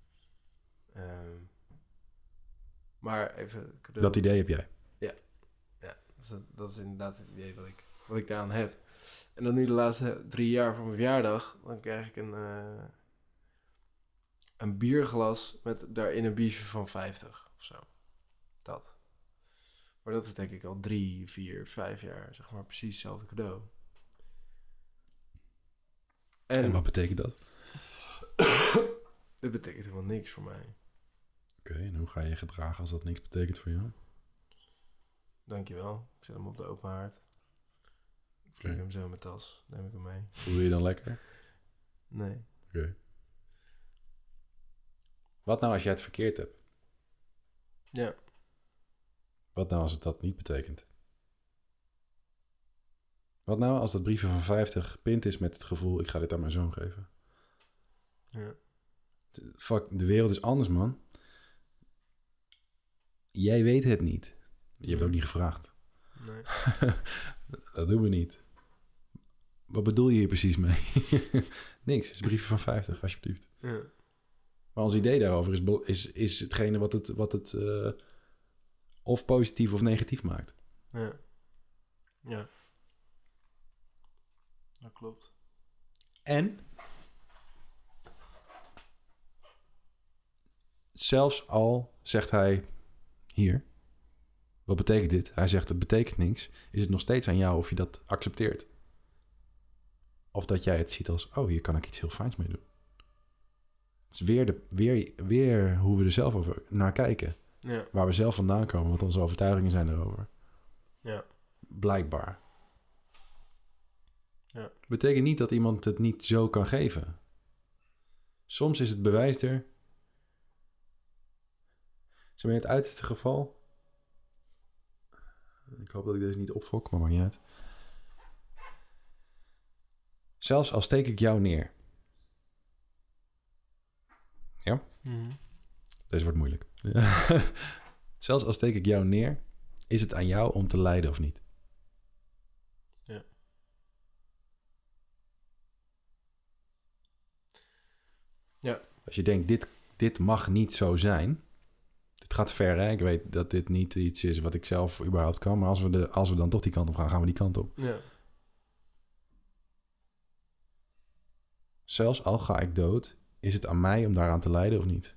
Maar even... Dat idee heb jij. Ja, dus dat is inderdaad het idee wat ik daaraan heb. En dan nu de laatste 3 jaar van mijn verjaardag, dan krijg ik een bierglas met daarin een biertje van 50 of zo. Dat. Maar dat is denk ik al 3, 4, 5 jaar, zeg maar, precies hetzelfde cadeau. En wat betekent dat? Dat betekent helemaal niks voor mij. Oké, en hoe ga je je gedragen als dat niks betekent voor jou? Dankjewel. Ik zet hem op de open haard. Ik vlieg hem zo in mijn tas. Neem ik hem mee. Voel je je dan lekker? Nee. Oké. Wat nou als jij het verkeerd hebt? Ja. Wat nou als het dat niet betekent? Wat nou als dat briefje van 50 pint is met het gevoel... ik ga dit aan mijn zoon geven? Ja. Fuck, de wereld is anders, man. Jij weet het niet. Je hebt het ook niet gevraagd. Nee. Dat doen we niet. Wat bedoel je hier precies mee? Niks, het is een briefje van 50, alsjeblieft. Ja. Maar ons idee daarover is hetgene wat het of positief of negatief maakt. Ja. Ja. Dat klopt. En zelfs al zegt hij hier, wat betekent dit? Hij zegt het betekent niks. Is het nog steeds aan jou of je dat accepteert? Of dat jij het ziet als, oh, hier kan ik iets heel fijns mee doen. Het is weer hoe we er zelf over naar kijken. Ja. Waar we zelf vandaan komen, wat onze overtuigingen zijn erover. Ja. Blijkbaar. Ja. Betekent niet dat iemand het niet zo kan geven. Soms is het bewijs er. Zeg maar in het uiterste geval. Ik hoop dat ik deze niet opfok, maar maakt niet uit. Zelfs al steek ik jou neer. Ja? Mhm. Deze wordt moeilijk. Zelfs al steek ik jou neer, is het aan jou om te lijden of niet? Ja. Ja. Als je denkt, dit mag niet zo zijn. Dit gaat ver, hè? Ik weet dat dit niet iets is wat ik zelf überhaupt kan. Maar als we dan toch die kant op gaan, gaan we die kant op. Ja. Zelfs al ga ik dood, is het aan mij om daaraan te lijden of niet?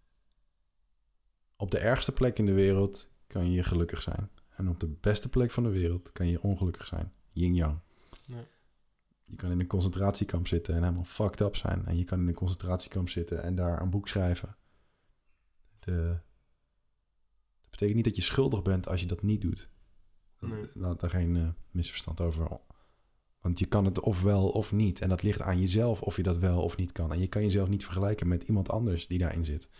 Op de ergste plek in de wereld kan je gelukkig zijn. En op de beste plek van de wereld kan je ongelukkig zijn. Yin-yang. Ja. Je kan in een concentratiekamp zitten en helemaal fucked up zijn. En je kan in een concentratiekamp zitten en daar een boek schrijven. Dat betekent niet dat je schuldig bent als je dat niet doet. Nee. Laat daar geen misverstand over. Want je kan het of wel of niet. En dat ligt aan jezelf of je dat wel of niet kan. En je kan jezelf niet vergelijken met iemand anders die daarin zit.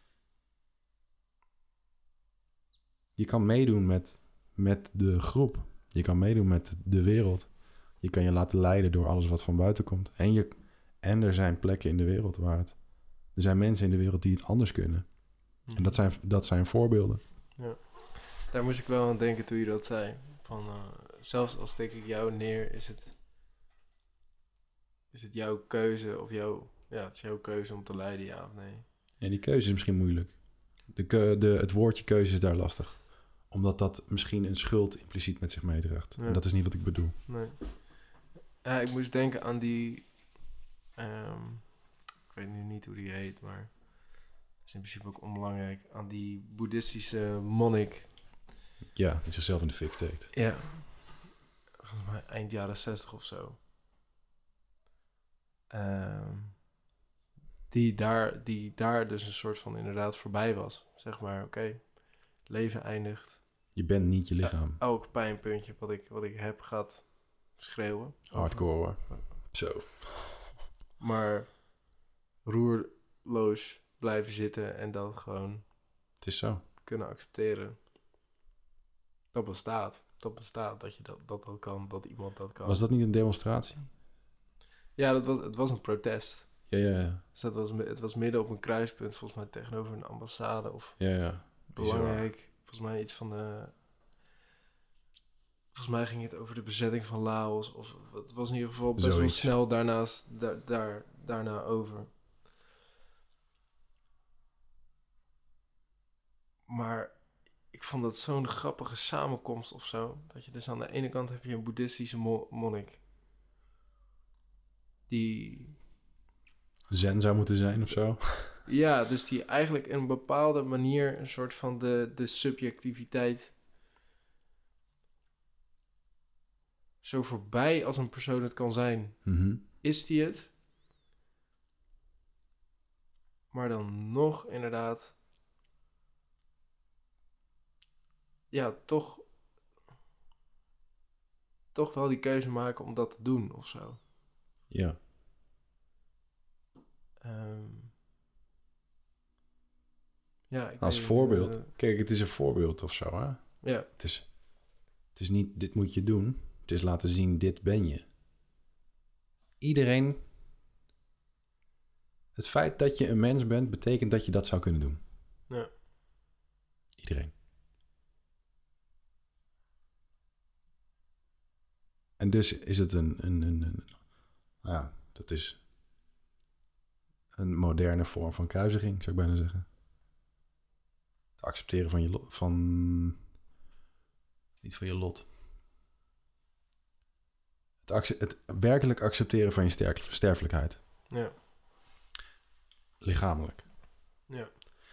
Je kan meedoen met de groep. Je kan meedoen met de wereld. Je kan je laten leiden door alles wat van buiten komt. En er zijn plekken in de wereld waar er zijn mensen in de wereld die het anders kunnen. Mhm. En dat zijn voorbeelden. Ja. Daar moest ik wel aan denken toen je dat zei. Van, zelfs al steek ik jou neer, is het jouw keuze of het is jouw keuze om te lijden, ja of nee. En die keuze is misschien moeilijk. Het woordje keuze is daar lastig. Omdat dat misschien een schuld impliciet met zich meedraagt. Ja. En dat is niet wat ik bedoel. Nee. Ja, ik moest denken aan die... ik weet nu niet hoe die heet, maar... Dat is in principe ook onbelangrijk. Aan die boeddhistische monnik. Ja, die zichzelf in de fik steekt. Ja. Volgens mij eind jaren 60 of zo. Die daar dus een soort van inderdaad voorbij was. Zeg maar, oké, leven eindigt. Je bent niet je lichaam. Elk pijnpuntje wat ik heb gaat schreeuwen. Hardcore hoor. Zo. Maar roerloos blijven zitten en dat gewoon Het is zo. kunnen accepteren. Dat bestaat. Dat je dat kan, dat iemand dat kan. Was dat niet een demonstratie? Ja, het was een protest. Ja. Dus het was midden op een kruispunt, volgens mij tegenover een ambassade of Ja. belangrijk. Volgens mij iets van de... Volgens mij ging het over de bezetting van Laos. Of het was in ieder geval best wel Zoiets. snel daarna over. Maar ik vond dat zo'n grappige samenkomst of zo. Dat je dus aan de ene kant heb je een boeddhistische monnik. Die... Zen zou moeten zijn of zo. Ja, dus die eigenlijk in een bepaalde manier een soort van de subjectiviteit zo voorbij als een persoon het kan zijn. Mhm. Is die het? Maar dan nog inderdaad... Ja, toch wel die keuze maken om dat te doen of zo. Ja. Ja, ik Als weet voorbeeld. niet, Kijk, het is een voorbeeld of zo, hè? ja, Het is niet, dit moet je doen. Het is laten zien, dit ben je. Iedereen... Het feit dat je een mens bent, betekent dat je dat zou kunnen doen. ja. Iedereen. En dus is het dat is een moderne vorm van kruisiging, zou ik bijna zeggen. Het accepteren van je lot. Niet van je lot. Het werkelijk accepteren van je sterfelijkheid. Ja. Lichamelijk. Ja.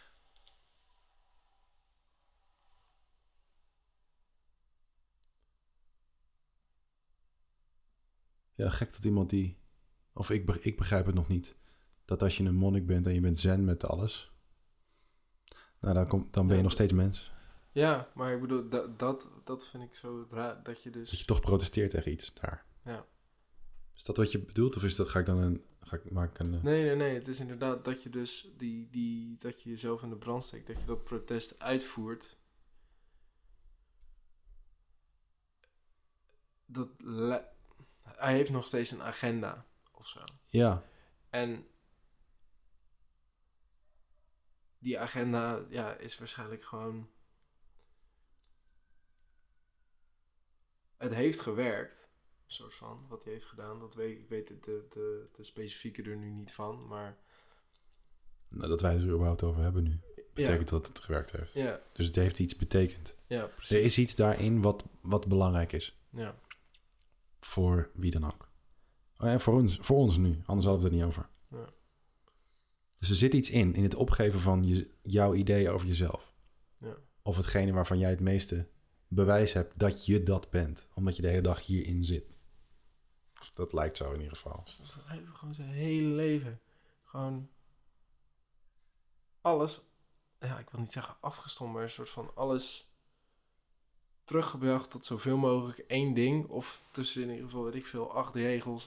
Ja, gek dat iemand die... Of ik begrijp het nog niet. Dat als je een monnik bent en je bent zen met alles... Nou, dan ben je nog steeds mens. Ja, maar ik bedoel, dat vind ik zo raar, dat je dus... Dat je toch protesteert tegen iets daar. Ja. Is dat wat je bedoelt? Of is dat, maak ik een... Nee, het is inderdaad dat je dus dat je jezelf in de brand steekt, dat je dat protest uitvoert. Hij heeft nog steeds een agenda, of zo. Ja, En die agenda, ja, is waarschijnlijk gewoon... Het heeft gewerkt, een soort van, wat hij heeft gedaan. Ik weet de specifieke er nu niet van, maar... nou, dat wij het er überhaupt over hebben nu. Betekent dat het gewerkt heeft. Ja, Dus het heeft iets betekend. ja, precies. Er is iets daarin wat belangrijk is. Ja, Voor wie dan ook. Oh ja, voor ons nu. Anders hadden we het er niet over. ja, Dus er zit iets in het opgeven van jouw ideeën over jezelf. ja. Of hetgene waarvan jij het meeste bewijs hebt dat je dat bent. Omdat je de hele dag hierin zit. Of dat lijkt zo in ieder geval. Dus dat heeft gewoon zijn hele leven. Gewoon alles, ja, ik wil niet zeggen afgestomd, maar een soort van alles teruggebracht tot zoveel mogelijk één ding. Of tussen in ieder geval, weet ik veel, 8 regels.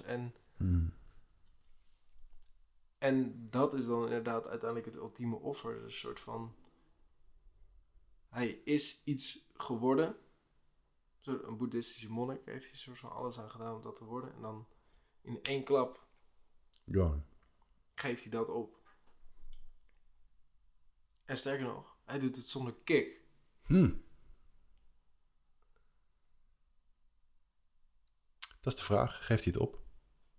En dat is dan inderdaad uiteindelijk het ultieme offer. Dus een soort van, hij is iets geworden. Een boeddhistische monnik heeft hij een soort van alles aan gedaan om dat te worden. En dan in één klap Gewoon. geeft hij dat op. En sterker nog, hij doet het zonder kick. Dat is de vraag. Geeft hij het op?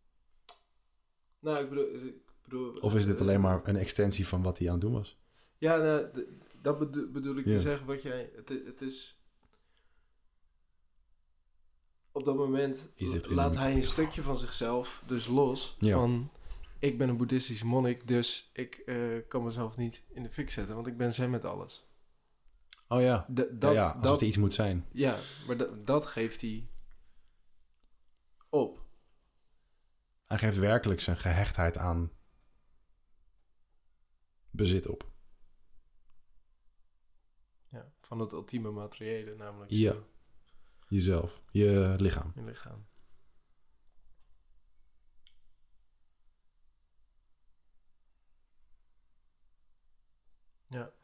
Nou, ik bedoel... Of is dit alleen maar een extensie van wat hij aan het doen was? Ja, nou, dat bedoel ik Ja. te zeggen. Wat jij... Het is... Op dat moment Is dit laat geen- hij een stukje van zichzelf dus los. Ja. Van, ik ben een boeddhistische monnik, dus ik kan mezelf niet in de fik zetten. Want ik ben zen met alles. Oh ja. Dat, alsof er iets moet zijn. ja, maar dat geeft hij op. Hij geeft werkelijk zijn gehechtheid aan bezit op. Ja, van het ultieme materiële, namelijk Ja. zo, Jezelf. Je lichaam. je lichaam. Ja.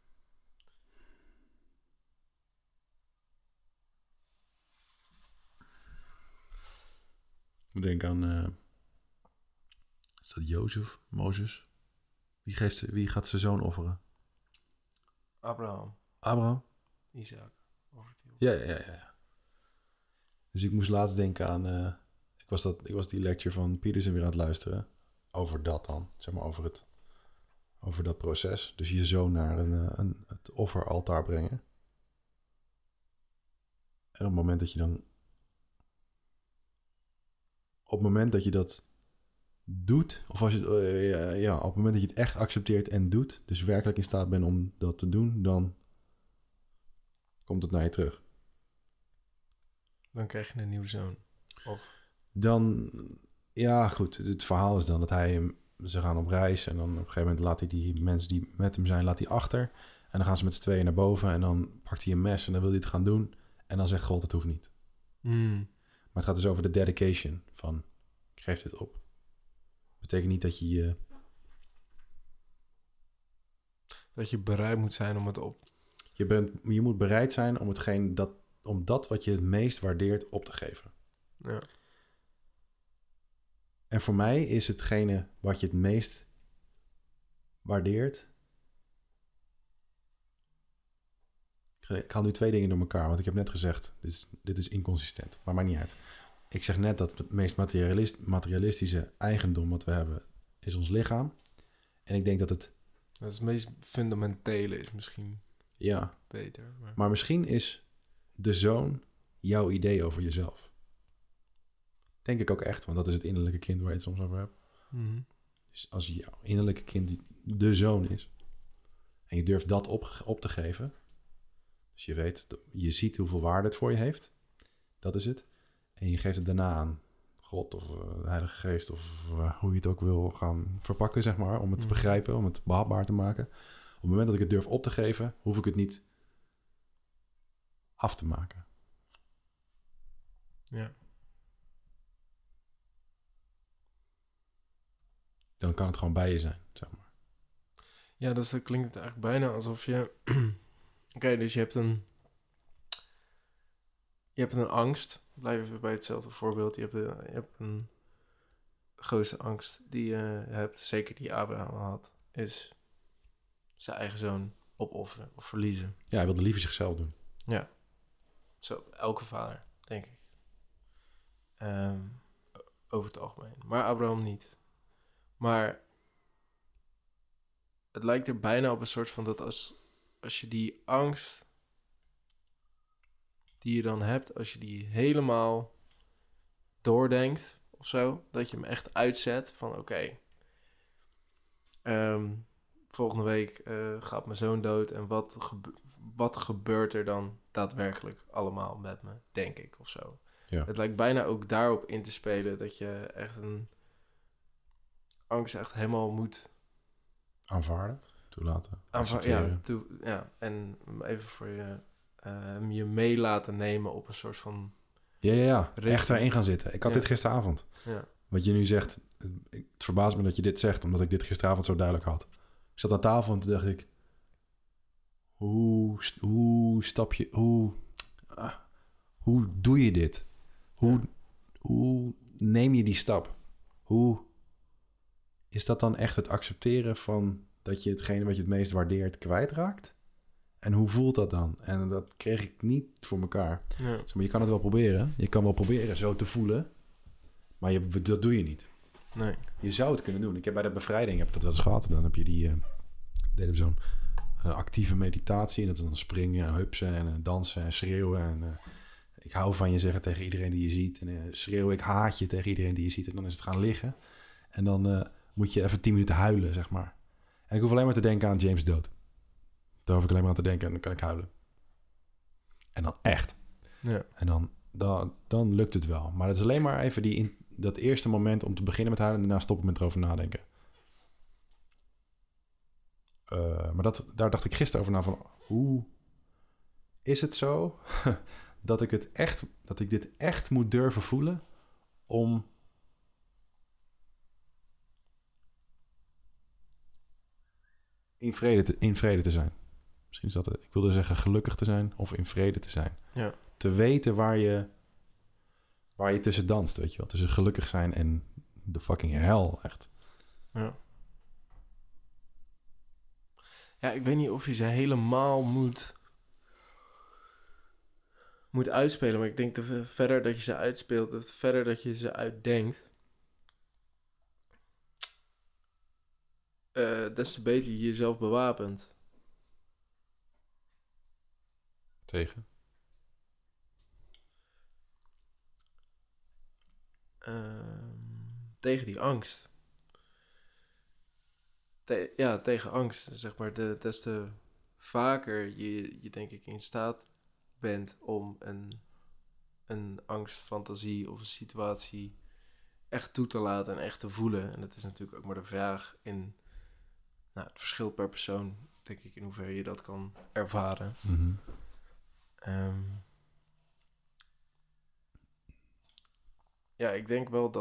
Ik denk aan... is dat Jozef? Mozes? Wie gaat zijn zoon offeren? Abraham, Abraham? Isaac, over het Ja. Dus ik moest laatst denken aan... ik was die lecture van Peterson weer aan het luisteren. Over dat dan. Zeg maar over dat proces. Dus je zoon naar het offeraltaar brengen. En op het moment dat je dan... Op het moment dat je dat doet... Of als je... op het moment dat je het echt accepteert en doet... Dus werkelijk in staat bent om dat te doen... Dan komt het naar je terug. Dan krijg je een nieuwe zoon. Of Dan... Ja, goed. Het verhaal is dan dat ze gaan op reis... En dan op een gegeven moment laat hij die mensen die met hem zijn... Laat hij achter. En dan gaan ze met z'n tweeën naar boven... En dan pakt hij een mes en dan wil hij het gaan doen... En dan zegt God, het hoeft niet. Maar het gaat dus over de dedication van... Ik geef dit op. Betekent niet dat je... dat je bereid moet zijn om het op. Je moet bereid zijn om dat wat je het meest waardeert op te geven. Ja. En voor mij is hetgene wat je het meest waardeert... Ik haal nu 2 dingen door elkaar, want ik heb net gezegd... Dit is inconsistent, maar maakt niet uit. Ik zeg net dat het meest materialistische eigendom wat we hebben... is ons lichaam. En ik denk dat het... Dat is het meest fundamentele is misschien Ja, beter. maar misschien is de zoon jouw idee over jezelf. Denk ik ook echt, want dat is het innerlijke kind waar je het soms over hebt. Dus als jouw innerlijke kind de zoon is... en je durft dat op te geven... dus je weet, je ziet hoeveel waarde het voor je heeft... dat is het. En je geeft het daarna aan God of de Heilige Geest... of hoe je het ook wil gaan verpakken, zeg maar... om het te begrijpen, om het behapbaar te maken. Op het moment dat ik het durf op te geven... hoef ik het niet af te maken. Ja. Dan kan het gewoon bij je zijn, zeg maar. Ja, dus dan klinkt het eigenlijk bijna alsof je... Oké, dus je hebt een angst. Blijf even bij hetzelfde voorbeeld. Je hebt een grootste angst die je hebt, zeker die Abraham had, is zijn eigen zoon opofferen of verliezen. Ja, hij wilde liever zichzelf doen. Ja. Zo, elke vader, denk ik. Over het algemeen. Maar Abraham niet. Maar het lijkt er bijna op een soort van dat als je die angst die je dan hebt, als je die helemaal doordenkt of zo, dat je hem echt uitzet van oké, volgende week gaat mijn zoon dood en wat gebeurt er dan daadwerkelijk allemaal met me, denk ik, of zo. Ja. Het lijkt bijna ook daarop in te spelen dat je echt een angst echt helemaal moet Aanvaarden, toelaten, ja, accepteren. en even voor je mee laten nemen op een soort van... Ja. richting. Echt daarin gaan zitten. Ik had dit gisteravond. Ja. Wat je nu zegt, het verbaast me dat je dit zegt, omdat ik dit gisteravond zo duidelijk had. Ik zat aan tafel en toen dacht ik, hoe doe je dit? Hoe neem je die stap? Hoe is dat dan echt het accepteren van dat je hetgene wat je het meest waardeert kwijtraakt? En hoe voelt dat dan? En dat kreeg ik niet voor elkaar. Ja. Zeg maar je kan het wel proberen. Je kan wel proberen zo te voelen. Maar dat doe je niet. Nee. Je zou het kunnen doen. Ik heb bij de bevrijding heb ik dat wel eens gehad. En dan heb je deden we zo'n actieve meditatie. En dat is dan springen, en hupsen en dansen en schreeuwen. En ik hou van je zeggen tegen iedereen die je ziet. En schreeuwen, ik haat je tegen iedereen die je ziet. En dan is het gaan liggen. En dan moet je even 10 minuten huilen, zeg maar. En ik hoef alleen maar te denken aan James dood. Daar hoef ik alleen maar aan te denken en dan kan ik huilen. En dan echt. Ja. En dan lukt het wel. Maar het is alleen maar even dat eerste moment om te beginnen met huilen en daarna stoppen met erover nadenken. Maar daar dacht ik gisteren over na van, hoe is het zo dat ik dit echt moet durven voelen om in vrede te zijn. Misschien is dat het. Ik wilde zeggen gelukkig te zijn of in vrede te zijn. Ja. Te weten waar je tussen danst, weet je wel. Tussen gelukkig zijn en de fucking hel, echt. Ja. Ja, ik weet niet of je ze helemaal moet uitspelen. Maar ik denk dat verder dat je ze uitspeelt, of verder dat je ze uitdenkt, des te beter je jezelf bewapent. Tegen? Tegen die angst. Tegen angst. Zeg maar, des te vaker je denk ik in staat bent om een angstfantasie of een situatie echt toe te laten en echt te voelen. En dat is natuurlijk ook maar de vraag in het verschil per persoon, denk ik, in hoeverre je dat kan ervaren. Mm-hmm. Ik denk wel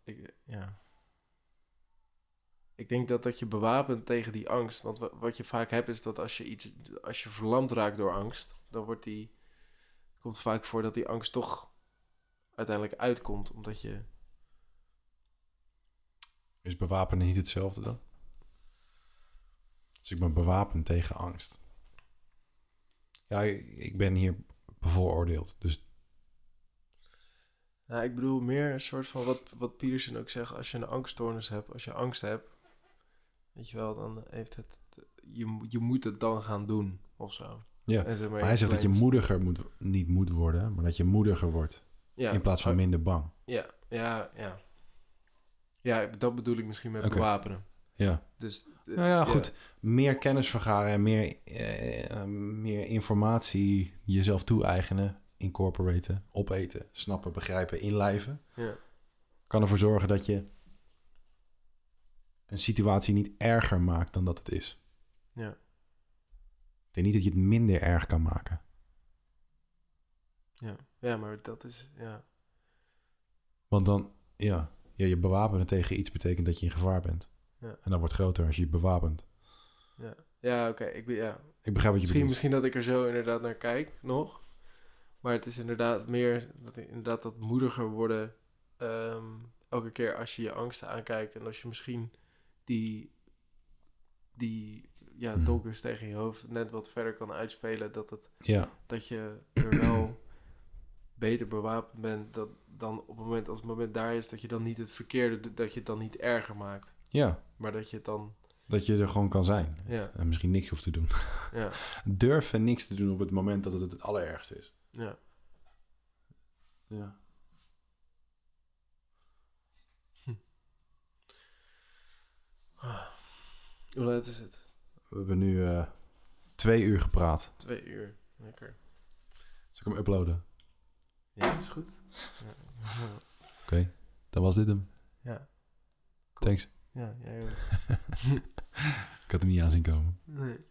ik denk dat je bewapent tegen die angst. Want wat je vaak hebt is dat als je verlamd raakt door angst, dan komt het vaak voor dat die angst toch uiteindelijk uitkomt, omdat je... Is bewapenen niet hetzelfde dan? Dus ik ben bewapend tegen angst. Ja, ik ben hier bevooroordeeld, dus... Nou, ik bedoel meer een soort van wat Peterson ook zegt, als je een angststoornis hebt, als je angst hebt, weet je wel, dan heeft het... Je moet het dan gaan doen, of zo. Ja, maar hij zegt dat je moediger niet moet worden, maar dat je moediger wordt. Ja, in plaats van minder bang. Ja, dat bedoel ik misschien met bewapenen. Ja. Dus, goed. Meer kennis vergaren en meer informatie jezelf toe-eigenen, incorporaten, opeten, snappen, begrijpen, inlijven. Ja. Kan ervoor zorgen dat je een situatie niet erger maakt dan dat het is. Ja. Ik denk niet dat je het minder erg kan maken. Ja, maar dat is... Ja. Want dan, je bewapenen tegen iets betekent dat je in gevaar bent. Ja. En dat wordt groter als je je bewapent. Ja, oké. Ik begrijp wat je bedoelt. Misschien dat ik er zo inderdaad naar kijk, nog. Maar het is inderdaad meer dat moediger worden... elke keer als je je angsten aankijkt... en als je misschien die dolkers tegen je hoofd net wat verder kan uitspelen... dat je er wel beter bewapend bent... dan op het moment, als het moment daar is... dat je dan niet het verkeerde... dat je het dan niet erger maakt. Ja. Maar dat je het dan... Dat je er gewoon kan zijn. Ja. En misschien niks hoeft te doen. Ja. Durven niks te doen op het moment dat het allerergste is. Ja. Ja. Hoe laat is het? We hebben nu 2 uur gepraat. 2 uur. Lekker. Zal ik hem uploaden? Ja, dat is goed. Ja. Oké, dan was dit hem. Ja. Cool. Thanks. Ja, jij ook. Ik had hem niet aan zien komen. Nee.